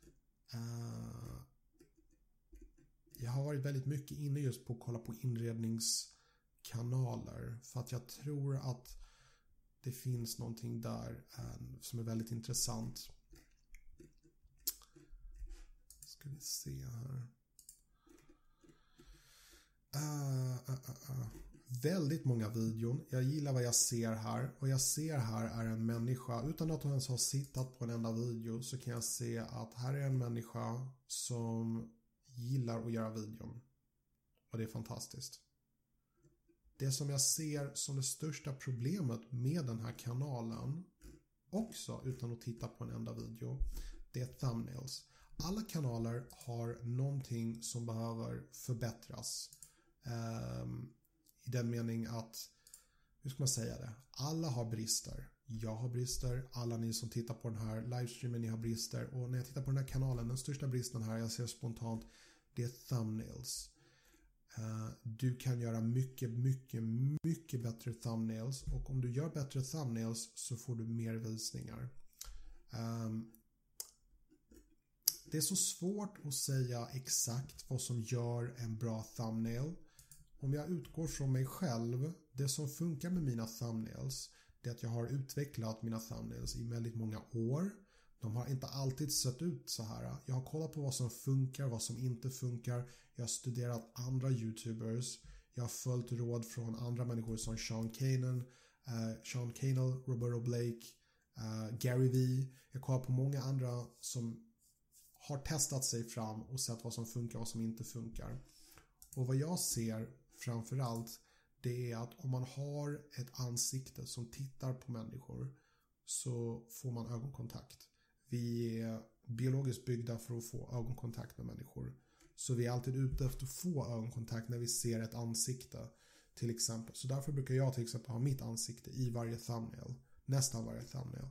Jag har varit väldigt mycket inne just på att kolla på inredningskanaler. För att jag tror att det finns någonting där som är väldigt intressant. Ska vi se här. Väldigt många videon. Jag gillar vad jag ser här. Och jag ser här är en människa, utan att hon ens har sittat på en enda video, så kan jag se att här är en människa som gillar att göra videon. Och det är fantastiskt. Det som jag ser som det största problemet med den här kanalen, också utan att titta på en enda video, det är thumbnails. Alla kanaler har någonting som behöver förbättras. I den mening att, hur ska man säga det? Alla har brister. Jag har brister. Alla ni som tittar på den här livestreamen, ni har brister. Och när jag tittar på den här kanalen, den största bristen här, jag ser spontant, det är thumbnails. Du kan göra mycket, mycket, mycket bättre thumbnails. Och om du gör bättre thumbnails så får du mer visningar. Det är så svårt att säga exakt vad som gör en bra thumbnail. Om jag utgår från mig själv, det som funkar med mina thumbnails, det är att jag har utvecklat mina thumbnails i väldigt många år. De har inte alltid sett ut så här. Jag har kollat på vad som funkar, vad som inte funkar. Jag har studerat andra YouTubers. Jag har följt råd från andra människor som Sean Cannell, Roberto Blake, Gary V. Jag kollar på många andra som har testat sig fram och sett vad som funkar och vad som inte funkar. Och vad jag ser framförallt, det är att om man har ett ansikte som tittar på människor, så får man ögonkontakt. Vi är biologiskt byggda för att få ögonkontakt med människor. Så vi är alltid ute efter att få ögonkontakt när vi ser ett ansikte, till exempel. Så därför brukar jag till exempel ha mitt ansikte i varje thumbnail. Nästan varje thumbnail.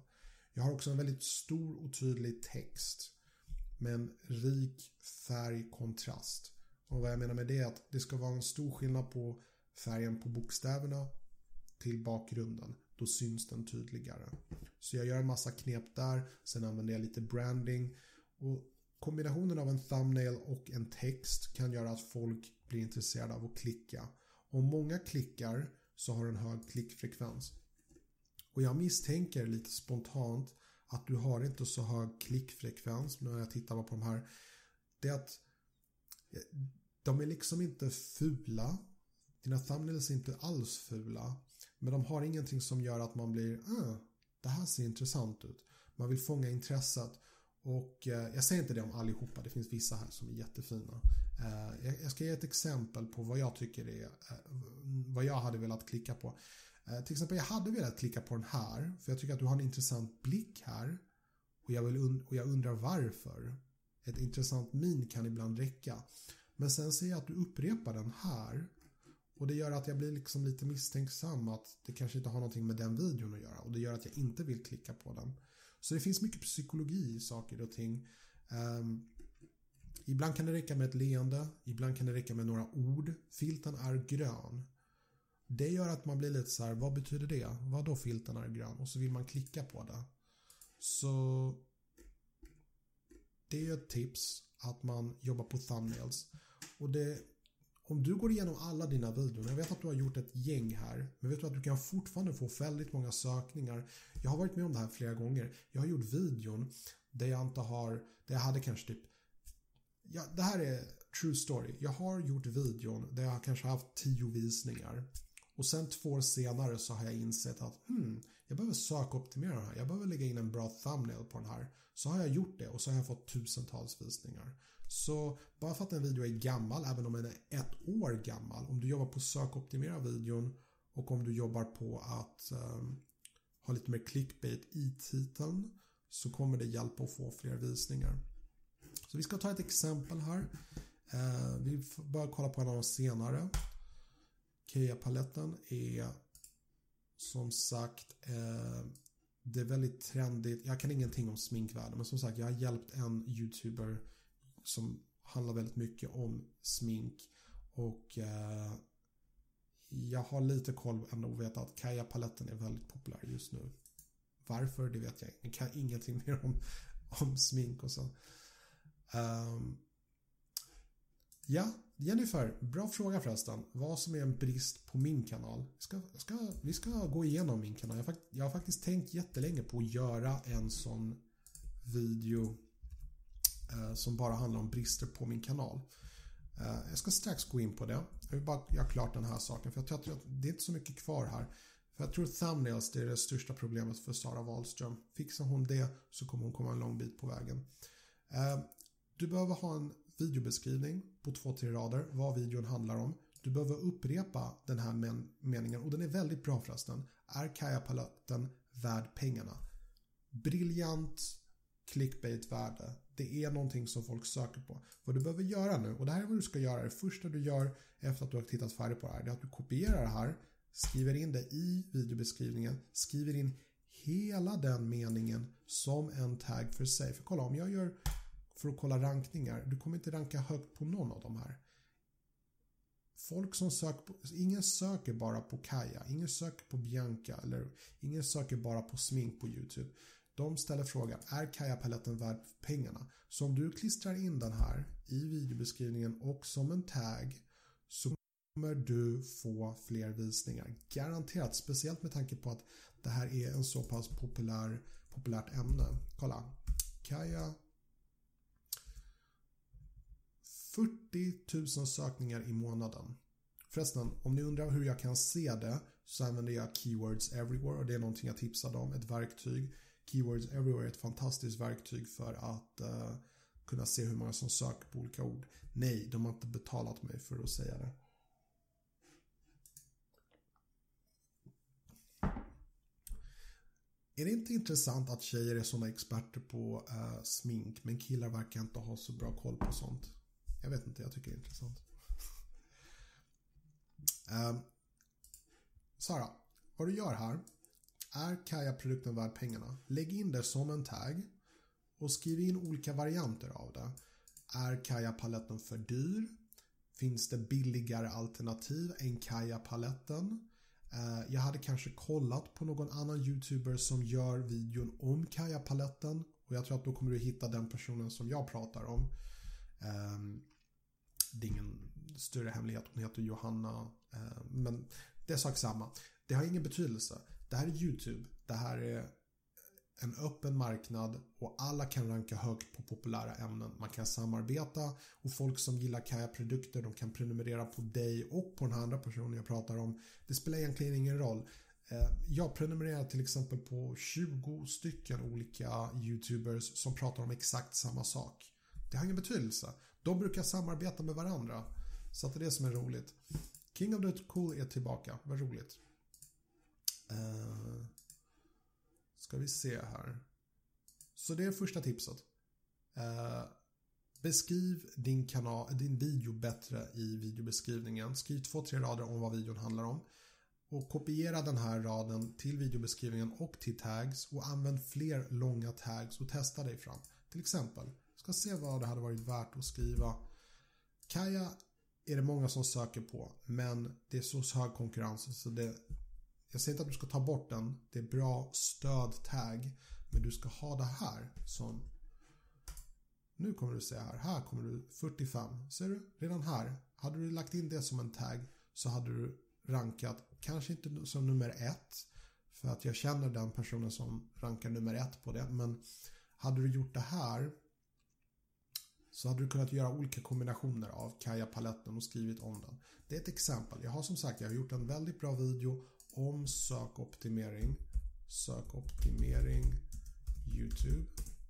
Jag har också en väldigt stor och tydlig text med en rik färgkontrast. Och vad jag menar med det är att det ska vara en stor skillnad på färgen på bokstäverna till bakgrunden. Då syns den tydligare. Så jag gör en massa knep där. Sen använder jag lite branding. Och kombinationen av en thumbnail och en text kan göra att folk blir intresserade av att klicka. Om många klickar så har en hög klickfrekvens. Och jag misstänker lite spontant att du har inte så hög klickfrekvens när jag tittar på de här. Det är att de är liksom inte fula. Dina thumbnails är inte alls fula. Men de har ingenting som gör att man blir det här ser intressant ut. Man vill fånga intresset. Och jag säger inte det om allihopa. Det finns vissa här som är jättefina. Jag ska ge ett exempel på vad jag tycker är vad jag hade velat klicka på. Till exempel jag hade velat klicka på den här. För jag tycker att du har en intressant blick här. Och jag undrar varför. Ett intressant min kan ibland räcka. Men sen ser jag att du upprepar den här. Och det gör att jag blir liksom lite misstänksam att det kanske inte har någonting med den videon att göra. Och det gör att jag inte vill klicka på den. Så det finns mycket psykologi i saker och ting. Ibland kan det räcka med ett leende. Ibland kan det räcka med några ord. Filten är grön. Det gör att man blir lite så här, vad betyder det? Vad då filten är grön? Och så vill man klicka på det. Så det är ett tips att man jobbar på thumbnails. Och om du går igenom alla dina videor, jag vet att du har gjort ett gäng här, men vet du att du kan fortfarande få väldigt många sökningar. Jag har varit med om det här flera gånger. Jag har gjort videon där jag inte har, där jag hade kanske typ, ja, det här är true story. Jag har gjort videon där jag kanske haft 10 visningar. Och sen 2 år senare så har jag insett att jag behöver sökoptimera den här. Jag behöver lägga in en bra thumbnail på den här. Så har jag gjort det och så har jag fått tusentals visningar. Så bara för att en video är gammal, även om den är 1 år gammal, om du jobbar på att sökoptimera videon och om du jobbar på att ha lite mer clickbait i titeln, så kommer det hjälpa att få fler visningar. Så vi ska ta ett exempel här. Vi börjar kolla på en av de senare. Kaya-paletten är som sagt det är väldigt trendigt. Jag kan ingenting om sminkvärlden, men som sagt jag har hjälpt en YouTuber som handlar väldigt mycket om smink och jag har lite koll ändå och vet att Kaya-paletten är väldigt populär just nu. Varför, det vet jag inte. Jag kan ingenting mer om smink och så. Ja, Jennifer, bra fråga förresten. Vad som är en brist på min kanal. Vi ska gå igenom min kanal. Jag har faktiskt tänkt jättelänge på att göra en sån video som bara handlar om brister på min kanal. Jag ska strax gå in på det. Jag vill bara göra klart den här saken, för jag tror att det är inte så mycket kvar här. För jag tror thumbnails, det är det största problemet för Sara Wahlström. Fixar hon det så kommer hon komma en lång bit på vägen. Du behöver ha en videobeskrivning på 2-3 rader vad videon handlar om. Du behöver upprepa den här meningen, och den är väldigt bra förresten. Är Kaya-paletten värd pengarna? Briljant clickbait-värde. Det är någonting som folk söker på. Vad du behöver göra nu, och det här är vad du ska göra. Det första du gör efter att du har tittat färdigt på det här, det är att du kopierar det här, skriver in det i videobeskrivningen, skriver in hela den meningen som en tag för sig. För kolla, om jag gör för att kolla rankningar, du kommer inte ranka högt på någon av de här. Folk som söker på, ingen söker bara på Kaya, ingen söker på Bianca, eller ingen söker bara på smink på YouTube. De ställer frågan, är Kaya-paletten värd pengarna? Så om du klistrar in den här i videobeskrivningen och som en tag, så kommer du få fler visningar. Garanterat, speciellt med tanke på att det här är en så pass populärt ämne. Kolla, Kaya, 40 000 sökningar i månaden. Förresten, om ni undrar hur jag kan se det, så använder jag Keywords Everywhere, och det är någonting jag tipsade om, ett verktyg. Keywords Everywhere är ett fantastiskt verktyg för att kunna se hur många som söker på olika ord. Nej, de har inte betalat mig för att säga det. Är det inte intressant att tjejer är sådana experter på smink, men killar verkar inte ha så bra koll på sånt? Jag vet inte, jag tycker det är intressant. Sara, vad du gör här Är Kaja-produkten värd pengarna? Lägg in det som en tag och skriv in olika varianter av det. Är Kaja-paletten för dyr? Finns det billigare alternativ än Kaja-paletten? Jag hade kanske kollat på någon annan YouTuber som gör videon om Kaja-paletten och jag tror att då kommer du hitta den personen som jag pratar om. Det är ingen större hemlighet, hon heter Johanna, men det är sak samma. Det har ingen betydelse. Det här är YouTube, det här är en öppen marknad och alla kan ranka högt på populära ämnen. Man kan samarbeta och folk som gillar Kaja-produkter, de kan prenumerera på dig och på den här andra personen jag pratar om. Det spelar egentligen ingen roll. Jag prenumererar till exempel på 20 stycken olika YouTubers som pratar om exakt samma sak. Det har ingen betydelse. De brukar samarbeta med varandra. Så att det är det som är roligt. King of the Cool är tillbaka. Vad roligt. Ska vi se här. Så det är första tipset. Beskriv din video bättre i videobeskrivningen. Skriv 2-3 rader om vad videon handlar om. Och kopiera den här raden till videobeskrivningen och till tags. Och använd fler långa tags och testa dig fram. Till exempel, ska se vad det hade varit värt att skriva. Kaja är det många som söker på. Men det är så hög konkurrens så jag säger inte att du ska ta bort den. Det är bra stödtag. Men du ska ha det här som... Nu kommer du se här. Här kommer du 45. Ser du? Redan här. Hade du lagt in det som en tag så hade du rankat. Kanske inte som nummer 1. För att jag känner den personen som rankar nummer 1 på det. Men hade du gjort det här så hade du kunnat göra olika kombinationer av Kaja-paletten och skrivit om den. Det är ett exempel. Jag har gjort en väldigt bra video om sökoptimering. Sökoptimering YouTube.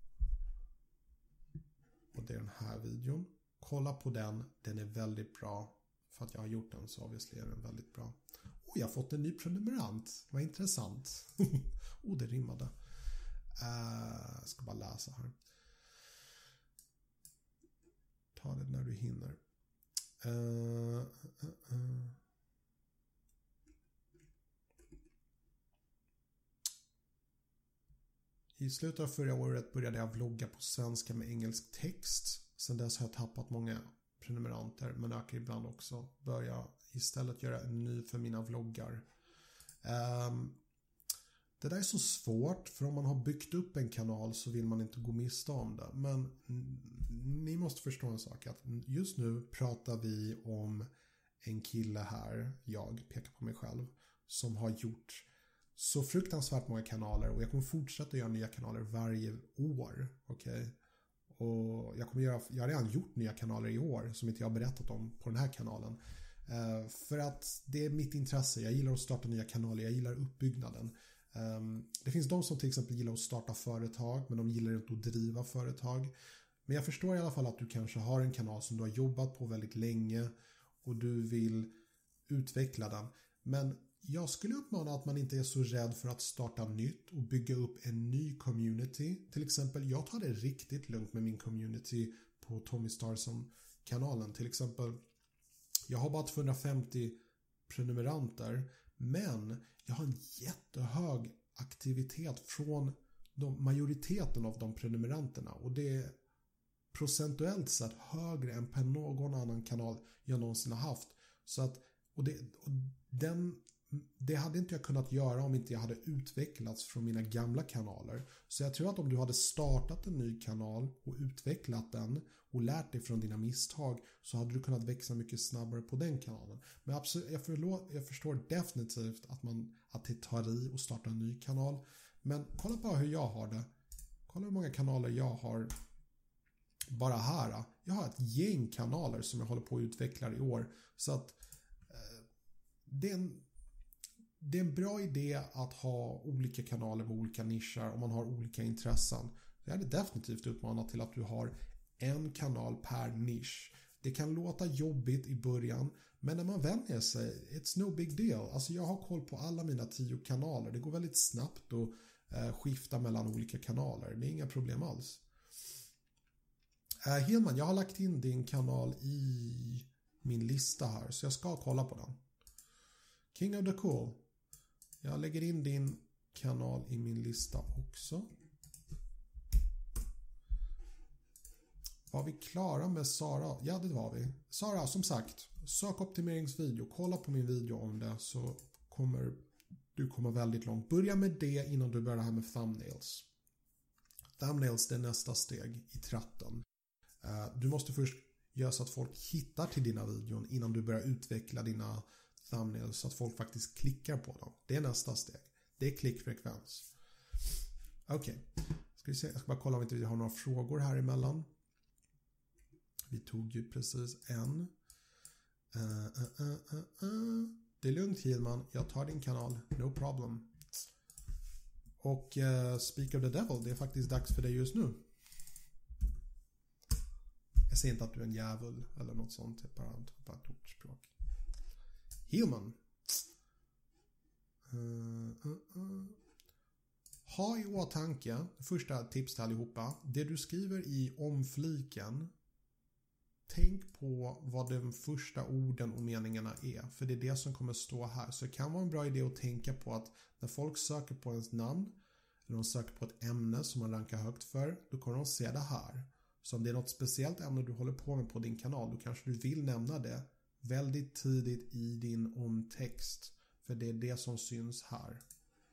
Och det är den här videon. Kolla på den. Den är väldigt bra. För att jag har gjort den så obviously är den väldigt bra. Och jag har fått en ny prenumerant. Vad intressant. Det rimmade. Jag ska bara läsa här. Ta det när du hinner. I slutet av förra året började jag vlogga på svenska med engelsk text. Sen dess har jag tappat många prenumeranter men ökar ibland också. Börjar istället göra en ny för mina vloggar. Det där är så svårt för om man har byggt upp en kanal så vill man inte gå miste om det. Men ni måste förstå en sak att just nu pratar vi om en kille här, jag pekar på mig själv, som har gjort så fruktansvärt många kanaler och jag kommer fortsätta göra nya kanaler varje år, okej? Och jag har redan gjort nya kanaler i år som inte jag har berättat om på den här kanalen. För att det är mitt intresse, jag gillar att starta nya kanaler, jag gillar uppbyggnaden. Det finns de som till exempel gillar att starta företag men de gillar inte att driva företag. Men jag förstår i alla fall att du kanske har en kanal som du har jobbat på väldigt länge och du vill utveckla den. Men jag skulle uppmana att man inte är så rädd för att starta nytt och bygga upp en ny community. Till exempel, jag tar det riktigt lugnt med min community på Tommy Starson-kanalen. Till exempel, jag har bara 250 prenumeranter men jag har en jättehög aktivitet från majoriteten av de prenumeranterna och det är procentuellt sett högre än på någon annan kanal jag någonsin har haft. Så att, det hade inte jag kunnat göra om inte jag hade utvecklats från mina gamla kanaler. Så jag tror att om du hade startat en ny kanal och utvecklat den och lärt dig från dina misstag så hade du kunnat växa mycket snabbare på den kanalen. Men absolut, jag förstår definitivt att det tar i och starta en ny kanal. Men kolla bara hur jag har det. Kolla hur många kanaler jag har bara här. Jag har ett gäng kanaler som jag håller på att utveckla i år. Så att det är en bra idé att ha olika kanaler med olika nischer om man har olika intressen. Jag hade definitivt uppmanat till att du har en kanal per nisch. Det kan låta jobbigt i början men när man vänjer sig, it's no big deal. Alltså jag har koll på alla mina 10 kanaler. Det går väldigt snabbt att skifta mellan olika kanaler. Det är inga problem alls. Hillman, jag har lagt in din kanal i min lista här så jag ska kolla på den. King of the Cool. Jag lägger in din kanal i min lista också. Var vi klara med Sara? Ja, det var vi. Sara, som sagt, sökoptimeringsvideo. Kolla på min video om det så kommer du komma väldigt långt. Börja med det innan du börjar det här med thumbnails. Thumbnails, det är nästa steg i tratten. Du måste först göra så att folk hittar till dina videon innan du börjar utveckla dina thumbnails så att folk faktiskt klickar på dem. Det är nästa steg. Det är klickfrekvens. Okej. Ska vi se. Jag ska bara kolla om vi har några frågor här emellan. Vi tog ju precis en. Det är lugnt, Hilman. Jag tar din kanal. No problem. Och Speak of the Devil, det är faktiskt dags för dig just nu. Jag säger inte att du är en jävel eller något sånt. Det är bara ett ordspråk. Hilman. Ha i åtanke, första tips till allihopa. Det du skriver i omfliken, tänk på vad de första orden och meningarna är. För det är det som kommer stå här. Så det kan vara en bra idé att tänka på att när folk söker på ens namn eller de söker på ett ämne som man rankar högt för, då kommer de se det här. Så om det är något speciellt ämne du håller på med på din kanal, då kanske du vill nämna det väldigt tidigt i din omtext. För det är det som syns här.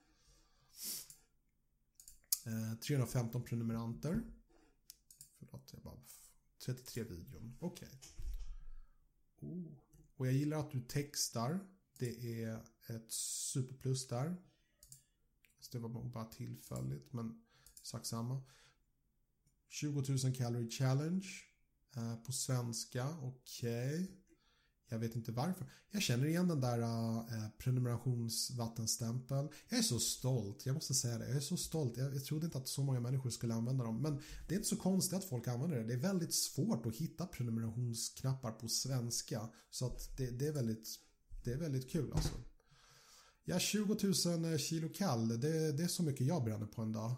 315 prenumeranter. Förlåt, jag bara 33 videon. Okej. Och jag gillar att du textar. Det är ett superplus där. Så det var bara tillfälligt, men sak samma. 20 000 calorie challenge på svenska. Okej. Jag vet inte varför. Jag känner igen den där prenumerationsvattenstämpel. Jag är så stolt. Jag måste säga det. Jag är så stolt. Jag trodde inte att så många människor skulle använda dem. Men det är inte så konstigt att folk använder det. Det är väldigt svårt att hitta prenumerationsknappar på svenska. Så att det är väldigt kul alltså. Ja, 20 000 kilo kall. Det är så mycket jag bränner på en dag.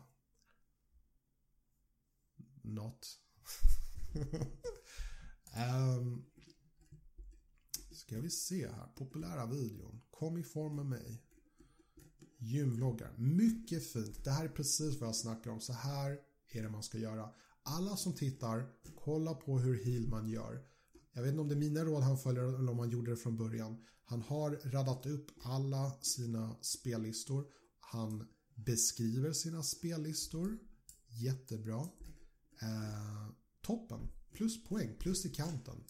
Not. Ska vi se här. Populära videon. Kom i form med mig. Gymvloggar. Mycket fint. Det här är precis vad jag snackar om. Så här är det man ska göra. Alla som tittar, kolla på hur Hilman gör. Jag vet inte om det är mina råd han följer eller om han gjorde det från början. Han har radat upp alla sina spellistor. Han beskriver sina spellistor. Jättebra. Toppen. Plus poäng. Plus i kanten.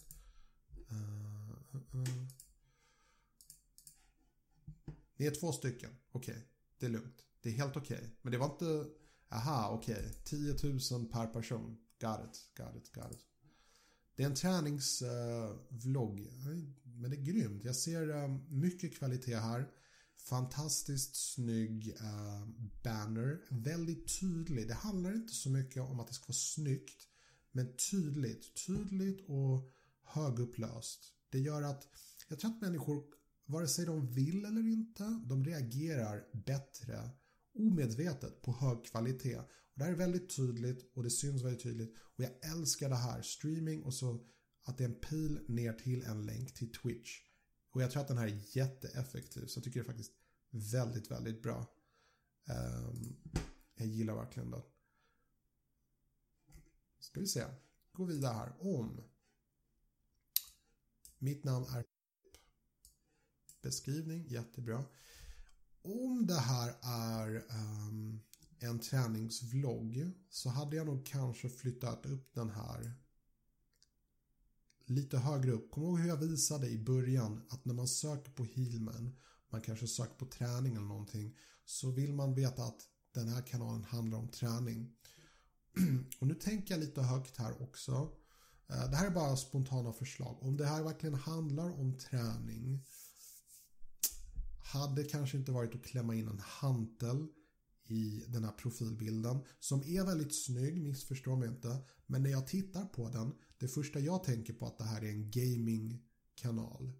Ni är 2 stycken. Okej. Det är lugnt. Det är helt okej. Men det var inte... Aha, okej. 10 000 per person. Got it. Det är en träningsvlogg. Men det är grymt. Jag ser mycket kvalitet här. Fantastiskt snygg banner. Väldigt tydlig. Det handlar inte så mycket om att det ska vara snyggt. Men tydligt och högupplöst. Det gör att jag tror att människor, vare sig de vill eller inte, de reagerar bättre omedvetet på hög kvalitet. Och det här är väldigt tydligt och det syns väldigt tydligt. Och jag älskar det här. Streaming och så att det är en pil ner till en länk till Twitch. Och jag tror att den här är jätteeffektiv. Så jag tycker det är faktiskt väldigt, väldigt bra. Jag gillar verkligen det. Ska vi se. Gå vidare här. Om mitt namn är beskrivning. Jättebra. Om det här är en träningsvlogg så hade jag nog kanske flyttat upp den här lite högre upp. Kom ihåg hur jag visade i början att när man söker på Hilman, man kanske söker på träning eller någonting, så vill man veta att den här kanalen handlar om träning. Och nu tänker jag lite högt här också. Det här är bara spontana förslag. Om det här verkligen handlar om träning, hade kanske inte varit att klämma in en hantel i den här profilbilden som är väldigt snygg, missförstå mig inte, men när jag tittar på den, det första jag tänker på att det här är en gaming-kanal.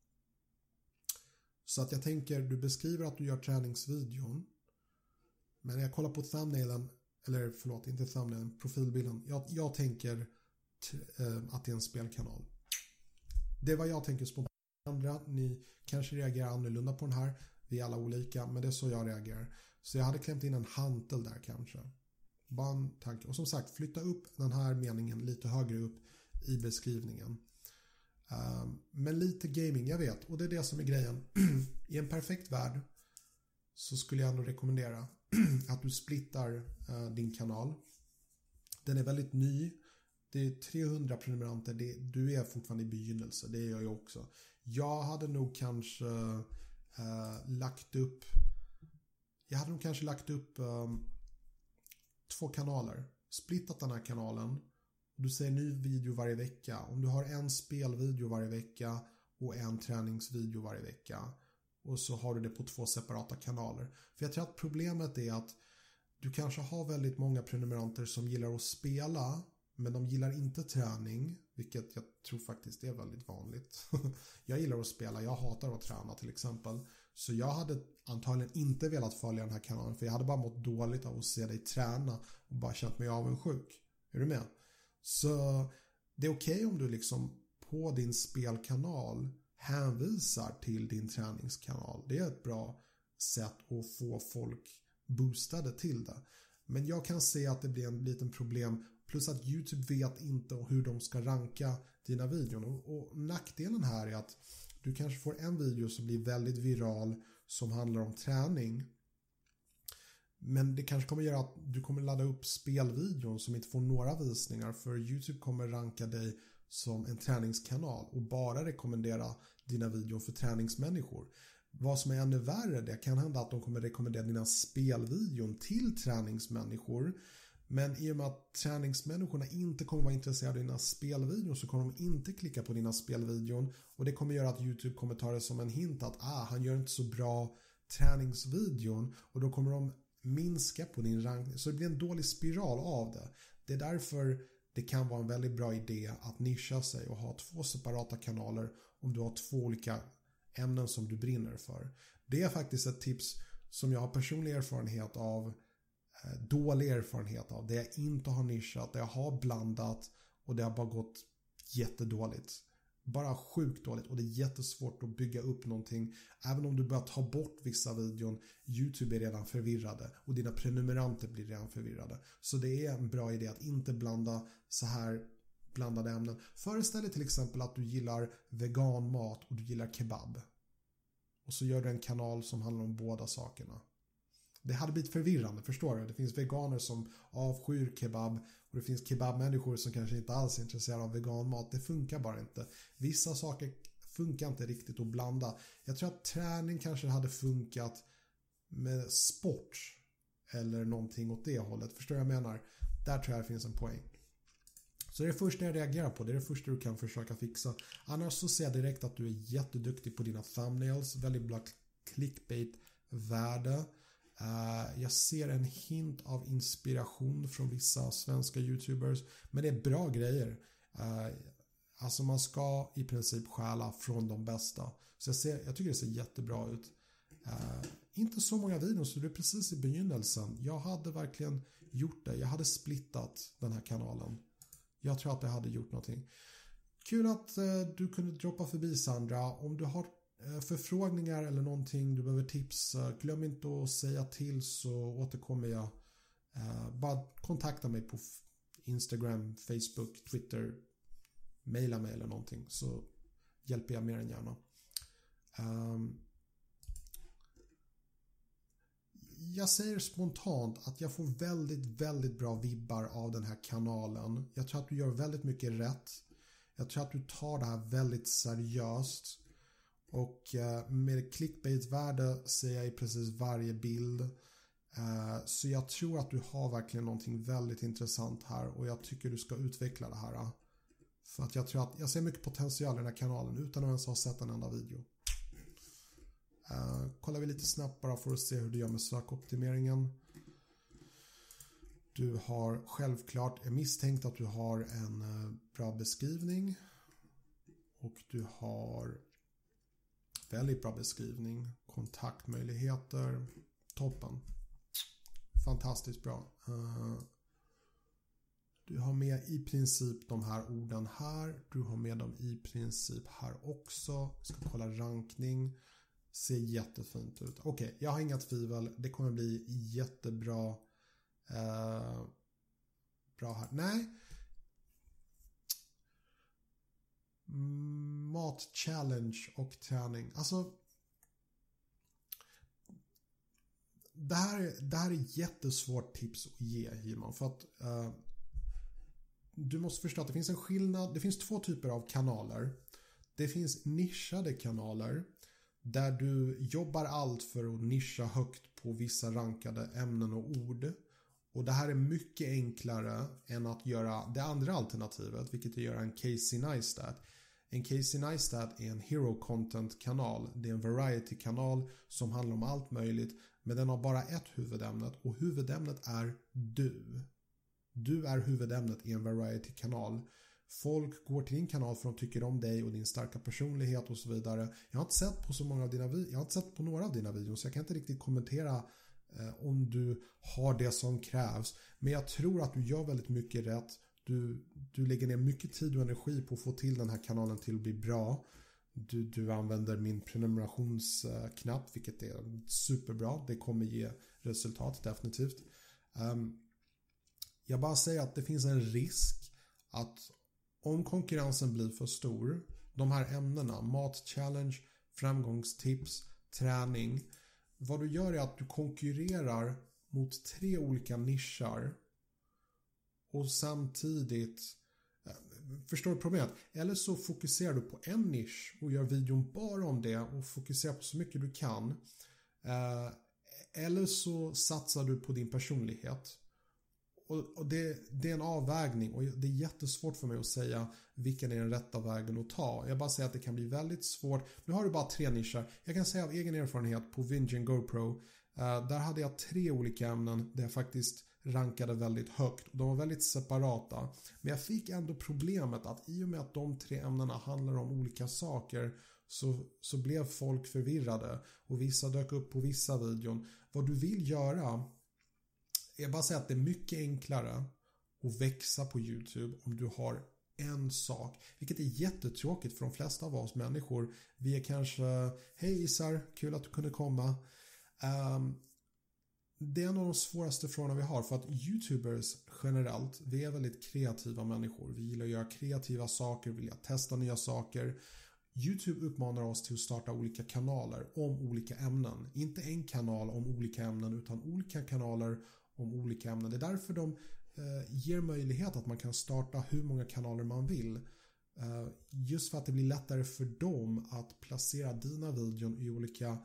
Så att jag tänker, du beskriver att du gör träningsvideon, men när jag kollar på thumbnailen, eller förlåt, inte thumbnailen, profilbilden, jag tänker att det är en spelkanal. Det är vad jag tänker spontant. Andra, ni kanske reagerar annorlunda på den här. Vi är alla olika, men det är så jag reagerar. Så jag hade klämt in en hantel där kanske. Bara en tanke. Och som sagt, flytta upp den här meningen lite högre upp i beskrivningen. Men lite gaming, jag vet. Och det är det som är grejen. I en perfekt värld så skulle jag ändå rekommendera att du splittar din kanal. Den är väldigt ny. Det är 300 prenumeranter. Du är fortfarande i begynnelse. Det är jag ju också. Jag hade nog kanske lagt upp 2 kanaler. Splittat den här kanalen. Du ser en ny video varje vecka. Om du har en spelvideo varje vecka och en träningsvideo varje vecka. Och så har du det på 2 separata kanaler. För jag tror att problemet är att du kanske har väldigt många prenumeranter som gillar att spela. Men de gillar inte träning. Vilket jag tror faktiskt är väldigt vanligt. Jag gillar att spela. Jag hatar att träna till exempel. Så jag hade antagligen inte velat följa den här kanalen. För jag hade bara mått dåligt av att se dig träna. Och bara känt mig avundsjuk. Är du med? Så det är okej om du liksom på din spelkanal hänvisar till din träningskanal. Det är ett bra sätt att få folk boostade till det. Men jag kan se att det blir en liten problem. Plus att YouTube vet inte hur de ska ranka dina videor. Och nackdelen här är att du kanske får en video som blir väldigt viral som handlar om träning. Men det kanske kommer göra att du kommer ladda upp spelvideon som inte får några visningar. För YouTube kommer ranka dig som en träningskanal och bara rekommendera dina videor för träningsmänniskor. Vad som är ännu värre, det kan hända att de kommer rekommendera dina spelvideon till träningsmänniskor. Men i och med att träningsmänniskorna inte kommer vara intresserade av dina spelvideor så kommer de inte klicka på dina spelvideon. Och det kommer göra att YouTube kommer ta det som en hint att han gör inte så bra träningsvideon. Och då kommer de minska på din rankning. Så det blir en dålig spiral av det. Det är därför det kan vara en väldigt bra idé att nischa sig och ha 2 separata kanaler om du har 2 olika ämnen som du brinner för. Det är faktiskt ett tips som jag har personlig erfarenhet av, dålig erfarenhet av. Det jag inte har nischat, det jag har blandat och det har bara gått jättedåligt. Bara sjukt dåligt och det är jättesvårt att bygga upp någonting. Även om du börjar ta bort vissa videon, YouTube är redan förvirrade och dina prenumeranter blir redan förvirrade. Så det är en bra idé att inte blanda så här blandade ämnen. Föreställ dig till exempel att du gillar veganmat och du gillar kebab. Och så gör du en kanal som handlar om båda sakerna. Det hade blivit förvirrande, förstår du? Det finns veganer som avskyr kebab och det finns kebabmänniskor som kanske inte alls är intresserade av veganmat. Det funkar bara inte. Vissa saker funkar inte riktigt att blanda. Jag tror att träning kanske hade funkat med sport eller någonting åt det hållet. Förstår jag menar? Där tror jag det finns en poäng. Så det är det första jag reagerar på. Det är det första du kan försöka fixa. Annars så ser jag direkt att du är jätteduktig på dina thumbnails. Väldigt bra clickbait-värde. Jag ser en hint av inspiration från vissa svenska YouTubers. Men det är bra grejer. Alltså man ska i princip stjäla från de bästa. Så jag tycker det ser jättebra ut. Inte så många videos så du är precis i begynnelsen. Jag hade verkligen gjort det. Jag hade splittat den här kanalen. Jag tror att det hade gjort någonting. Kul att du kunde droppa förbi, Sandra. Om du har förfrågningar eller någonting, du behöver tips, glöm inte att säga till så återkommer jag. Bara kontakta mig på Instagram, Facebook, Twitter, maila mig eller någonting så hjälper jag mer än gärna. Jag säger spontant att jag får väldigt, väldigt bra vibbar av den här kanalen. Jag tror att du gör väldigt mycket rätt. Jag tror att du tar det här väldigt seriöst. Och med clickbait-värde ser jag i precis varje bild. Så jag tror att du har verkligen någonting väldigt intressant här. Och jag tycker du ska utveckla det här. För att jag tror att jag ser mycket potential i den här kanalen utan att ens ha sett en enda video. Kollar vi lite snabbt bara för att se hur du gör med sökoptimeringen. Du har självklart misstänkt att du har en bra beskrivning. Och du har väldigt bra beskrivning. Kontaktmöjligheter. Toppen. Fantastiskt bra. Du har med i princip de här orden här. Du har med dem i princip här också. Jag ska kolla rankning. Ser jättefint ut. Okej, jag har inga tvivel. Det kommer bli jättebra. Bra här. Nej. Mat-challenge och träning. Alltså det här är jättesvårt tips att ge, Jimon, för att du måste förstå att det finns en skillnad. Det finns två typer av kanaler. Det finns nischade kanaler där du jobbar allt för att nischa högt på vissa rankade ämnen och ord. Och det här är mycket enklare än att göra det andra alternativet, vilket är att göra en Casey Neistat. En Casey Neistat är en hero content kanal. Det är en variety kanal som handlar om allt möjligt, men den har bara ett huvudämne, och huvudämnet är du. Du är huvudämnet i en variety kanal. Folk går till din kanal för att de tycker om dig och din starka personlighet och så vidare. Jag har inte sett på så många av dina jag har inte sett på några av dina videos, så jag kan inte riktigt kommentera om du har det som krävs. Men jag tror att du gör väldigt mycket rätt. Du lägger ner mycket tid och energi på att få till den här kanalen till att bli bra. Du använder min prenumerationsknapp, vilket är superbra. Det kommer ge resultat definitivt. Jag bara säger att det finns en risk att om konkurrensen blir för stor, de här ämnena, mat-challenge, framgångstips, träning, vad du gör är att du konkurrerar mot 3 olika nischer och samtidigt, förstår du problemet? Eller så fokuserar du på en nisch och gör videon bara om det och fokuserar på så mycket du kan. Eller så satsar du på din personlighet. Och det är en avvägning, och det är jättesvårt för mig att säga vilken är den rätta vägen att ta. Jag bara säger att det kan bli väldigt svårt. Nu har du bara 3 nischer. Jag kan säga av egen erfarenhet på Vingen GoPro, där hade jag 3 olika ämnen där jag faktiskt rankade väldigt högt. De var väldigt separata. Men jag fick ändå problemet att i och med att de 3 ämnena handlar om olika saker, så blev folk förvirrade. Och vissa dök upp på vissa videon. Vad du vill göra, jag bara säger att det är mycket enklare att växa på YouTube om du har en sak. Vilket är jättetråkigt för de flesta av oss människor. Vi är kanske, hej Isar, kul att du kunde komma. Det är en av de svåraste frågorna vi har, för att YouTubers generellt, vi är väldigt kreativa människor. Vi gillar att göra kreativa saker, vi vill testa nya saker. YouTube uppmanar oss till att starta olika kanaler om olika ämnen. Inte en kanal om olika ämnen, utan olika kanaler om olika ämnen. Det är därför de ger möjlighet att man kan starta hur många kanaler man vill. Just för att det blir lättare för dem att placera dina videon i olika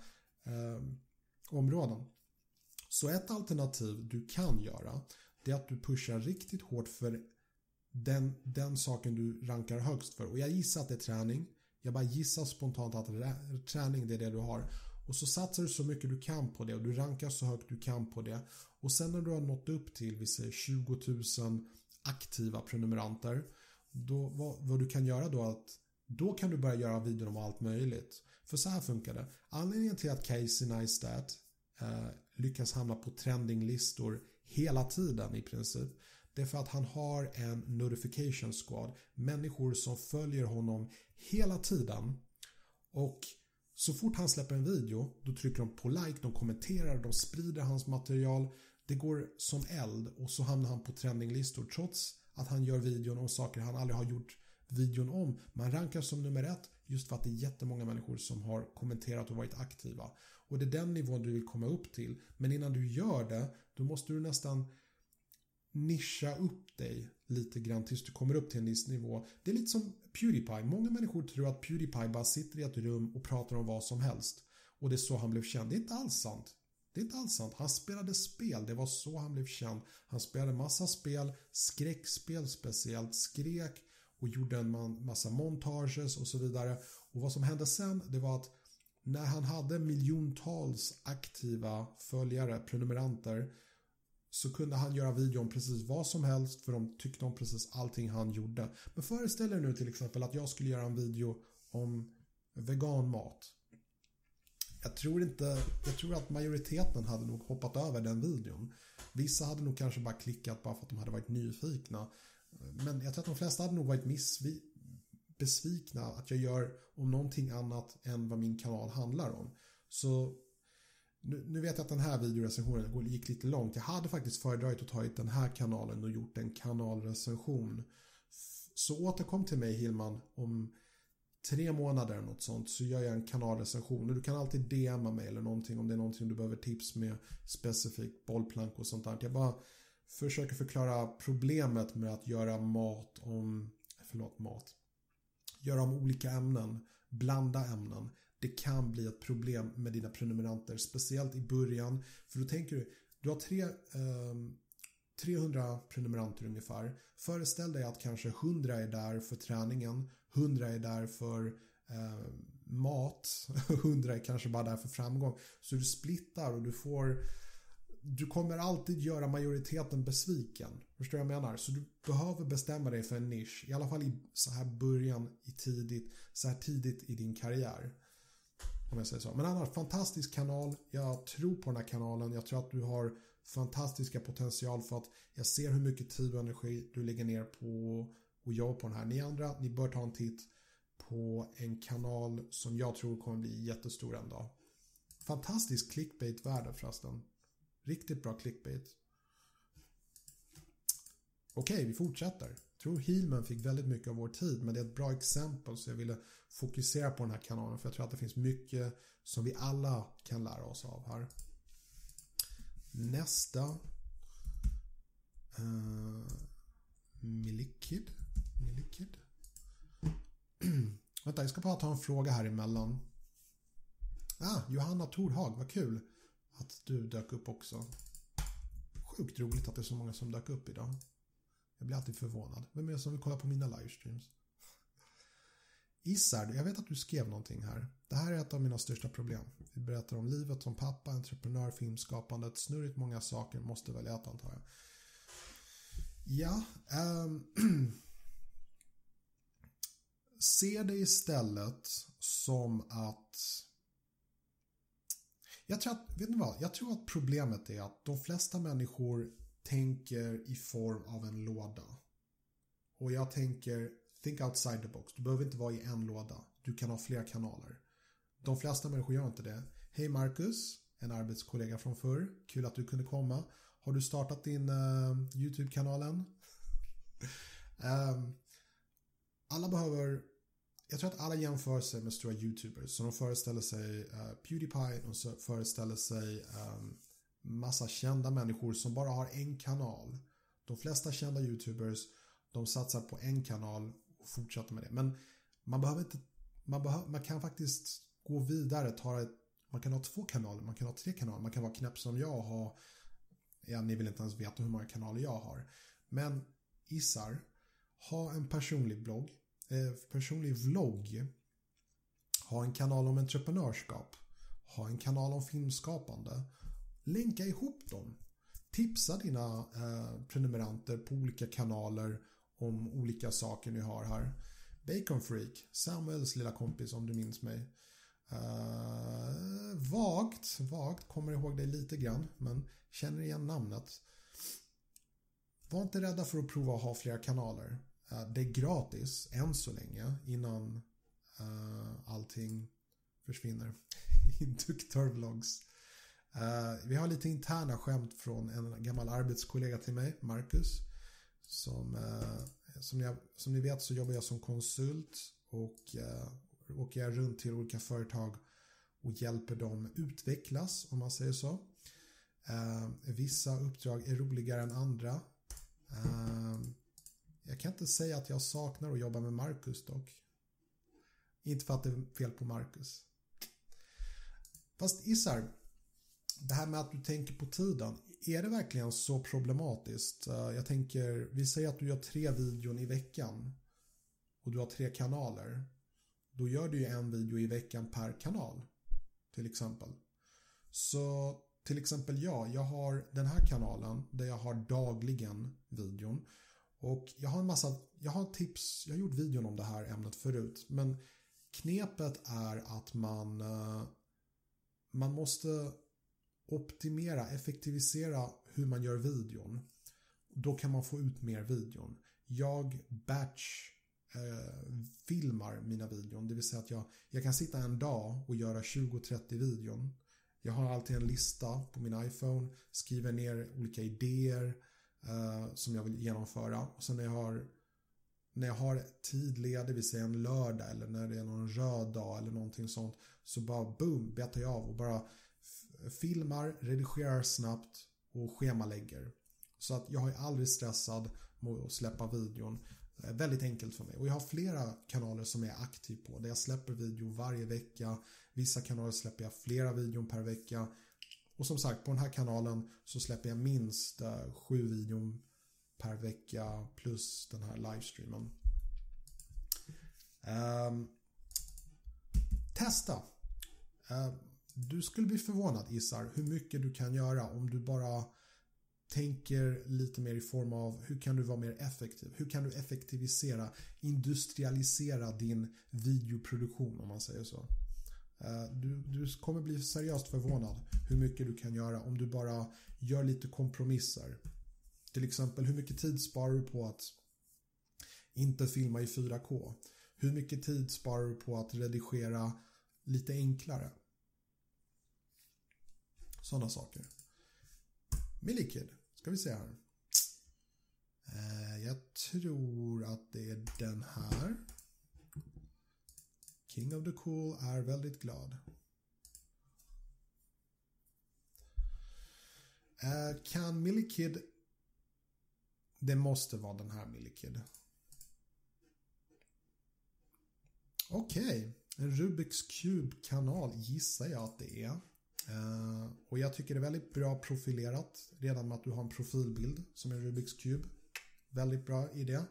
områden. Så ett alternativ du kan göra, det är att du pushar riktigt hårt för den saken du rankar högst för. Och jag gissar att det är träning. Jag bara gissar spontant att träning, det är det du har. Och så satsar du så mycket du kan på det och du rankar så högt du kan på det. Och sen när du har nått upp till, vi säger 20 000 aktiva prenumeranter, då, vad du kan göra då, att då kan du börja göra videor om allt möjligt. För så här funkar det. Anledningen till att Casey Neistat lyckas hamna på trendinglistor hela tiden i princip, det är för att han har en notification squad. Människor som följer honom hela tiden. Och så fort han släpper en video, då trycker de på like, de kommenterar, de sprider hans material. Det går som eld och så hamnar han på trendinglistor trots att han gör videon om saker han aldrig har gjort videon om. Man rankar som nummer 1 just för att det är jättemånga människor som har kommenterat och varit aktiva. Och det är den nivån du vill komma upp till. Men innan du gör det, då måste du nästan nischa upp dig lite grann tills du kommer upp till en viss nivå. Det är lite som PewDiePie. Många människor tror att PewDiePie bara sitter i ett rum och pratar om vad som helst. Och det är så han blev känd. Det är inte alls sant. Det är inte alls sant. Han spelade spel. Det var så han blev känd. Han spelade massa spel, skräckspel speciellt, skrek och gjorde en massa montages och så vidare. Och vad som hände sen, det var att när han hade miljontals aktiva följare, prenumeranter, så kunde han göra video om precis vad som helst, för de tyckte om precis allting han gjorde. Men föreställ er nu till exempel att jag skulle göra en video om veganmat. Jag tror att majoriteten hade nog hoppat över den videon. Vissa hade nog kanske bara klickat bara för att de hade varit nyfikna. Men jag tror att de flesta hade nog varit besvikna att jag gör om någonting annat än vad min kanal handlar om. Så nu vet jag att den här videorecensionen gick lite långt. Jag hade faktiskt föredragit att ta hit den här kanalen och gjort en kanalrecension. Så återkom till mig, Hillman, om 3 månader eller något sånt, så gör jag en kanalrecension. Och du kan alltid DMa mig eller någonting om det är någonting du behöver tips med, specifikt bollplank och sånt där. Jag bara försöker förklara problemet med att göra göra om olika ämnen, blanda ämnen. Det kan bli ett problem med dina prenumeranter, speciellt i början. För då tänker du har 300 prenumeranter ungefär. Föreställ dig att kanske 100 är där för träningen, 100 är där för mat, 100 är kanske bara där för framgång. Så du splittar och du kommer alltid göra majoriteten besviken. Förstår du vad jag menar? Så du behöver bestämma dig för en nisch. I alla fall i så här början, så här tidigt i din karriär. Om jag säger så. Men annars, fantastisk kanal. Jag tror på den här kanalen. Jag tror att du har fantastiska potential, för att jag ser hur mycket tid och energi du lägger ner på och jobba på den här. Ni andra, ni bör ta en titt på en kanal som jag tror kommer bli jättestor en dag. Fantastisk clickbait-värde förresten. Riktigt bra clickbait. Okej, vi fortsätter. Jag tror Hillman fick väldigt mycket av vår tid, men det är ett bra exempel, så jag ville fokusera på den här kanalen, för jag tror att det finns mycket som vi alla kan lära oss av här. Nästa Milikid. Vänta, jag ska bara ta en fråga här emellan. Johanna Torhag, vad kul att du dök upp också. Sjukt roligt att det är så många som dök upp idag. Jag blir alltid förvånad. Vem är det som vill kolla på mina livestreams? Isard, jag vet att du skrev någonting här. Det här är ett av mina största problem. Vi berättar om livet som pappa, entreprenör, filmskapandet, snurrigt många saker, måste välja ett, antar jag. Ja, se det istället som att jag tror att problemet är att de flesta människor tänker i form av en låda. Och jag tänker think outside the box. Du behöver inte vara i en låda. Du kan ha flera kanaler. De flesta människor gör inte det. Hej Marcus, en arbetskollega från förr. Kul att du kunde komma. Har du startat din YouTube-kanalen? Jag tror att alla jämför sig med stora YouTubers. Så de föreställer sig PewDiePie, och så föreställer sig massa kända människor som bara har en kanal. De flesta kända YouTubers, de satsar på en kanal och fortsätter med det. Men man kan faktiskt gå vidare. Man kan ha 2 kanaler, man kan ha 3 kanaler. Man kan vara knäpp som jag och ha... Ja, ni vill inte ens veta hur många kanaler jag har. Men Isar, ha en personlig vlogg. Ha en kanal om entreprenörskap. Ha en kanal om filmskapande. Länka ihop dem. Tipsa dina prenumeranter på olika kanaler om olika saker ni har här. Bacon Freak, Samuels lilla kompis, om du minns mig. Vagt kommer ihåg dig lite grann, men känner igen namnet. Var inte rädda för att prova att ha flera kanaler. Det är gratis än så länge, innan allting försvinner. Induktörvlogs. Vi har lite interna skämt från en gammal arbetskollega till mig, Marcus, som ni vet så jobbar jag som konsult och åker jag runt till olika företag och hjälper dem utvecklas, om man säger så. Vissa uppdrag är roligare än andra. Jag kan inte säga att jag saknar att jobba med Marcus dock. Inte för att det är fel på Marcus. Fast Isar, det här med att du tänker på tiden, är det verkligen så problematiskt? Jag tänker, vi säger att du gör 3 videon i veckan och du har 3 kanaler. Då gör du ju en video i veckan per kanal, till exempel. Så till exempel jag har den här kanalen där jag har dagligen videon. Och jag har tips, jag har gjort videon om det här ämnet förut. Men knepet är att man måste effektivisera hur man gör videon. Då kan man få ut mer videon. Jag filmar mina videon. Det vill säga att jag kan sitta en dag och göra 20-30 videon. Jag har alltid en lista på min iPhone, skriver ner olika idéer som jag vill genomföra. Och sen när jag har tidled, det vill säga en lördag eller när det är någon röd dag eller någonting sånt, så bara boom, betar jag av och bara filmar, redigerar snabbt och schemalägger. Så att jag är aldrig stressad med att släppa videon. Väldigt enkelt för mig. Och jag har flera kanaler som jag är aktiv på. Där jag släpper video varje vecka. Vissa kanaler släpper jag flera videon per vecka. Och som sagt, på den här kanalen så släpper jag minst 7 videon per vecka plus den här livestreamen. Testa. Du skulle bli förvånad, Isar, hur mycket du kan göra om du bara tänker lite mer i form av hur kan du vara mer effektiv? Hur kan du effektivisera, industrialisera din videoproduktion, om man säger så? Du kommer bli seriöst förvånad hur mycket du kan göra om du bara gör lite kompromisser. Till exempel, hur mycket tid sparar du på att inte filma i 4K? Hur mycket tid sparar du på att redigera lite enklare? Sådana saker. Millikid, ska vi se här. Jag tror att det är den här. King of the Cool är väldigt glad. Kan Millikid... Det måste vara den här Millikid. Okej. En Rubiks Cube-kanal gissar jag att det är. Och jag tycker det är väldigt bra profilerat redan med att du har en profilbild som är Rubiks Cube. Väldigt bra idé.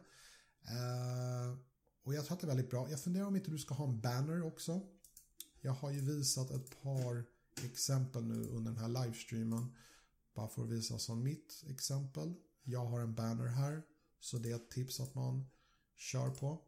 Och jag tror att det är väldigt bra. Jag funderar om inte du ska ha en banner också. Jag har ju visat ett par exempel nu under den här livestreamen. Bara för att visa som mitt exempel. Jag har en banner här. Så det är ett tips att man kör på.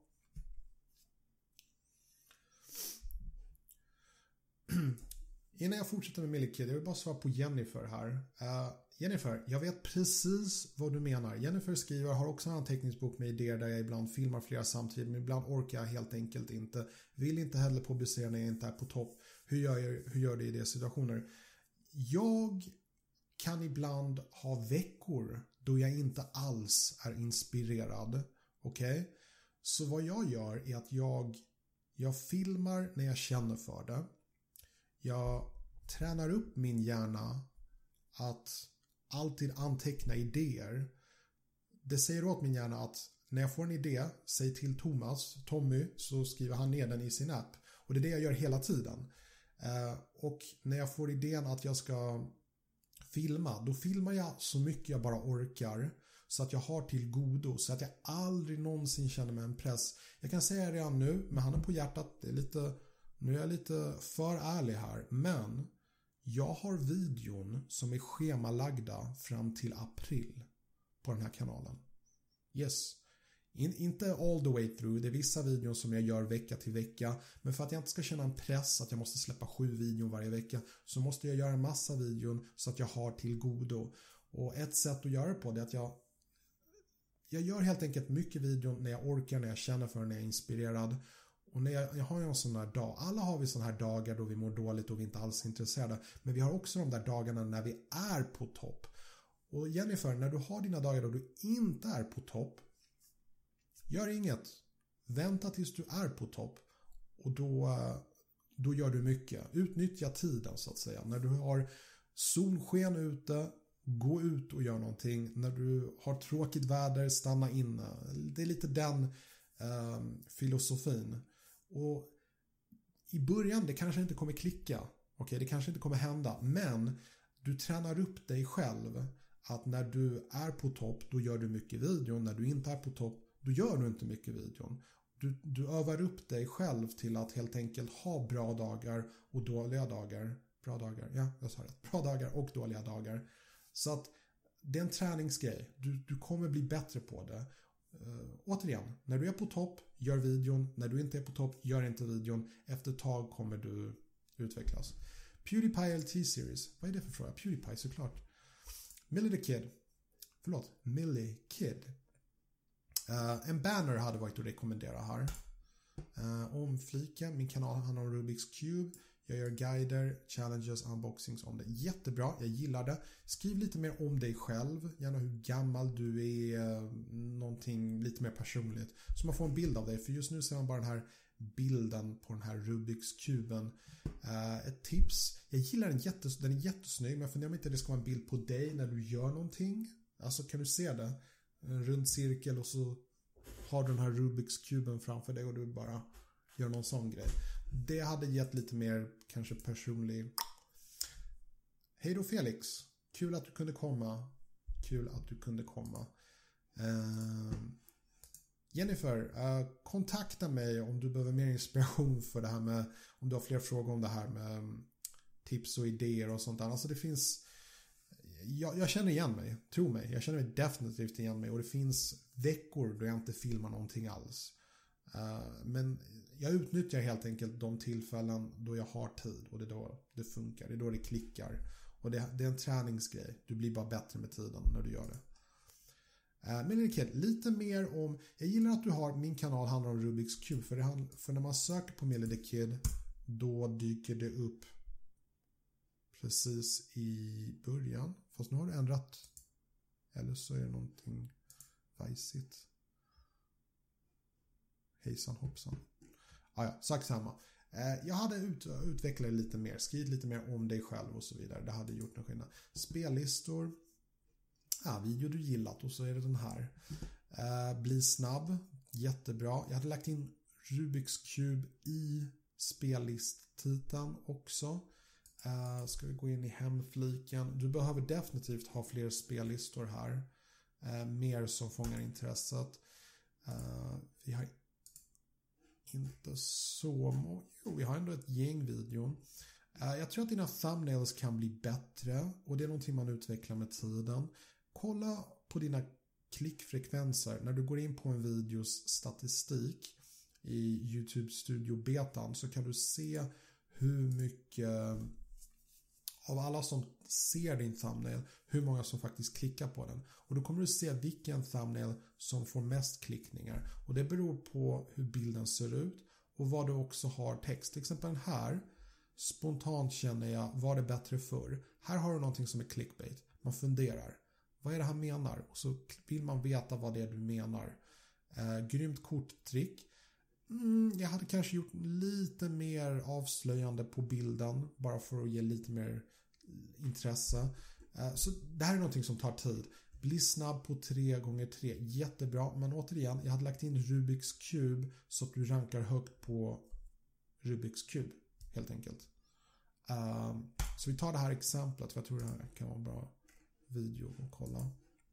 Innan jag fortsätter med Millikid, jag vill bara svara på Jennifer här. Jennifer, jag vet precis vad du menar. Jennifer skriver, har också en anteckningsbok med idéer där jag ibland filmar flera samtidigt, men ibland orkar jag helt enkelt inte. Vill inte heller publicera när jag inte är på topp. Hur gör du i de situationer? Jag kan ibland ha veckor då jag inte alls är inspirerad. Okej? Så vad jag gör är att jag filmar när jag känner för det. Jag tränar upp min hjärna att alltid anteckna idéer. Det säger åt min hjärna att när jag får en idé, säg till Tommy, så skriver han ner den i sin app. Och det är det jag gör hela tiden. Och när jag får idén att jag ska filma, då filmar jag så mycket jag bara orkar. Så att jag har till godo, så att jag aldrig någonsin känner mig en press. Jag kan säga redan nu, med handen på hjärtat, nu är jag lite för ärlig här, men jag har videon som är schemalagda fram till april på den här kanalen. Yes. Inte all the way through, det är vissa videor som jag gör vecka till vecka, men för att jag inte ska känna en press att jag måste släppa 7 videor varje vecka, så måste jag göra en massa videor så att jag har till godo. Och ett sätt att göra det på det är att jag gör helt enkelt mycket videor när jag orkar, när jag känner för, när jag är inspirerad. Och när jag har ju en sån här dag, alla har vi såna här dagar då vi mår dåligt och vi inte alls är intresserade, men vi har också de där dagarna när vi är på topp. Och Jennifer, när du har dina dagar då du inte är på topp, gör inget. Vänta tills du är på topp och då gör du mycket. Utnyttja tiden så att säga. När du har solsken ute, gå ut och gör någonting. När du har tråkigt väder, stanna inne. Det är lite den filosofin. Och i början, det kanske inte kommer klicka. Okej, det kanske inte kommer hända. Men du tränar upp dig själv att när du är på topp, då gör du mycket video. När du inte är på topp, då gör du inte mycket video. Du övar upp dig själv till att helt enkelt ha bra dagar och dåliga dagar. Bra dagar, ja, jag sa det. Bra dagar och dåliga dagar. Så att det är en träningsgrej. Du kommer bli bättre på det. Återigen, när du är på topp, gör videon. När du inte är på topp, gör inte videon. Efter ett tag kommer du utvecklas. PewDiePie LT-series. Vad är det för fråga? PewDiePie såklart. Millie Kid. En banner hade varit att rekommendera här. Omfliken, min kanal handlar om Rubik's Cube. Jag gör guider, challenges, unboxings om det. Jättebra, jag gillar det. Skriv lite mer om dig själv. Gärna hur gammal du är. Någonting lite mer personligt. Så man får en bild av dig. För just nu ser man bara den här bilden på den här Rubiks kuben. Ett tips. Jag gillar den är jättesnygg. Men jag funderar om inte det ska vara en bild på dig när du gör någonting. Alltså kan du se det? En rund cirkel och så har du den här Rubiks kuben framför dig och du bara gör någon sån grej. Det hade gett lite mer kanske personlig. Hej då Felix. Kul att du kunde komma. Jennifer, kontakta mig om du behöver mer inspiration för det här med, om du har fler frågor om det här med tips och idéer och sånt där. Alltså det finns, jag känner igen mig, tro mig. Jag känner mig definitivt igen mig och det finns veckor då jag inte filmar någonting alls. Men jag utnyttjar helt enkelt de tillfällen då jag har tid och det är då det funkar, det är då det klickar. Och det är en träningsgrej. Du blir bara bättre med tiden när du gör det. Melody lite mer om, jag gillar att du har, min kanal handlar om Rubik's Cube för när man söker på Melody Kid då dyker det upp precis i början. Fast nu har du ändrat, eller så är det någonting vajsigt. Hejsan hoppsan. Ja, sak samma. Jag hade utvecklat lite mer, skrivit lite mer om dig själv och så vidare. Det hade gjort en skillnad. Spellistor. Video du gillat och så är det den här. Bli snabb. Jättebra. Jag hade lagt in Rubik's Cube i spellisttiteln också. Ska vi gå in i hemfliken. Du behöver definitivt ha fler spellistor här. Mer som fångar intresset. Vi har inte så vi har ändå ett gäng videon. Jag tror att dina thumbnails kan bli bättre och det är någonting man utvecklar med tiden. Kolla på dina klickfrekvenser när du går in på en videos statistik i YouTube Studio betan så kan du se hur mycket av alla som ser din thumbnail, hur många som faktiskt klickar på den. Och då kommer du se vilken thumbnail som får mest klickningar. Och det beror på hur bilden ser ut och vad du också har text. Till exempel den här, spontant känner jag, var det bättre förr? Här har du någonting som är clickbait. Man funderar, vad är det han menar? Och så vill man veta vad det är du menar. Grymt korttrick. Jag hade kanske gjort lite mer avslöjande på bilden bara för att ge lite mer intresse. Så det här är någonting som tar tid. Bli snabb på 3x3. Jättebra. Men återigen, jag hade lagt in Rubik's Cube så att du rankar högt på Rubik's Cube. Helt enkelt. Så vi tar det här exemplet för jag tror det här kan vara en bra video att kolla.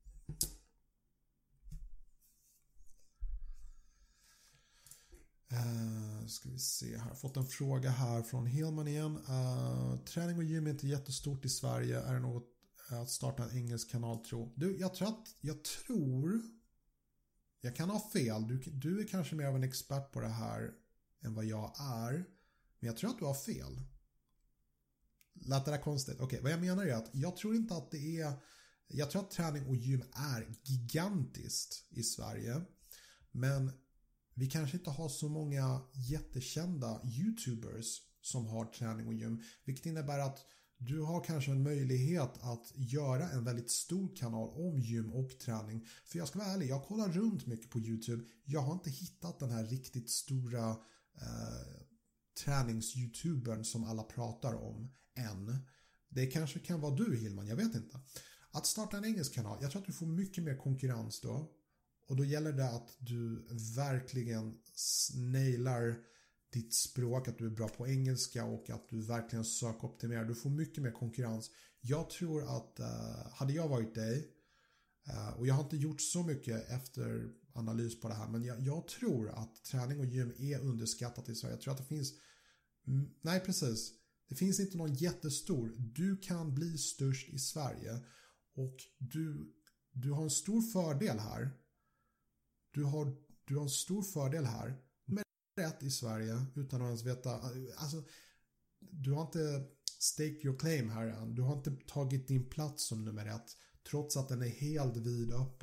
Ska vi se här. Fått en fråga här från Hillman igen. Träning och gym är inte jättestort i Sverige. Är det något att starta en engelsk kanal tro? Du, jag tror jag kan ha fel. Du är kanske mer av en expert på det här än vad jag är. Men jag tror att du har fel. Lät det där konstigt? Okej, vad jag menar är att jag tror inte att det är... Jag tror att träning och gym är gigantiskt i Sverige. Men vi kanske inte har så många jättekända YouTubers som har träning och gym. Vilket innebär att du har kanske en möjlighet att göra en väldigt stor kanal om gym och träning. För jag ska vara ärlig, jag kollar runt mycket på YouTube. Jag har inte hittat den här riktigt stora tränings-YouTubern som alla pratar om än. Det kanske kan vara du, Hillman, jag vet inte. Att starta en engelsk kanal, jag tror att du får mycket mer konkurrens då. Och då gäller det att du verkligen nailar ditt språk, att du är bra på engelska och att du verkligen sökoptimerar. Du får mycket mer konkurrens. Jag tror att hade jag varit dig, och jag har inte gjort så mycket efter analys på det här, men jag tror att träning och gym är underskattat i Sverige. Jag tror att det finns, nej precis, det finns inte någon jättestor. Du kan bli störst i Sverige och du har en stor fördel här. Du har en stor fördel här med rätt i Sverige utan att ens veta, alltså du har inte staked your claim här än. Du har inte tagit din plats som nummer 1 trots att den är helt vidöppen.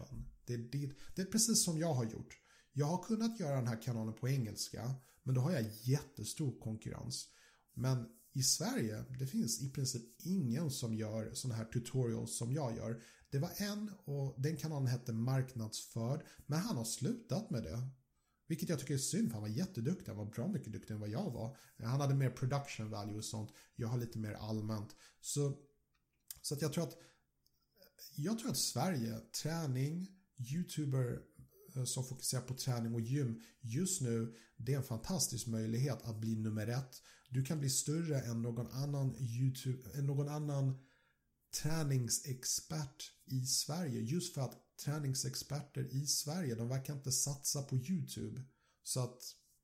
Det är precis som jag har gjort. Jag har kunnat göra den här kanalen på engelska, men då har jag jättestor konkurrens. Men i Sverige, det finns i princip ingen som gör såna här tutorials som jag gör. Det var en och den kanalen hette Marknadsförd, men han har slutat med det. Vilket jag tycker är synd, för han var jätteduktig. Han var bra mycket duktigare än vad jag var. Han hade mer production value och sånt. Jag har lite mer allmänt. Så att jag tror att Sverige, träning, YouTuber som fokuserar på träning och gym just nu, det är en fantastisk möjlighet att bli nummer 1. Du kan bli större än någon annan träningsexpert i Sverige, just för att träningsexperter i Sverige, de verkar inte satsa på YouTube. Så att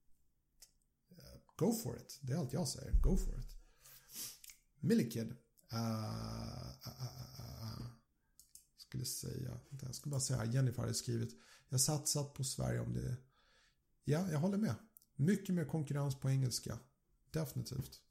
go for it. Det är allt jag säger. Go for it. Millikid. Jag skulle bara säga, Jennifer hade skrivit, jag satsat på Sverige om det. Ja, jag håller med. Mycket mer konkurrens på engelska. Definitivt.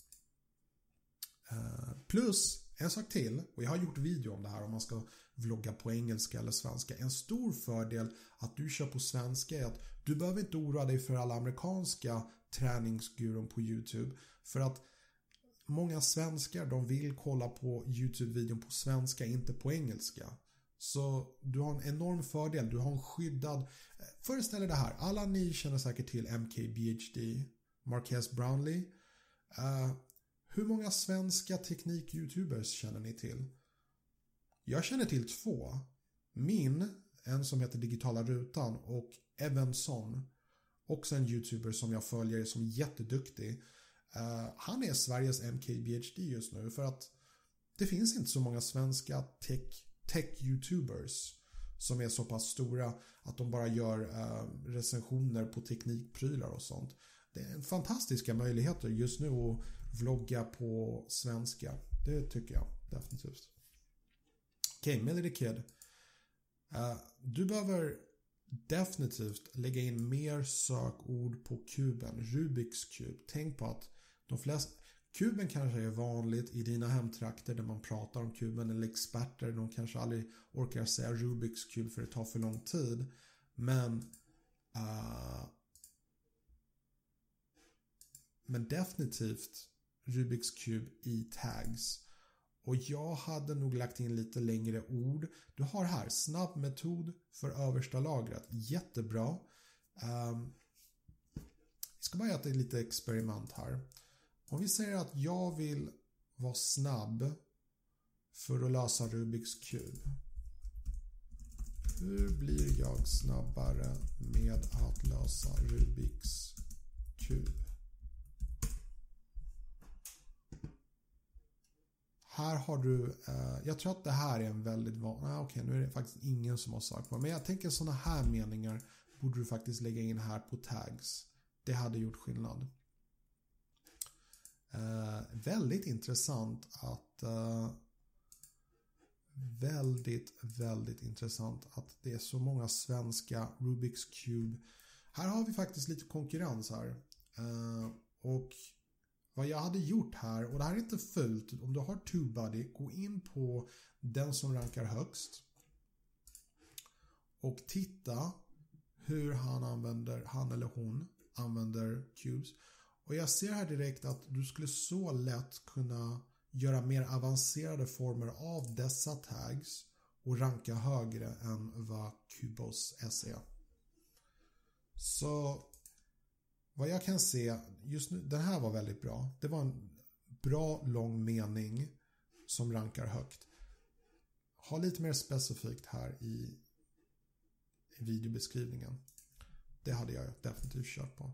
Plus en sak till, och jag har gjort video om det här om man ska vlogga på engelska eller svenska. En stor fördel att du kör på svenska är att du behöver inte oroa dig för alla amerikanska träningsgurun på YouTube. För att många svenskar, de vill kolla på YouTube-videon på svenska, inte på engelska. Så du har en enorm fördel. Du har en skyddad... Föreställ er det här. Alla ni känner säkert till MKBHD, Marques Brownlee. Hur många svenska teknik-youtubers känner ni till? Jag känner till 2. En som heter Digitala Rutan, och Evanson. Också en youtuber som jag följer som är jätteduktig. Han är Sveriges MKBHD just nu, för att det finns inte så många svenska tech-youtubers som är så pass stora att de bara gör recensioner på teknikprylar och sånt. Det är fantastiska möjligheter just nu att vlogga på svenska. Det tycker jag definitivt. Okej, Melody Kid. Du behöver definitivt lägga in mer sökord på kuben. Rubiks kub. Tänk på att de flesta... Kuben kanske är vanligt i dina hemtrakter där man pratar om kuben, eller experter. De kanske aldrig orkar säga Rubiks kub för det tar för lång tid. Men definitivt Rubiks kub i tags. Och jag hade nog lagt in lite längre ord. Du har här snabb metod för översta lagret. Jättebra. Vi ska bara göra ett litet experiment här. Om vi säger att jag vill vara snabb för att lösa Rubiks kub. Hur blir jag snabbare med att lösa Rubiks kub? Här har du, jag tror att det här är en väldigt vanlig, nu är det faktiskt ingen som har sagt men jag tänker sådana här meningar borde du faktiskt lägga in här på tags. Det hade gjort skillnad. Väldigt intressant att väldigt intressant att det är så många svenska Rubiks Cube. Här har vi faktiskt lite konkurrens här. Och vad jag hade gjort här, och det här är inte fullt, om du har TubeBuddy, gå in på den som rankar högst och titta hur han eller hon använder cubes. Och jag ser här direkt att du skulle så lätt kunna göra mer avancerade former av dessa tags och ranka högre än vad Kubos SE. Så vad jag kan se just nu, den här var väldigt bra. Det var en bra lång mening som rankar högt. Ha lite mer specifikt här i videobeskrivningen. Det hade jag definitivt kört på.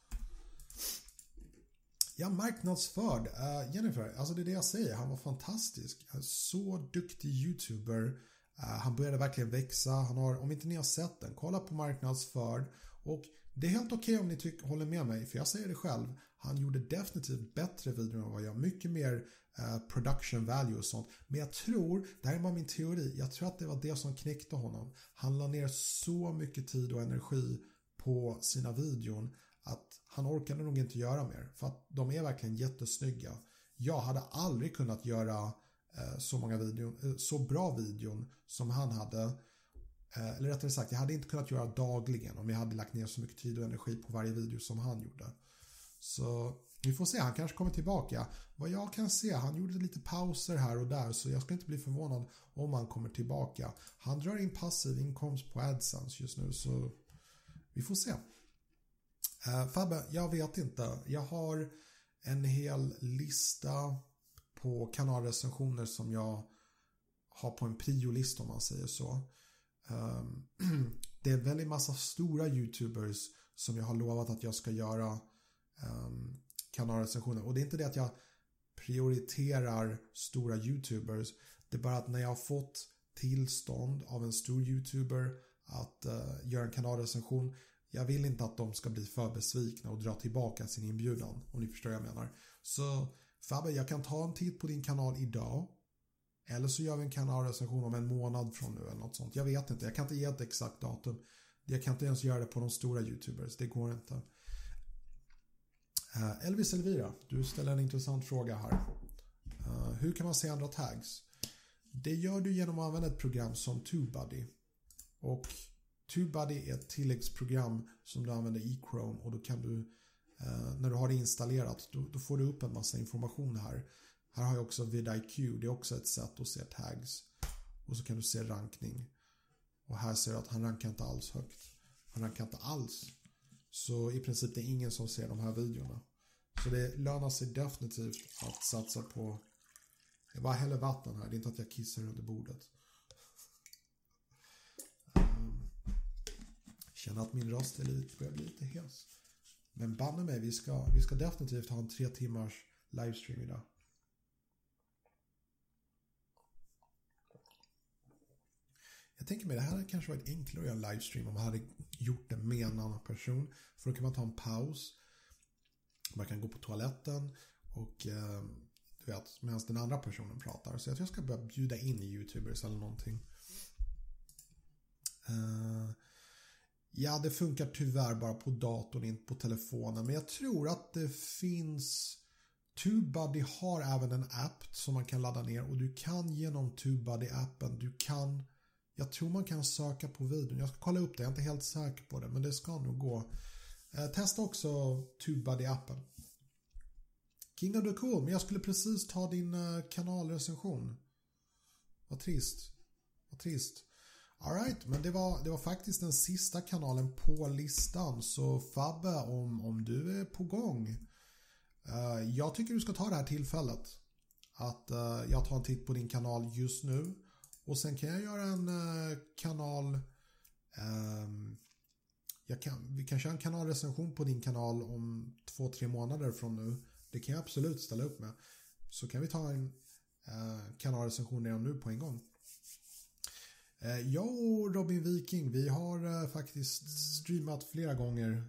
Ja, marknadsförd. Jennifer, alltså det är det jag säger. Han var fantastisk. Så duktig YouTuber. Han började verkligen växa. Han har, om inte ni har sett den, kolla på marknadsförd. Och det är helt okej om ni håller med mig, för jag säger det själv. Han gjorde definitivt bättre videor än vad jag. Mycket mer production value och sånt. Men jag tror, det här är bara min teori, jag tror att det var det som knäckte honom. Han la ner så mycket tid och energi på sina videon att han orkade nog inte göra mer. För att de är verkligen jättesnygga. Jag hade aldrig kunnat göra så bra videon som han hade. Eller rättare sagt, jag hade inte kunnat göra dagligen om jag hade lagt ner så mycket tid och energi på varje video som han gjorde. Så vi får se, han kanske kommer tillbaka. Vad jag kan se, han gjorde lite pauser här och där, så jag ska inte bli förvånad om han kommer tillbaka. Han drar in passiv inkomst på AdSense just nu, så vi får se. Fabbe, jag vet inte. Jag har en hel lista på kanalrecensioner som jag har på en prio-lista, om man säger så. Det är en väldigt massa stora YouTubers som jag har lovat att jag ska göra kanalrecensioner. Och det är inte det att jag prioriterar stora YouTubers. Det är bara att när jag har fått tillstånd av en stor YouTuber att göra en kanalrecension, jag vill inte att de ska bli för besvikna och dra tillbaka sin inbjudan, om ni förstår vad jag menar. Så Fabbe, jag kan ta en titt på din kanal idag. Eller så gör vi en kanalrecension om en månad från nu eller något sånt. Jag vet inte, jag kan inte ge ett exakt datum. Jag kan inte ens göra det på de stora YouTubers, det går inte. Elvis Elvira, du ställer en intressant fråga här. Hur kan man se andra tags? Det gör du genom att använda ett program som TubeBuddy. Och TubeBuddy är ett tilläggsprogram som du använder i Chrome, och då kan du, när du har det installerat, då får du upp en massa information här. Här har jag också vidIQ, det är också ett sätt att se tags. Och så kan du se rankning. Och här ser du att han rankar inte alls högt. Han rankar inte alls. Så i princip det är ingen som ser de här videorna. Så det lönar sig definitivt att satsa på. Jag bara häller vatten här, det är inte att jag kissar under bordet. Känner att min röst börjar bli lite hes. Men banne mig, vi ska definitivt ha en 3 timmars livestream idag. Jag tänker mig, det här hade kanske varit enklare att göra en livestream om man hade gjort det med en annan person. För då kan man ta en paus. Man kan gå på toaletten och du vet, medan den andra personen pratar. Så jag tror jag ska börja bjuda in YouTubers eller någonting. Ja, det funkar tyvärr bara på datorn, inte på telefonen. Men jag tror att det finns... TubeBuddy har även en app som man kan ladda ner. Och du kan genom TubeBuddy-appen, jag tror man kan söka på videon. Jag ska kolla upp det, jag är inte helt säker på det, men det ska nog gå. Testa också TubeBuddy-appen. King of the Cool, men jag skulle precis ta din kanalrecension. Vad trist. Alright, men det var faktiskt den sista kanalen på listan. Så Fabbe, om du är på gång. Jag tycker du ska ta det här tillfället. Att jag tar en titt på din kanal just nu. Och sen kan jag göra en kanal... vi kan köra en kanalrecension på din kanal om 2-3 månader från nu. Det kan jag absolut ställa upp med. Så kan vi ta en kanalrecension redan nu på en gång. Jag och Robin Viking, vi har faktiskt streamat flera gånger.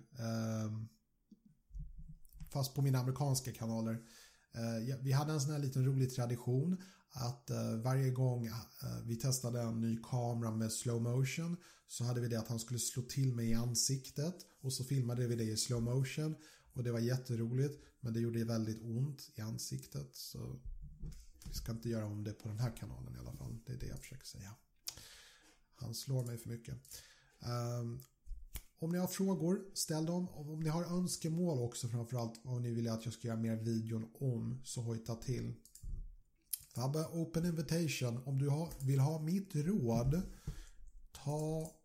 Fast på mina amerikanska kanaler. Vi hade en sån här liten rolig tradition att varje gång vi testade en ny kamera med slow motion så hade vi det att han skulle slå till mig i ansiktet och så filmade vi det i slow motion och det var jätteroligt, men det gjorde väldigt ont i ansiktet, så vi ska inte göra om det på den här kanalen i alla fall. Det är det jag försöker säga. Han slår mig för mycket. Om ni har frågor, ställ dem. Om ni har önskemål också, framförallt om ni vill att jag ska göra mer videon om, så hojta till. Fabbe, open invitation. Om du vill ha mitt råd, ta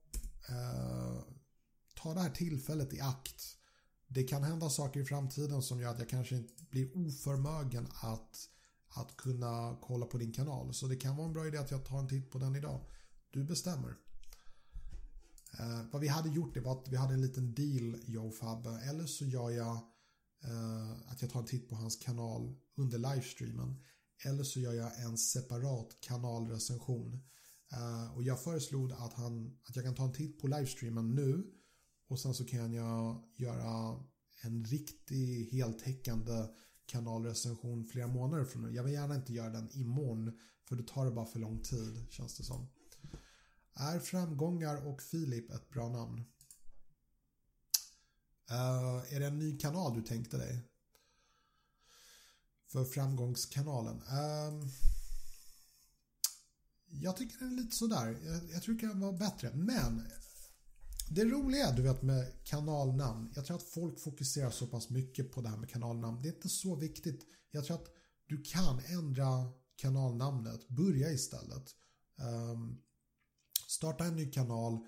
det här tillfället i akt. Det kan hända saker i framtiden som gör att jag kanske inte blir oförmögen att kunna kolla på din kanal. Så det kan vara en bra idé att jag tar en titt på den idag. Du bestämmer. Vad vi hade gjort, det var att vi hade en liten deal, jag och Fabbe. Eller så gör jag att jag tar en titt på hans kanal under livestreamen. Eller så gör jag en separat kanalrecension. Och jag föreslog att jag kan ta en titt på livestreamen nu. Och sen så kan jag göra en riktig heltäckande kanalrecension flera månader från nu. Jag vill gärna inte göra den imorgon, för det tar det bara för lång tid, känns det som. Är Framgångar och Filip ett bra namn? Är det en ny kanal du tänkte dig? För Framgångskanalen? jag tycker den är lite sådär. Jag tror det kan vara bättre. Men det roliga är, du vet, med kanalnamn. Jag tror att folk fokuserar så pass mycket på det här med kanalnamn. Det är inte så viktigt. Jag tror att du kan ändra kanalnamnet. Börja istället. Starta en ny kanal.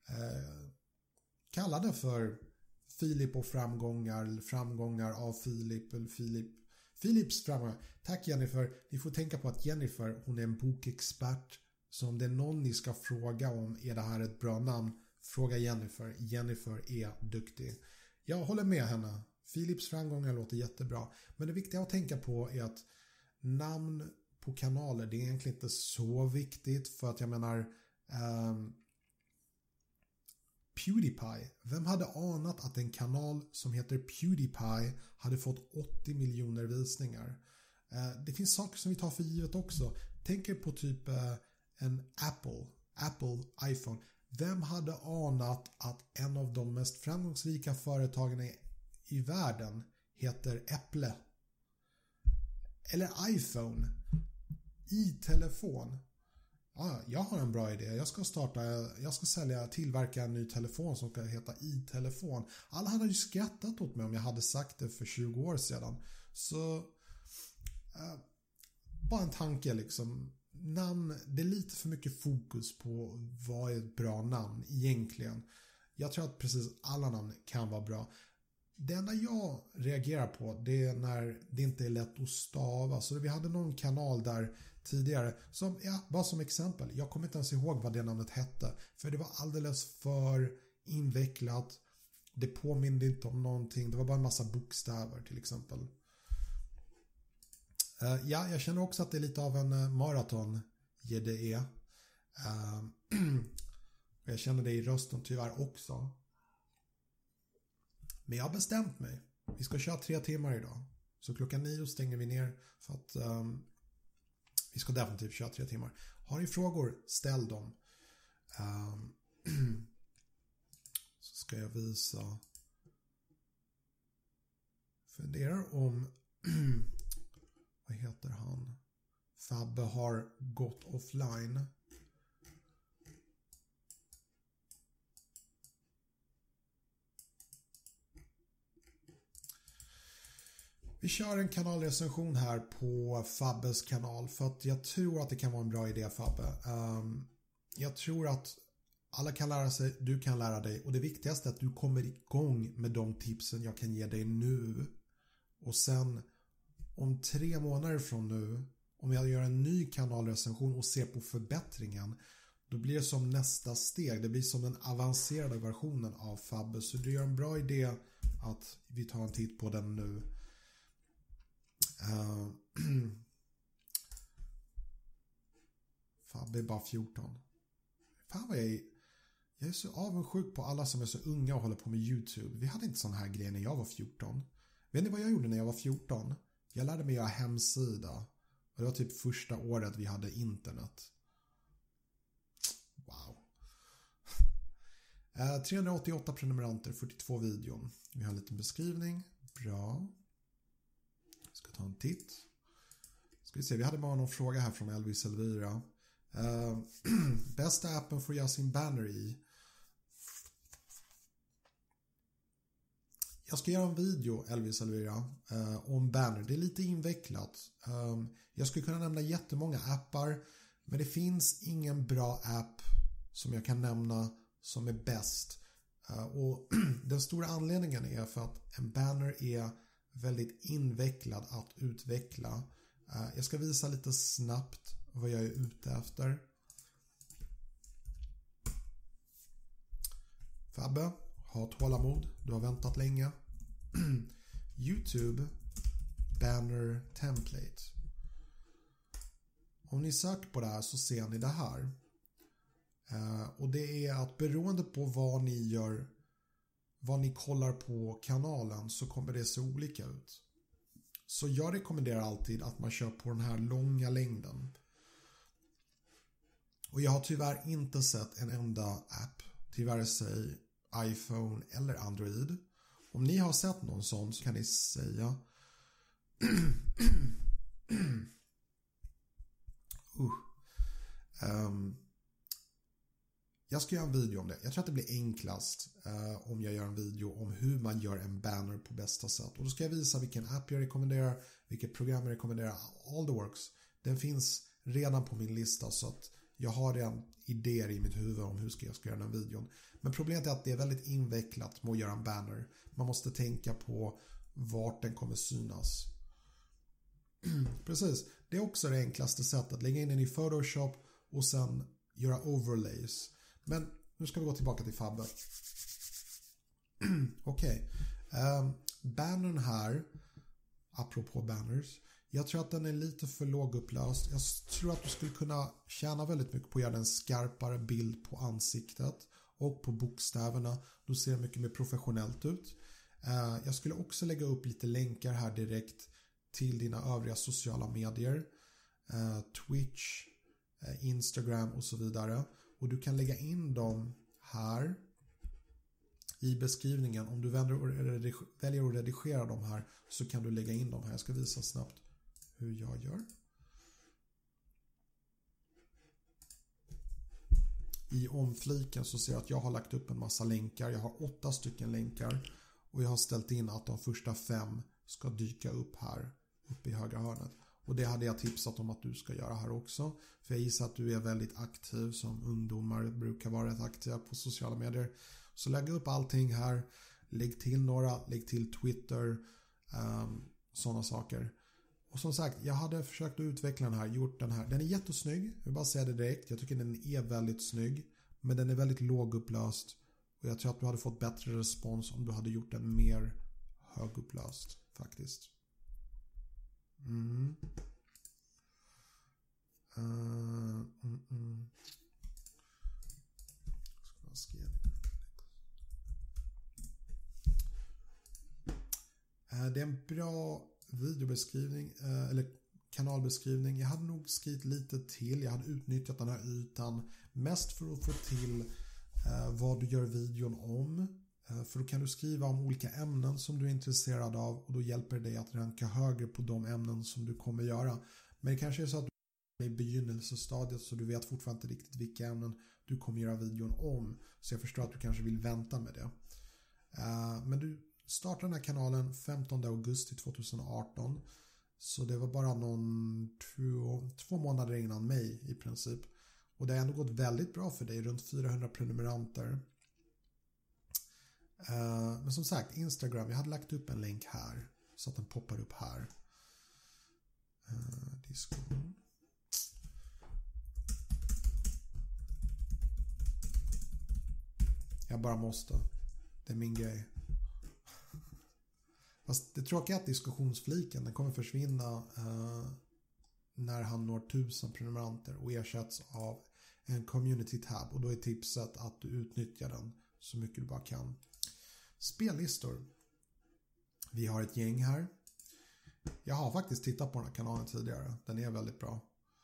Kalla det för Filip och framgångar. Eller framgångar av Filip. Eller Filips framgångar. Tack Jennifer. Ni får tänka på att Jennifer, hon är en bokexpert. Så om det är någon ni ska fråga om, är det här ett bra namn? Fråga Jennifer. Jennifer är duktig. Jag håller med henne. Filips framgångar låter jättebra. Men det viktiga att tänka på är att namn på kanaler, det är egentligen inte så viktigt. För att jag menar PewDiePie. Vem hade anat att en kanal som heter PewDiePie hade fått 80 miljoner visningar? Det finns saker som vi tar för givet också. Tänk er på typ en Apple iPhone. Vem hade anat att en av de mest framgångsrika företagen i världen heter Äpple? Eller iPhone. I-telefon. Ja, jag har en bra idé. Jag ska tillverka en ny telefon som ska heta i-telefon. Alla hade ju skrattat åt mig om jag hade sagt det för 20 år sedan. Så bara en tanke liksom. Namn, det är lite för mycket fokus på vad är ett bra namn egentligen. Jag tror att precis alla namn kan vara bra. Det enda jag reagerar på, det är när det inte är lätt att stava. Så vi hade någon kanal där tidigare som, bara som exempel, jag kommer inte ens ihåg vad det namnet hette, för det var alldeles för invecklat. Det påminde inte om någonting. Det var bara en massa bokstäver till exempel. Jag känner också att det är lite av en maraton JDE. Jag känner det i rösten tyvärr också. Men jag har bestämt mig. Vi ska köra 3 timmar idag. Så klockan 9 stänger vi ner. För att vi ska definitivt köra 3 timmar. Har ni frågor, ställ dem. Så ska jag visa. Funderar om vad heter han? Fabbe har gått offline. Vi kör en kanalrecension här på Fabbes kanal för att jag tror att det kan vara en bra idé, Fabbe. Jag tror att alla kan lära sig, du kan lära dig, och det viktigaste är att du kommer igång med de tipsen jag kan ge dig nu. Och sen om 3 månader från nu, om jag gör en ny kanalrecension och ser på förbättringen, då blir det som nästa steg. Det blir som den avancerade versionen av Fabbe. Så det är en bra idé att vi tar en titt på den nu. Fabbe är bara 14. Fan vad jag är så avundsjuk på alla som är så unga och håller på med YouTube. Vi hade inte sån här grejer när jag var 14. Vet ni vad jag gjorde när jag var 14? Jag lärde mig göra hemsida. Och det var typ första året vi hade internet. Wow. 388 prenumeranter, 42 videon. Vi har en liten beskrivning. Bra. Ska ta en titt. Ska vi se, vi hade bara någon fråga här från Elvis Elvira. Bästa appen för att göra sin banner i. Jag ska göra en video, Elvis Elvira, om banner. Det är lite invecklat. Jag skulle kunna nämna jättemånga appar, men det finns ingen bra app som jag kan nämna som är bäst. Och den stora anledningen är för att en banner är väldigt invecklad att utveckla. Jag ska visa lite snabbt vad jag är ute efter. Fabbe, ha tålamod. Du har väntat länge. YouTube banner template. Om ni söker på det här så ser ni det här. Och det är att beroende på vad ni gör, vad ni kollar på kanalen, så kommer det se olika ut. Så jag rekommenderar alltid att man kör på den här långa längden. Och jag har tyvärr inte sett en enda app till vare sig iPhone eller Android. Om ni har sett någon sån så kan ni säga. Jag ska göra en video om det. Jag tror att det blir enklast om jag gör en video om hur man gör en banner på bästa sätt. Och då ska jag visa vilken app jag rekommenderar, vilket program jag rekommenderar, all the works. Den finns redan på min lista så att jag har redan idéer i mitt huvud om hur jag ska göra den videon. Men problemet är att det är väldigt invecklat med att göra en banner. Man måste tänka på vart den kommer synas. Precis, det är också det enklaste sättet. Lägga in den i Photoshop och sen göra overlays. Men nu ska vi gå tillbaka till Fabbe. Okej. Bannern här, apropå banners, jag tror att den är lite för lågupplöst. Jag tror att du skulle kunna tjäna väldigt mycket på att göra en skarpare bild på ansiktet och på bokstäverna. Då ser det mycket mer professionellt ut. Jag skulle också lägga upp lite länkar här direkt till dina övriga sociala medier. Twitch, Instagram och så vidare. Och du kan lägga in dem här i beskrivningen. Om du väljer att redigera dem här så kan du lägga in dem här. Jag ska visa snabbt hur jag gör. I omfliken så ser jag att jag har lagt upp en massa länkar. Jag har 8 stycken länkar. Och jag har ställt in att de första 5 ska dyka upp här uppe i högra hörnet. Och det hade jag tipsat om att du ska göra här också. För jag gissar att du är väldigt aktiv, som ungdomar brukar vara rätt aktiva på sociala medier. Så lägg upp allting här. Lägg till några, lägg till Twitter. Sådana saker. Och som sagt, jag hade försökt att utveckla den här, gjort den här. Den är jättesnygg, jag vill bara säga det direkt. Jag tycker den är väldigt snygg. Men den är väldigt lågupplöst. Och jag tror att du hade fått bättre respons om du hade gjort den mer högupplöst faktiskt. Det är en bra videobeskrivning eller kanalbeskrivning. Jag hade nog skrivit lite till. Jag hade utnyttjat den här ytan mest för att få till vad du gör videon om. För då kan du skriva om olika ämnen som du är intresserad av och då hjälper det dig att ranka högre på de ämnen som du kommer göra. Men det kanske är så att du är i begynnelsestadiet så du vet fortfarande inte riktigt vilka ämnen du kommer göra videon om. Så jag förstår att du kanske vill vänta med det. Men du startar den här kanalen 15 augusti 2018. Så det var bara 2 månader innan mig i princip. Och det har ändå gått väldigt bra för dig, runt 400 prenumeranter. Men som sagt, Instagram, jag hade lagt upp en länk här så att den poppar upp här. Discord. Jag bara måste. Det är min grej. Fast det tråkiga är att diskussionsfliken, den kommer försvinna när han når 1000 prenumeranter och ersätts av en community tab. Och då är tipset att du utnyttjar den så mycket du bara kan. Spellistor. Vi har ett gäng här. Jag har faktiskt tittat på den här kanalen tidigare. Den är väldigt bra.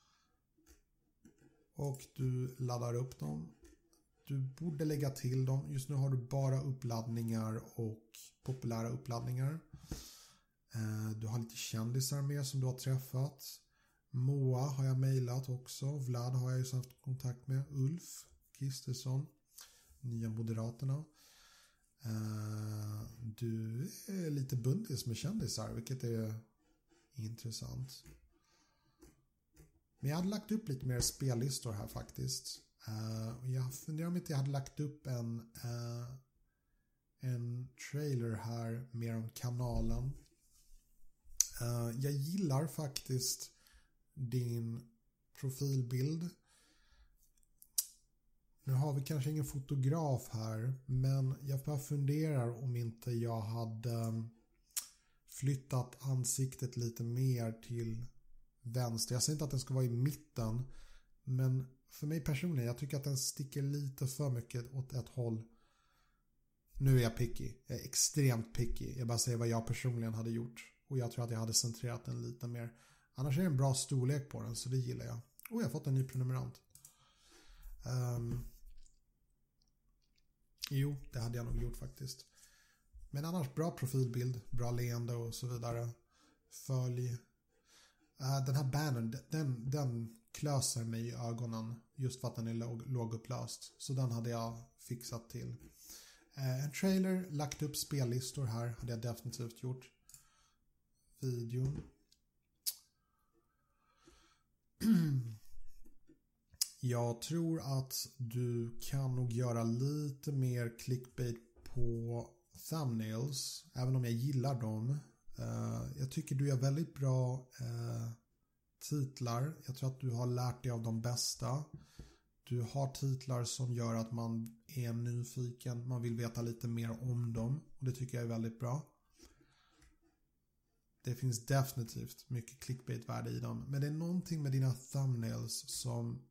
Och du laddar upp dem. Du borde lägga till dem. Just nu har du bara uppladdningar och populära uppladdningar. Du har lite kändisar med som du har träffat. Moa har jag mejlat också. Vlad har jag ju haft kontakt med. Ulf Kristersson. Nya Moderaterna. Du är lite bundis med kändisar, vilket är intressant. Men jag hade lagt upp lite mer spellistor här faktiskt. Jag funderar om inte jag hade lagt upp en trailer här mer om kanalen. Jag gillar faktiskt din profilbild. Nu har vi kanske ingen fotograf här, men jag bara funderar om inte jag hade flyttat ansiktet lite mer till vänster. Jag säger inte att den ska vara i mitten, men för mig personligen, jag tycker att den sticker lite för mycket åt ett håll. Nu är jag picky. Jag är extremt picky. Jag bara säger vad jag personligen hade gjort. Och jag tror att jag hade centrerat den lite mer. Annars är det en bra storlek på den, så det gillar jag. Och jag har fått en ny prenumerant. Jo, det hade jag nog gjort faktiskt. Men annars bra profilbild, bra leende och så vidare. Följ. Den här bannern, den klöser mig i ögonen just för att den är lågupplöst. Så den hade jag fixat till. En trailer, lagt upp spellistor här hade jag definitivt gjort. Videon. Jag tror att du kan nog göra lite mer clickbait på thumbnails, även om jag gillar dem. Jag tycker du gör väldigt bra titlar. Jag tror att du har lärt dig av de bästa. Du har titlar som gör att man är nyfiken, man vill veta lite mer om dem, och det tycker jag är väldigt bra. Det finns definitivt mycket clickbait-värde i dem, men det är någonting med dina thumbnails som...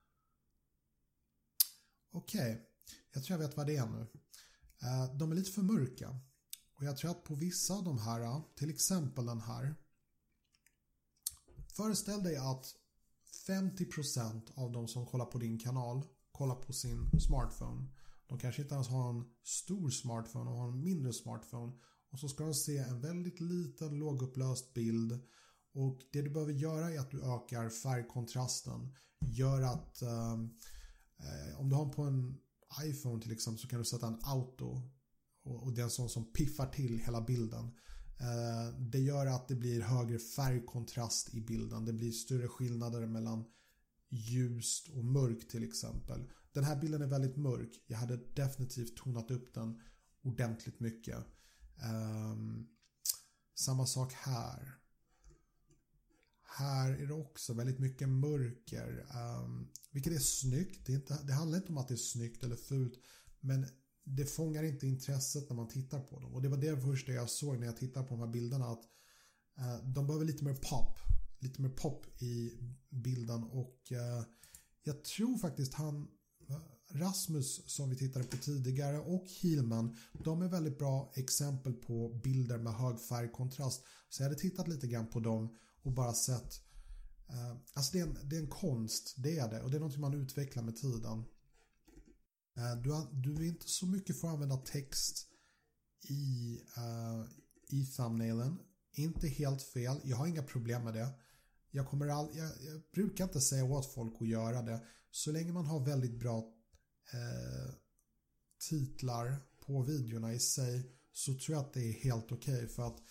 Okej, jag tror jag vet vad det är nu. De är lite för mörka. Och jag tror att på vissa av de här, till exempel den här. Föreställ dig att 50% av de som kollar på din kanal kollar på sin smartphone. De kanske inte ens har en stor smartphone och har en mindre smartphone. Och så ska de se en väldigt liten lågupplöst bild. Och det du behöver göra är att du ökar färgkontrasten. Gör att om du har på en iPhone till exempel så kan du sätta en auto. Och det är en sån som piffar till hela bilden. Det gör att det blir högre färgkontrast i bilden. Det blir större skillnader mellan ljust och mörkt till exempel. Den här bilden är väldigt mörk. Jag hade definitivt tonat upp den ordentligt mycket. Samma sak här. Här är det också väldigt mycket mörker. Vilket är snyggt. Det handlar inte om att det är snyggt eller fult. Men det fångar inte intresset när man tittar på dem. Och det var det första jag såg när jag tittade på de här bilderna. Att de behöver lite mer pop. Lite mer pop i bilden. Och jag tror faktiskt Rasmus som vi tittade på tidigare och Heelman, de är väldigt bra exempel på bilder med hög färgkontrast. Så jag hade tittat lite grann på dem och bara sett alltså det är en konst, det är det. Och det är något man utvecklar med tiden. Du är inte så mycket för att använda text i thumbnailen. Inte helt fel. Jag har inga problem med det. Jag brukar inte säga åt folk att göra det. Så länge man har väldigt bra titlar på videorna i sig så tror jag att det är helt okej. För att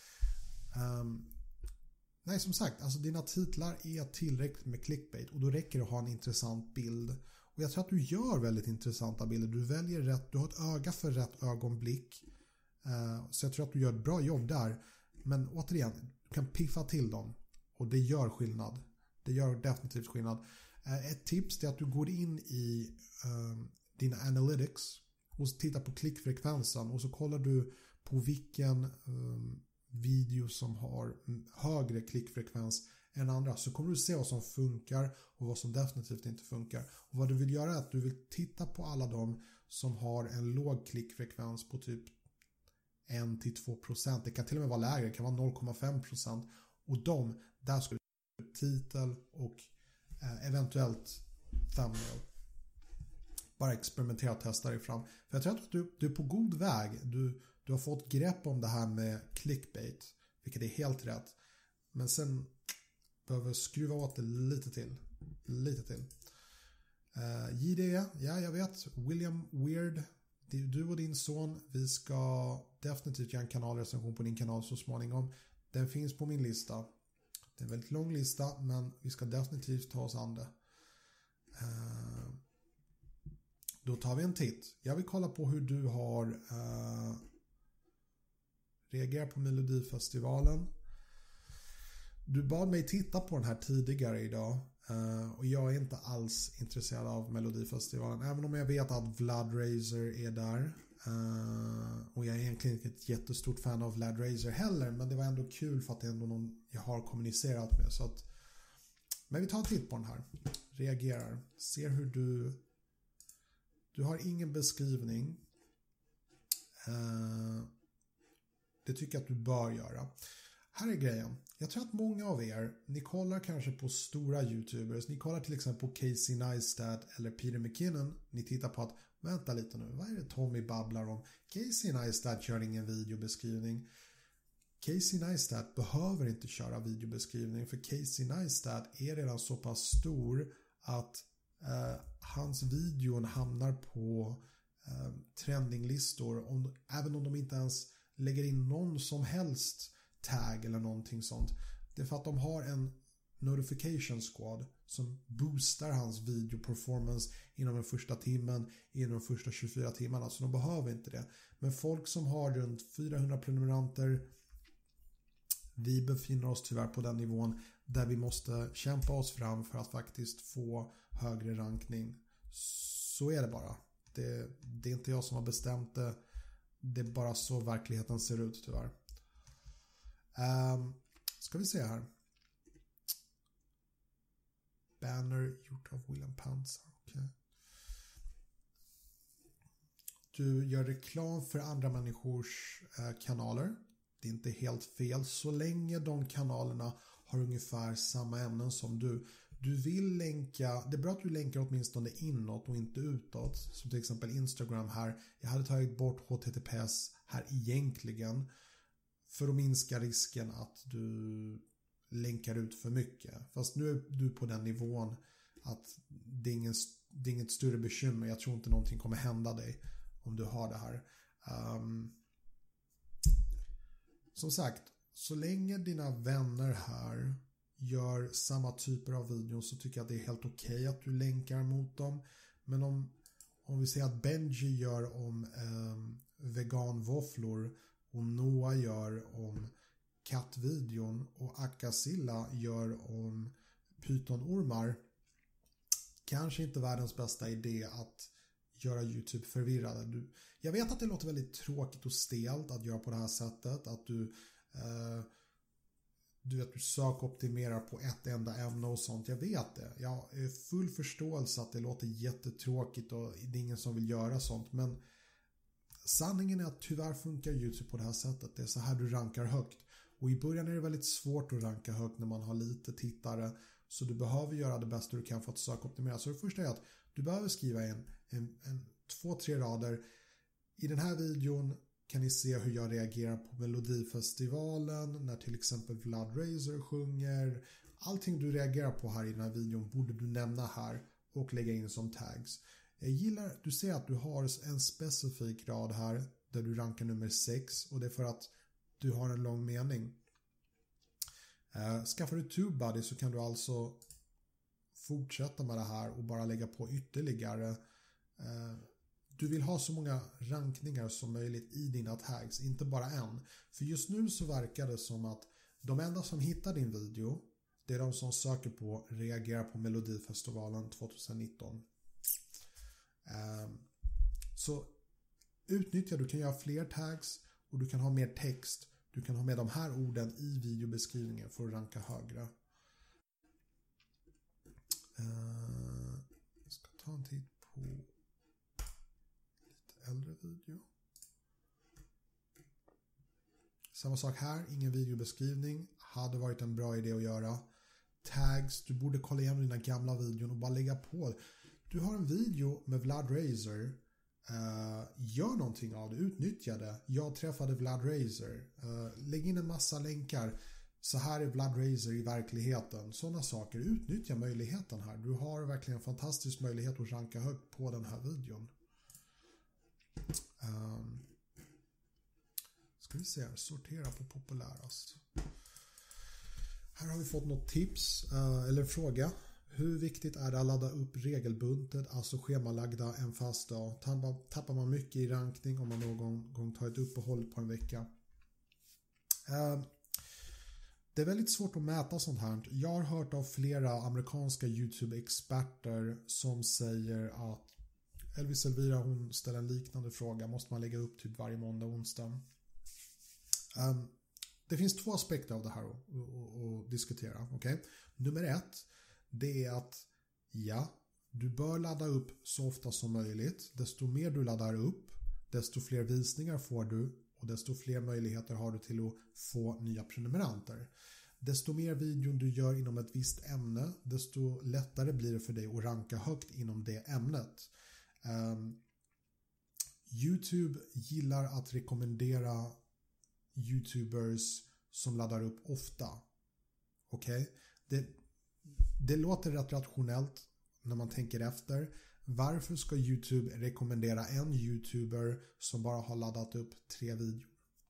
nej, som sagt, alltså dina titlar är tillräckligt med clickbait och då räcker det att ha en intressant bild. Och jag tror att du gör väldigt intressanta bilder. Du väljer rätt, du har ett öga för rätt ögonblick. Så jag tror att du gör ett bra jobb där. Men återigen, du kan piffa till dem. Och det gör skillnad. Det gör definitivt skillnad. Ett tips är att du går in i dina analytics och tittar på klickfrekvensen. Och så kollar du på vilken video som har högre klickfrekvens än andra, så kommer du se vad som funkar och vad som definitivt inte funkar. Och vad du vill göra är att du vill titta på alla de som har en låg klickfrekvens på typ 1-2%. Det kan till och med vara lägre, det kan vara 0,5%. Och där ska du titel och eventuellt thumbnail. Bara experimentera och testa dig fram. För jag tror att du är på god väg. Du har fått grepp om det här med clickbait, vilket är helt rätt. Men sen behöver skruva åt det lite till. JD, ja jag vet. William Weird, du och din son. Vi ska definitivt göra en kanalrecension på din kanal så småningom. Den finns på min lista. Det är en väldigt lång lista, men vi ska definitivt ta oss an det. Då tar vi en titt. Jag vill kolla på hur du har reagerat på Melodifestivalen. Du bad mig titta på den här tidigare idag. Och jag är inte alls intresserad av Melodifestivalen. Även om jag vet att Vlad Razer är där. Och jag är egentligen inte ett jättestort fan av Vlad Razer heller. Men det var ändå kul för att det är ändå någon jag har kommunicerat med. Så att, men vi tar en titt på den här. Reagerar. Ser hur du har ingen beskrivning. Det tycker jag att du bör göra. Här är grejen. Jag tror att många av er, ni kollar kanske på stora YouTubers. Ni kollar till exempel på Casey Neistat eller Peter McKinnon. Ni tittar på att, vänta lite nu, vad är det Tommy babblar om? Casey Neistat gör ingen videobeskrivning. Casey Neistat behöver inte köra videobeskrivning, för Casey Neistat är redan så pass stor att hans videon hamnar på trendinglistor även om de inte ens lägger in någon som helst tag eller någonting sånt. Det är för att de har en notification squad som boostar hans videoperformance inom den första timmen, inom de första 24 timmarna, så de behöver inte det. Men folk som har runt 400 prenumeranter, vi befinner oss tyvärr på den nivån där vi måste kämpa oss fram för att faktiskt få högre rankning. Så är det bara. Det är inte jag som har bestämt det. Det är bara så verkligheten ser ut tyvärr. Ska vi se här. Banner gjort av William Panzer. Okay. Du gör reklam för andra människors kanaler. Det är inte helt fel så länge de kanalerna har ungefär samma ämnen som du. Du vill länka, det är bra att du länkar åtminstone inåt och inte utåt. Som till exempel Instagram här. Jag hade tagit bort HTTPS här egentligen för att minska risken att du länkar ut för mycket. Fast nu är du på den nivån att det är inget större bekymmer. Jag tror inte någonting kommer hända dig om du har det här. Som sagt, så länge dina vänner här gör samma typer av videos så tycker jag att det är helt okej att du länkar mot dem. Men om vi säger att Benji gör om veganvåfflor och Noah gör om kattvideon och Akasilla gör om pytonormar, kanske inte världens bästa idé att göra YouTube förvirrade. Jag vet att det låter väldigt tråkigt och stelt att göra på det här sättet, att du sökoptimerar på ett enda ämne och sånt. Jag vet det. Jag är full förståelse att det låter jättetråkigt och det är ingen som vill göra sånt, men sanningen är att tyvärr funkar YouTube på det här sättet. Det är så här du rankar högt. Och i början är det väldigt svårt att ranka högt när man har lite tittare. Så du behöver göra det bästa du kan för att sökoptimera. Så det första är att du behöver skriva en 2-3 rader. I den här videon kan ni se hur jag reagerar på Melodifestivalen. När till exempel Vlad Razor sjunger. Allting du reagerar på här i den här videon borde du nämna här och lägga in som tags. Jag gillar, du ser att du har en specifik rad här där du rankar nummer 6 och det är för att du har en lång mening. Skaffar du TubeBuddy så kan du alltså fortsätta med det här och bara lägga på ytterligare. Du vill ha så många rankningar som möjligt i dina tags, inte bara en. För just nu så verkar det som att de enda som hittar din video, det är de som söker på reagerar på Melodifestivalen 2019. Så utnyttja, du kan göra fler tags och du kan ha mer text. Du kan ha med de här orden i videobeskrivningen för att ranka högre. Jag ska ta en titt på lite äldre video. Samma sak här, ingen videobeskrivning. Hade varit en bra idé att göra. Tags, du borde kolla igenom dina gamla videon och bara lägga på. Du har en video med Vlad Razor. Gör någonting av det, utnyttja det. Jag träffade Vlad Razor. Lägg in en massa länkar. Så här är Vlad Razor i verkligheten. Sådana saker, utnyttja möjligheten här. Du har verkligen en fantastisk möjlighet att ranka högt på den här videon. Ska vi se här, sortera på populärast. Här har vi fått något tips eller fråga. Hur viktigt är det att ladda upp regelbundet, alltså schemalagda en fast dag? Tappar man mycket i rankning om man någon gång tar ett uppehåll på en vecka? Det är väldigt svårt att mäta sånt här. Jag har hört av flera amerikanska YouTube-experter som säger att Elvis Elvira, hon ställer en liknande fråga. Måste man lägga upp typ varje måndag och onsdag? Det finns 2 aspekter av det här att diskutera. Okay? Nummer 1, det är att du bör ladda upp så ofta som möjligt. Desto mer du laddar upp, desto fler visningar får du och desto fler möjligheter har du till att få nya prenumeranter. Desto mer videon du gör inom ett visst ämne, desto lättare blir det för dig att ranka högt inom det ämnet. YouTube gillar att rekommendera YouTubers som laddar upp ofta. Okej? Det låter rätt rationellt när man tänker efter. Varför ska YouTube rekommendera en YouTuber som bara har laddat upp 3 videor?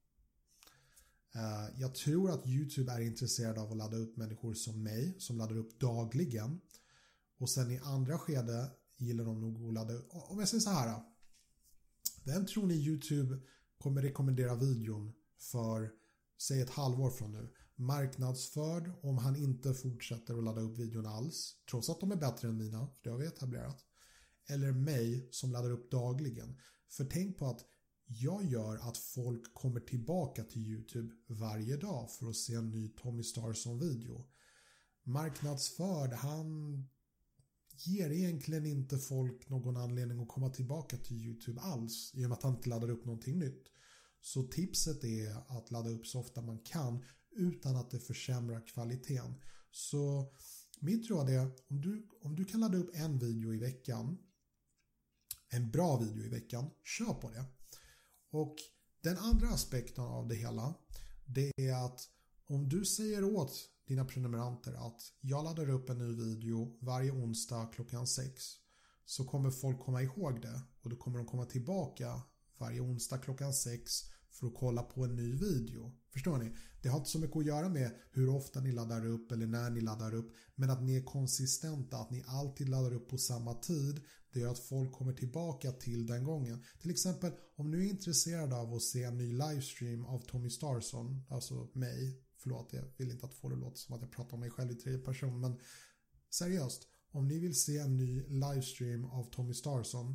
Jag tror att YouTube är intresserad av att ladda upp människor som mig som laddar upp dagligen. Och sen i andra skede gillar de nog att ladda upp. Om jag säger så här. Vem tror ni YouTube kommer rekommendera videon för, säg ett halvår från nu? Marknadsförd om han inte fortsätter att ladda upp videon alls. Trots att de är bättre än mina, för det har vi etablerat. Eller mig som laddar upp dagligen. För tänk på att jag gör att folk kommer tillbaka till YouTube varje dag för att se en ny Tommy Starson-video. Marknadsförd, han ger egentligen inte folk någon anledning att komma tillbaka till YouTube alls i och med att han inte laddar upp någonting nytt. Så tipset är att ladda upp så ofta man kan utan att det försämrar kvaliteten. Så mitt råd är om du kan ladda upp en video i veckan, en bra video i veckan, kör på det. Och den andra aspekten av det hela, det är att om du säger åt dina prenumeranter att jag laddar upp en ny video varje onsdag klockan 6, så kommer folk komma ihåg det och då kommer de komma tillbaka varje onsdag klockan 6 för att kolla på en ny video. Förstår ni? Det har inte så mycket att göra med hur ofta ni laddar upp eller när ni laddar upp, men att ni är konsistenta, att ni alltid laddar upp på samma tid, det gör att folk kommer tillbaka till den gången. Till exempel om du är intresserad av att se en ny livestream av Tommy Starson, alltså mig, förlåt jag vill inte att få det låta som att jag pratar om mig själv i 3 person, men seriöst, om ni vill se en ny livestream av Tommy Starson,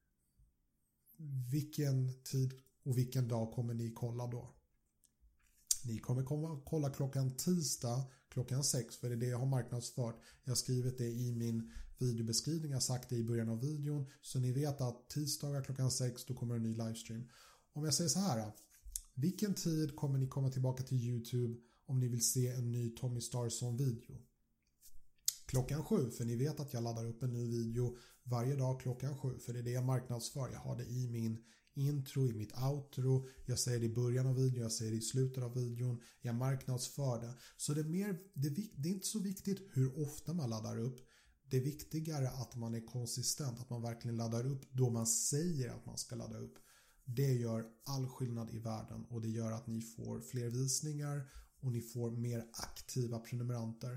vilken tid och vilken dag kommer ni kolla då? Ni kommer kolla klockan tisdag klockan 6, för det är det jag har marknadsfört. Jag har skrivit det i min videobeskrivning, jag har sagt det i början av videon, så ni vet att tisdagar klockan 6 då kommer en ny livestream. Om jag säger så här, vilken tid kommer ni komma tillbaka till YouTube om ni vill se en ny Tommy Starson-video? Klockan 7, för ni vet att jag laddar upp en ny video varje dag klockan 7, för det är det jag marknadsför. Jag har det i min intro, i mitt outro, jag säger det i början av videon, jag säger det i slutet av videon, jag marknadsför det. Så det är inte så viktigt hur ofta man laddar upp, det är viktigare att man är konsistent, att man verkligen laddar upp då man säger att man ska ladda upp. Det gör all skillnad i världen och det gör att ni får fler visningar och ni får mer aktiva prenumeranter.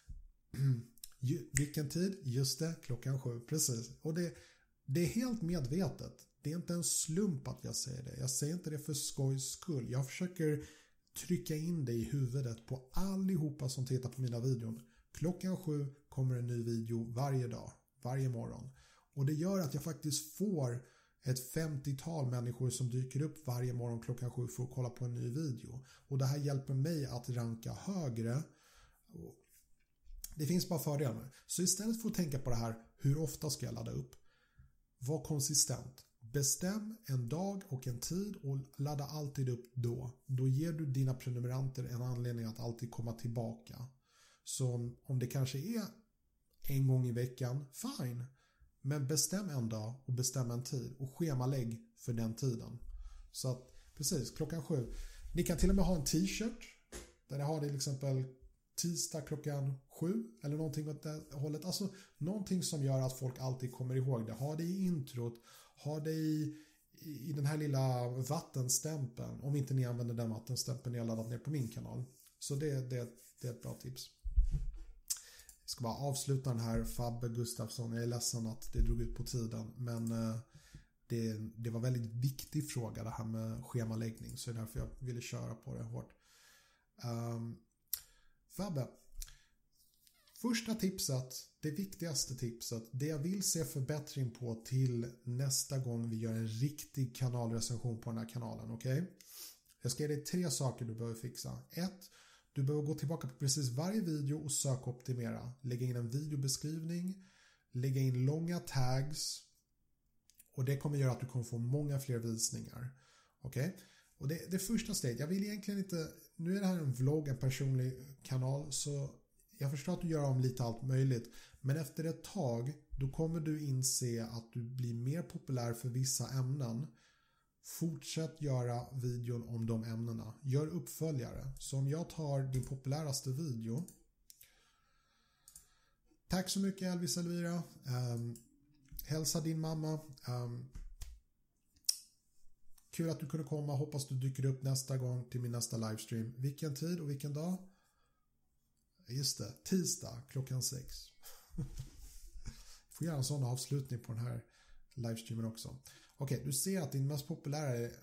Vilken tid? Just det, klockan 7, precis. Och det är helt medvetet. Det är inte en slump att jag säger det. Jag säger inte det för skojs skull. Jag försöker trycka in det i huvudet på allihopa som tittar på mina videon. Klockan 7 kommer en ny video varje dag, varje morgon. Och det gör att jag faktiskt får ett 50-tal människor som dyker upp varje morgon klockan 7 för att kolla på en ny video. Och det här hjälper mig att ranka högre. Det finns bara fördelar. Så istället för att tänka på det här, hur ofta ska jag ladda upp? Var konsistent. Bestäm en dag och en tid och ladda alltid upp då. Då ger du dina prenumeranter en anledning att alltid komma tillbaka. Så om det kanske är en gång i veckan, fine. Men bestäm en dag och bestäm en tid och schemalägg för den tiden. Så att precis, klockan 7. Ni kan till och med ha en t-shirt där ni har det till exempel tisdag klockan 7 eller någonting åt det hållet. Alltså någonting som gör att folk alltid kommer ihåg det. Ha det i introt, ha det i den här lilla vattenstämpeln. Om inte ni använder den vattenstämpeln jag laddat ner på min kanal. Så det är ett bra tips. Jag ska bara avsluta den här Fabbe Gustafsson. Jag är ledsen att det drog ut på tiden. Men det var en väldigt viktig fråga det här med schemaläggning. Så det är därför jag ville köra på det hårt. Fabbe. Första tipset, det viktigaste tipset, det jag vill se förbättring på till nästa gång vi gör en riktig kanalrecension på den här kanalen, okej? Jag ska ge dig 3 saker du behöver fixa. 1. Du behöver gå tillbaka på precis varje video och sökoptimera. Lägga in en videobeskrivning, lägga in långa tags och det kommer göra att du kommer få många fler visningar. Okej? Och det första steget, jag vill egentligen inte, nu är det här en vlogg, en personlig kanal, så jag förstår att du gör om lite allt möjligt, men efter ett tag då kommer du inse att du blir mer populär för vissa ämnen fortsätt göra videon om de ämnena. Gör uppföljare. Så om jag tar din populäraste video. Tack så mycket Elvis Elvira. Hälsa din mamma. Kul att du kunde komma. Hoppas du dyker upp nästa gång till min nästa livestream. Vilken tid och vilken dag? Just det, tisdag klockan 6. Får göra en sån avslutning på den här livestreamen också. Okej, du ser att din mest populära är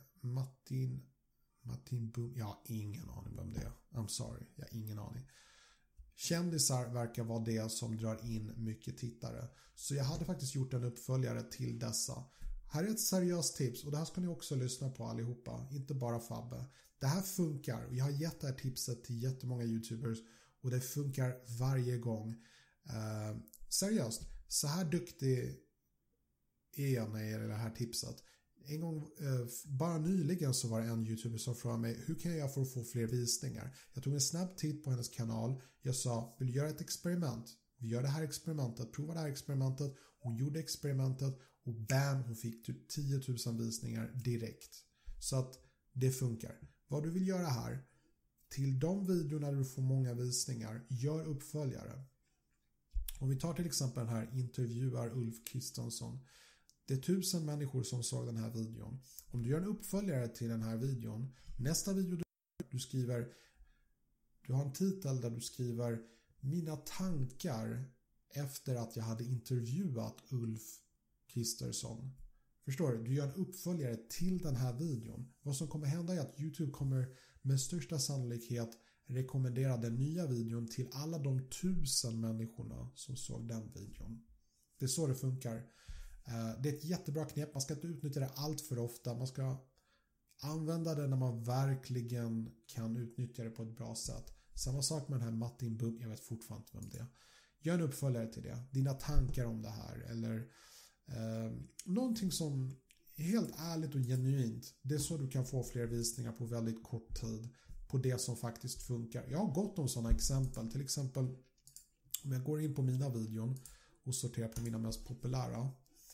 Martin Boom. Jag har ingen aning vem det är. I'm sorry, jag har ingen aning. Kändisar verkar vara det som drar in mycket tittare. Så jag hade faktiskt gjort en uppföljare till dessa. Här är ett seriöst tips och det här ska ni också lyssna på allihopa. Inte bara Fabbe. Det här funkar och jag har gett det här tipset till jättemånga YouTubers och det funkar varje gång. Seriöst, så här duktig är jag när det gäller det här tipset. En gång, bara nyligen så var det en YouTuber som frågade mig hur kan jag göra för att få fler visningar? Jag tog en snabb titt på hennes kanal. Jag sa, vill du göra ett experiment? Vi gör det här experimentet, prova det här experimentet. Hon gjorde experimentet och bam, hon fick typ 10 000 visningar direkt. Så att det funkar. Vad du vill göra här, till de videorna där du får många visningar, gör uppföljare. Om vi tar till exempel den här intervjuar Ulf Kristensson. Det är 1000 människor som såg den här videon. Om du gör en uppföljare till den här videon, nästa video du skriver, du har en titel där du skriver mina tankar efter att jag hade intervjuat Ulf Kristersson. Förstår du? Du gör en uppföljare till den här videon. Vad som kommer hända är att YouTube kommer med största sannolikhet rekommendera den nya videon till alla de 1000 människorna som såg den videon. Det är så det funkar. Det är ett jättebra knep. Man ska inte utnyttja det allt för ofta. Man ska använda det när man verkligen kan utnyttja det på ett bra sätt. Samma sak med den här Martin Boom. Jag vet fortfarande inte vem det är. Gör en uppföljare till det. Dina tankar om det här. Eller någonting som är helt ärligt och genuint. Det är så du kan få fler visningar på väldigt kort tid. På det som faktiskt funkar. Jag har gått om sådana exempel. Till exempel om jag går in på mina videon och sorterar på mina mest populära.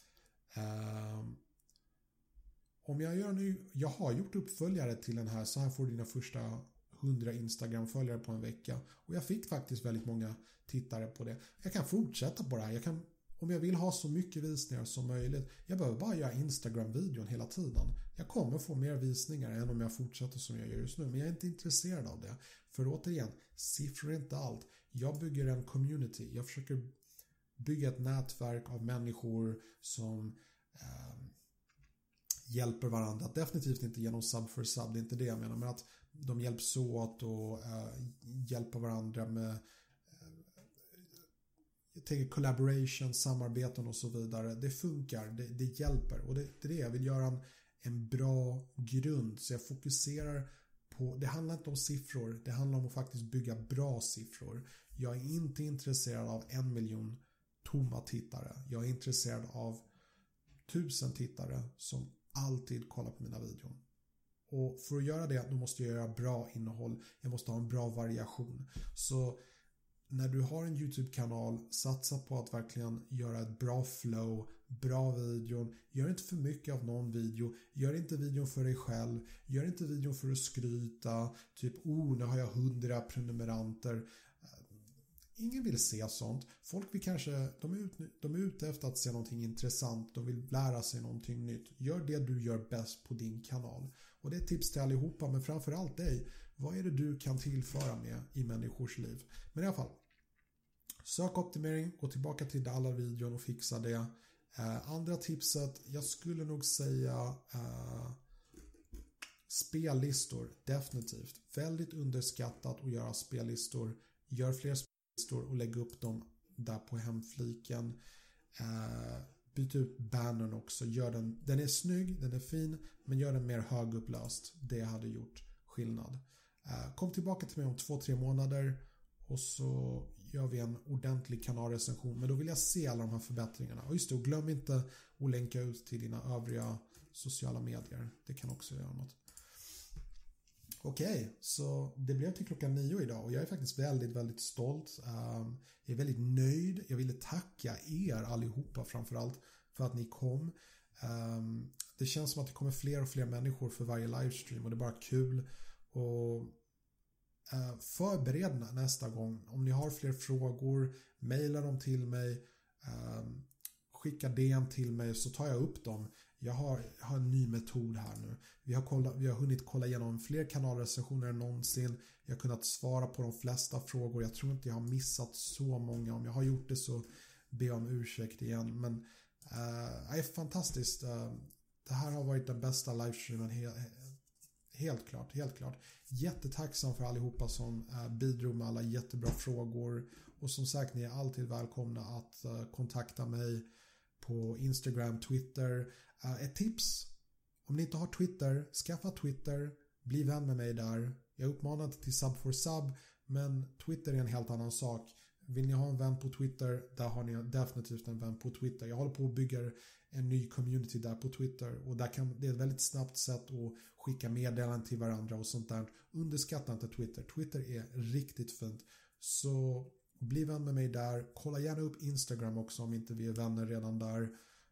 Om jag gör nu, jag har gjort uppföljare till den här, så här får dina första 100 Instagram-följare på en vecka och jag fick faktiskt väldigt många tittare på det. Jag kan fortsätta på det här, om jag vill ha så mycket visningar som möjligt, jag behöver bara göra Instagram-videon hela tiden. Jag kommer få mer visningar än om jag fortsätter som jag gör just nu, men jag är inte intresserad av det. För återigen, siffror är inte allt. Jag bygger en community, jag försöker bygga ett nätverk av människor som hjälper varandra. Definitivt inte genom sub för sub, det är inte det jag menar, men att de hjälps åt och hjälper varandra med jag tänker collaboration, samarbeten och så vidare. Det funkar, det hjälper och det är det jag vill göra en bra grund, så jag fokuserar på, det handlar inte om siffror, det handlar om att faktiskt bygga bra siffror. Jag är inte intresserad av 1 miljon tomma tittare. Jag är intresserad av 1000 tittare som alltid kollar på mina videor. Och för att göra det, då måste jag göra bra innehåll. Jag måste ha en bra variation. Så när du har en YouTube-kanal, satsa på att verkligen göra ett bra flow, bra videon. Gör inte för mycket av någon video. Gör inte videon för dig själv. Gör inte videon för att skryta. Typ, nu har jag 100 prenumeranter. Ingen vill se sånt. Folk vill kanske, de är ute efter att se någonting intressant. De vill lära sig någonting nytt. Gör det du gör bäst på din kanal. Och det är tips till allihopa, men framförallt dig. Vad är det du kan tillföra med i människors liv? Men i alla fall, sök optimering, gå tillbaka till alla videon och fixa det. Andra tipset, jag skulle nog säga spellistor, definitivt. Väldigt underskattat att göra spellistor. Gör fler spellistor och lägg upp dem där på hemfliken. Byt ut bannern också. Gör den är snygg, den är fin, men gör den mer högupplöst. Det hade gjort skillnad. Kom tillbaka till mig om 2-3 månader och så gör vi en ordentlig kanalrecension. Men då vill jag se alla de här förbättringarna. Och just det, och glöm inte att länka ut till dina övriga sociala medier. Det kan också göra något. Okej, så det blev till 9:00 idag och jag är faktiskt väldigt, väldigt stolt. Jag är väldigt nöjd. Jag ville tacka er allihopa framförallt för att ni kom. det känns som att det kommer fler och fler människor för varje livestream och det är bara kul. Och förbered nästa gång. Om ni har fler frågor, mejla dem till mig, skicka DM till mig så tar jag upp dem. Jag har en ny metod här nu. Vi har hunnit kolla igenom fler kanalrecensioner än någonsin. Jag har kunnat svara på de flesta frågor. Jag tror inte jag har missat så många. Om jag har gjort det så ber jag om ursäkt igen. Men det är fantastiskt. Det här har varit den bästa livestreamen helt klart. Jättetacksam för allihopa som bidrog med alla jättebra frågor. Och som sagt, ni är alltid välkomna att kontakta mig på Instagram, Twitter. Ett tips, om ni inte har Twitter, skaffa Twitter, bli vän med mig där. Jag uppmanar inte till sub for sub, men Twitter är en helt annan sak. Vill ni ha en vän på Twitter, där har ni definitivt en vän på Twitter. Jag håller på att bygga en ny community där på Twitter och det är ett väldigt snabbt sätt att skicka meddelanden till varandra och sånt där. Underskatta inte Twitter. Twitter är riktigt fint. Så bli vän med mig där. Kolla gärna upp Instagram också om inte vi är vänner redan där.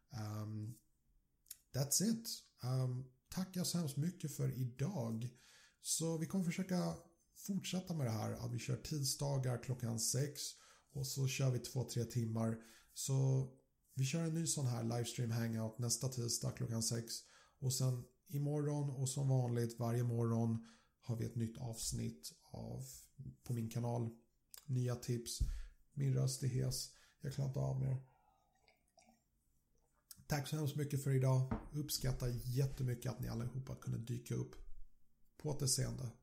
That's it. Tack så hemskt mycket för idag. Så vi kommer försöka fortsätta med det här. Att vi kör tisdagar klockan 6 och så kör vi 2-3 timmar. Så vi kör en ny sån här livestream hangout nästa tisdag klockan 6. Och sen imorgon och som vanligt varje morgon har vi ett nytt avsnitt på min kanal. Nya tips. Min röst är hes. Jag klarar inte av mer. Tack så hemskt mycket för idag. Uppskattar jättemycket att ni allihopa kunde dyka upp. På återseende.